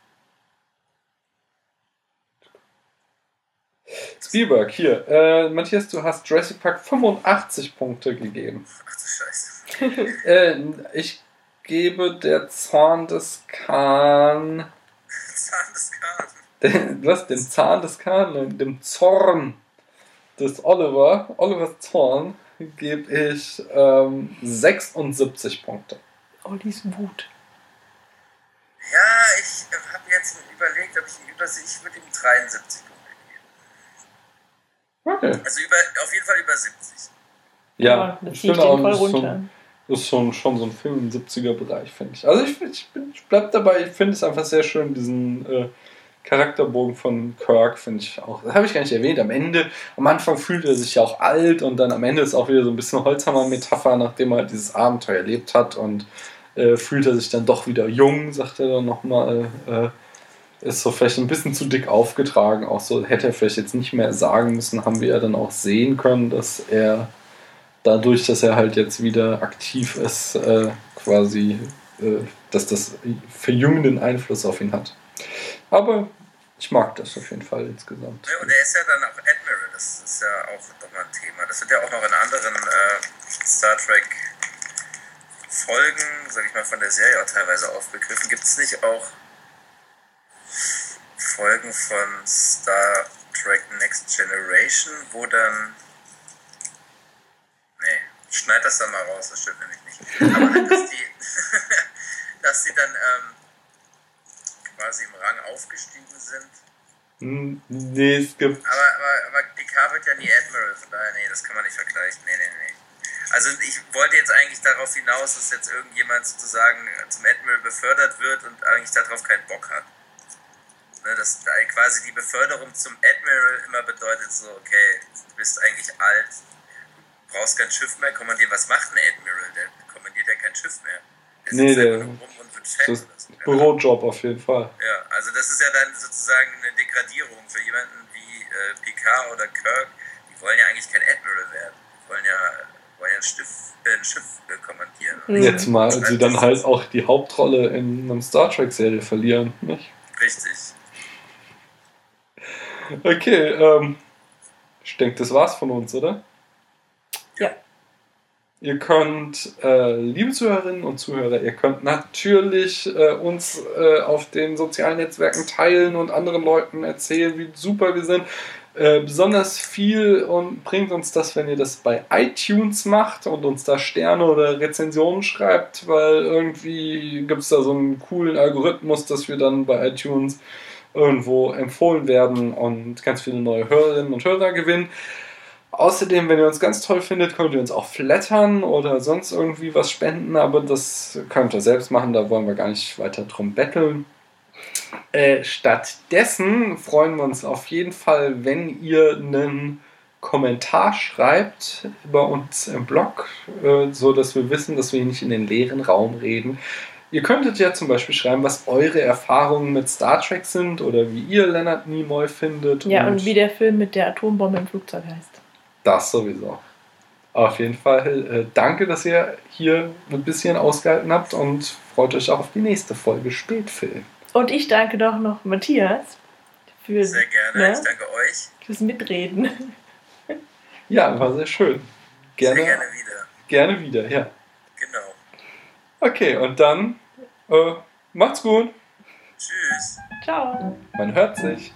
Spielberg, hier. Äh, Matthias, du hast Jurassic Park fünfundachtzig Punkte gegeben. Ach du Scheiße. Äh, ich gebe der Zorn des Kahn. Zahn des Kahn. Den, was? Dem Zahn des Kahn? Nein, dem Zorn des Oliver. Olivers Zorn gebe ich ähm, sechsundsiebzig Punkte. Ollis Wut. Ja, ich äh, habe jetzt überlegt, ob ich ihm über ich würde ihm dreiundsiebzig Punkte Okay. geben. Also über, auf jeden Fall über siebzig. Ja, das ich ziehe ich finde den auch, voll das ist runter. schon, das ist schon, schon so ein Film im siebziger-Bereich, finde ich. Also ich, ich, bin- ich bleib dabei, ich finde es einfach sehr schön, diesen äh, Charakterbogen von Kirk, finde ich auch. Das habe ich gar nicht erwähnt. Am Ende, am Anfang fühlt er sich ja auch alt und dann am Ende ist auch wieder so ein bisschen Holzhammer-Metapher, nachdem er dieses Abenteuer erlebt hat und äh, fühlt er sich dann doch wieder jung, sagt er dann nochmal. Äh, ist so vielleicht ein bisschen zu dick aufgetragen, auch so hätte er vielleicht jetzt nicht mehr sagen müssen, haben wir ja dann auch sehen können, dass er dadurch, dass er halt jetzt wieder aktiv ist, äh, quasi, äh, dass das verjüngenden Einfluss auf ihn hat. Aber ich mag das auf jeden Fall insgesamt. Ja, und er ist ja dann auch Admiral, das ist ja auch nochmal ein Thema. Das wird ja auch noch in anderen äh, Star Trek Folgen, sag ich mal, von der Serie auch teilweise aufgegriffen. Gibt es nicht auch Folgen von Star Trek Next Generation, wo dann... Nee, schneid das dann mal raus, das stimmt nämlich nicht. Aber halt, dass die, dass die dann ähm, quasi im Rang aufgestiegen sind. Hm, Nee, es gibt. Aber, aber, aber Picard wird ja nie Admiral, von daher, nee, das kann man nicht vergleichen. Nee, nee, nee. Also ich wollte jetzt eigentlich darauf hinaus, dass jetzt irgendjemand sozusagen zum Admiral befördert wird und eigentlich darauf keinen Bock hat. Ne, dass da quasi die Beförderung zum Admiral immer bedeutet so, okay, du bist eigentlich alt, du brauchst kein Schiff mehr, kommandieren. Was macht ein Admiral? Der kommandiert ja kein Schiff mehr. Der Nee, sitzt der- einfach nur rum und wird fett Das oder so. ist Bürojob auf jeden Fall. Ja, also das ist ja dann sozusagen eine Degradierung für jemanden wie äh, Picard oder Kirk. Die wollen ja eigentlich kein Admiral werden. Die wollen ja, wollen ja ein, Stiff, äh, ein Schiff äh, kommandieren. Mhm. Jetzt mal, sie dann halt auch die Hauptrolle in einer Star Trek-Serie verlieren, nicht? Richtig. Okay, ähm, ich denke, das war's von uns, oder? Ja. Ihr könnt, äh, liebe Zuhörerinnen und Zuhörer, ihr könnt natürlich äh, uns äh, auf den sozialen Netzwerken teilen und anderen Leuten erzählen, wie super wir sind. Äh, besonders viel und bringt uns das, wenn ihr das bei iTunes macht und uns da Sterne oder Rezensionen schreibt, weil irgendwie gibt es da so einen coolen Algorithmus, dass wir dann bei iTunes irgendwo empfohlen werden und ganz viele neue Hörerinnen und Hörer gewinnen. Außerdem, wenn ihr uns ganz toll findet, könnt ihr uns auch flattern oder sonst irgendwie was spenden, aber das könnt ihr selbst machen, da wollen wir gar nicht weiter drum betteln. Äh, stattdessen freuen wir uns auf jeden Fall, wenn ihr einen Kommentar schreibt bei uns im Blog, äh, so dass wir wissen, dass wir nicht in den leeren Raum reden. Ihr könntet ja zum Beispiel schreiben, was eure Erfahrungen mit Star Trek sind oder wie ihr Leonard Nimoy findet. Ja, und, und wie der Film mit der Atombombe im Flugzeug heißt. Das sowieso. Auf jeden Fall äh, danke, dass ihr hier ein bisschen ausgehalten habt und freut euch auch auf die nächste Folge Spätfilm. Und ich danke doch noch Matthias für, Sehr gerne, ne, ich danke euch. fürs Mitreden. Ja, war sehr schön. Gerne, sehr gerne wieder. Gerne wieder, ja. Genau. Okay, und dann äh, macht's gut. Tschüss. Ciao. Man hört sich.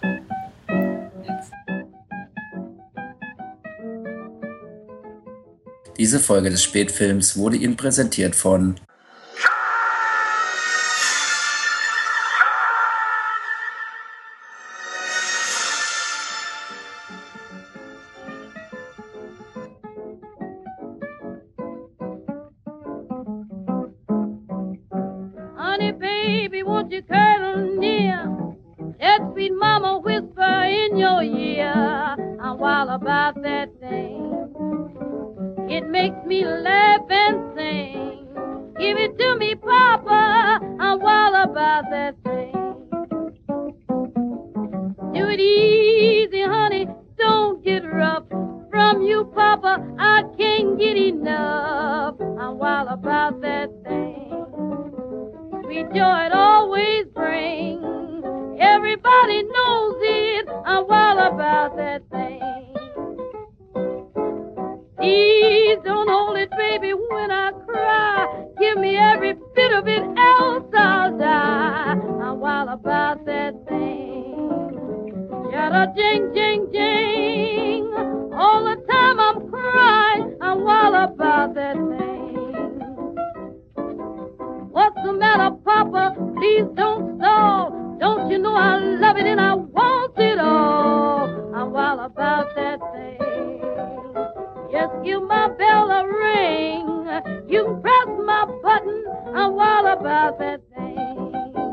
Diese Folge des Spätfilms wurde Ihnen präsentiert von Honey, baby, won't you cuddle near? Let sweet mama whisper in your ear. I'm wild about that thing. It makes me laugh and sing. Give it to me, Papa. I'm wild about that thing. Do it easy, honey. Don't get rough. From you, Papa, I can't get enough. I'm wild about that thing. Sweet joy it always brings. Everybody knows it. I'm wild about that thing. Please don't hold it, baby, when I cry. Give me every bit of it, else I'll die. I'm wild about that thing. Yada jing, jing, jing. All the time I'm crying. I'm wild about that thing. What's the matter, Papa? Please don't stall. Don't you know I love it and I want it all? I'm wild about that thing. Just give my bell a ring. You can press my button. I'm wild about that thing.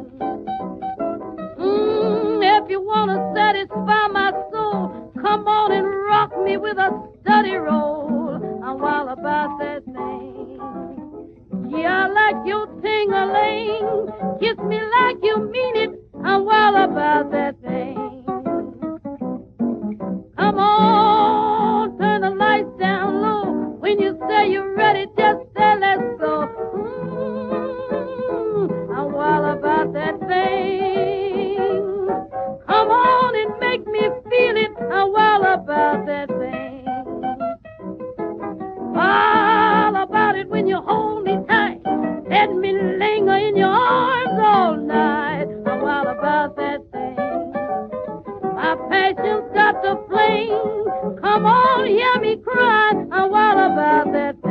Mm, if you want to satisfy my soul, come on and rock me with a steady roll. I'm wild about that thing. Yeah, I like your ting-a-ling. Kiss me like you mean it. I'm wild about that thing. Come on, turn the lights down low. When you say you're ready, just say let's go. Mm, I'm wild about that thing. Come on and make me feel it. I'm wild about that thing. Wild about it when you hold me tight. Let me linger in your arms all night. I'm wild about that thing. My passion's got the flame. Come on, hear me cry. I'm wild about that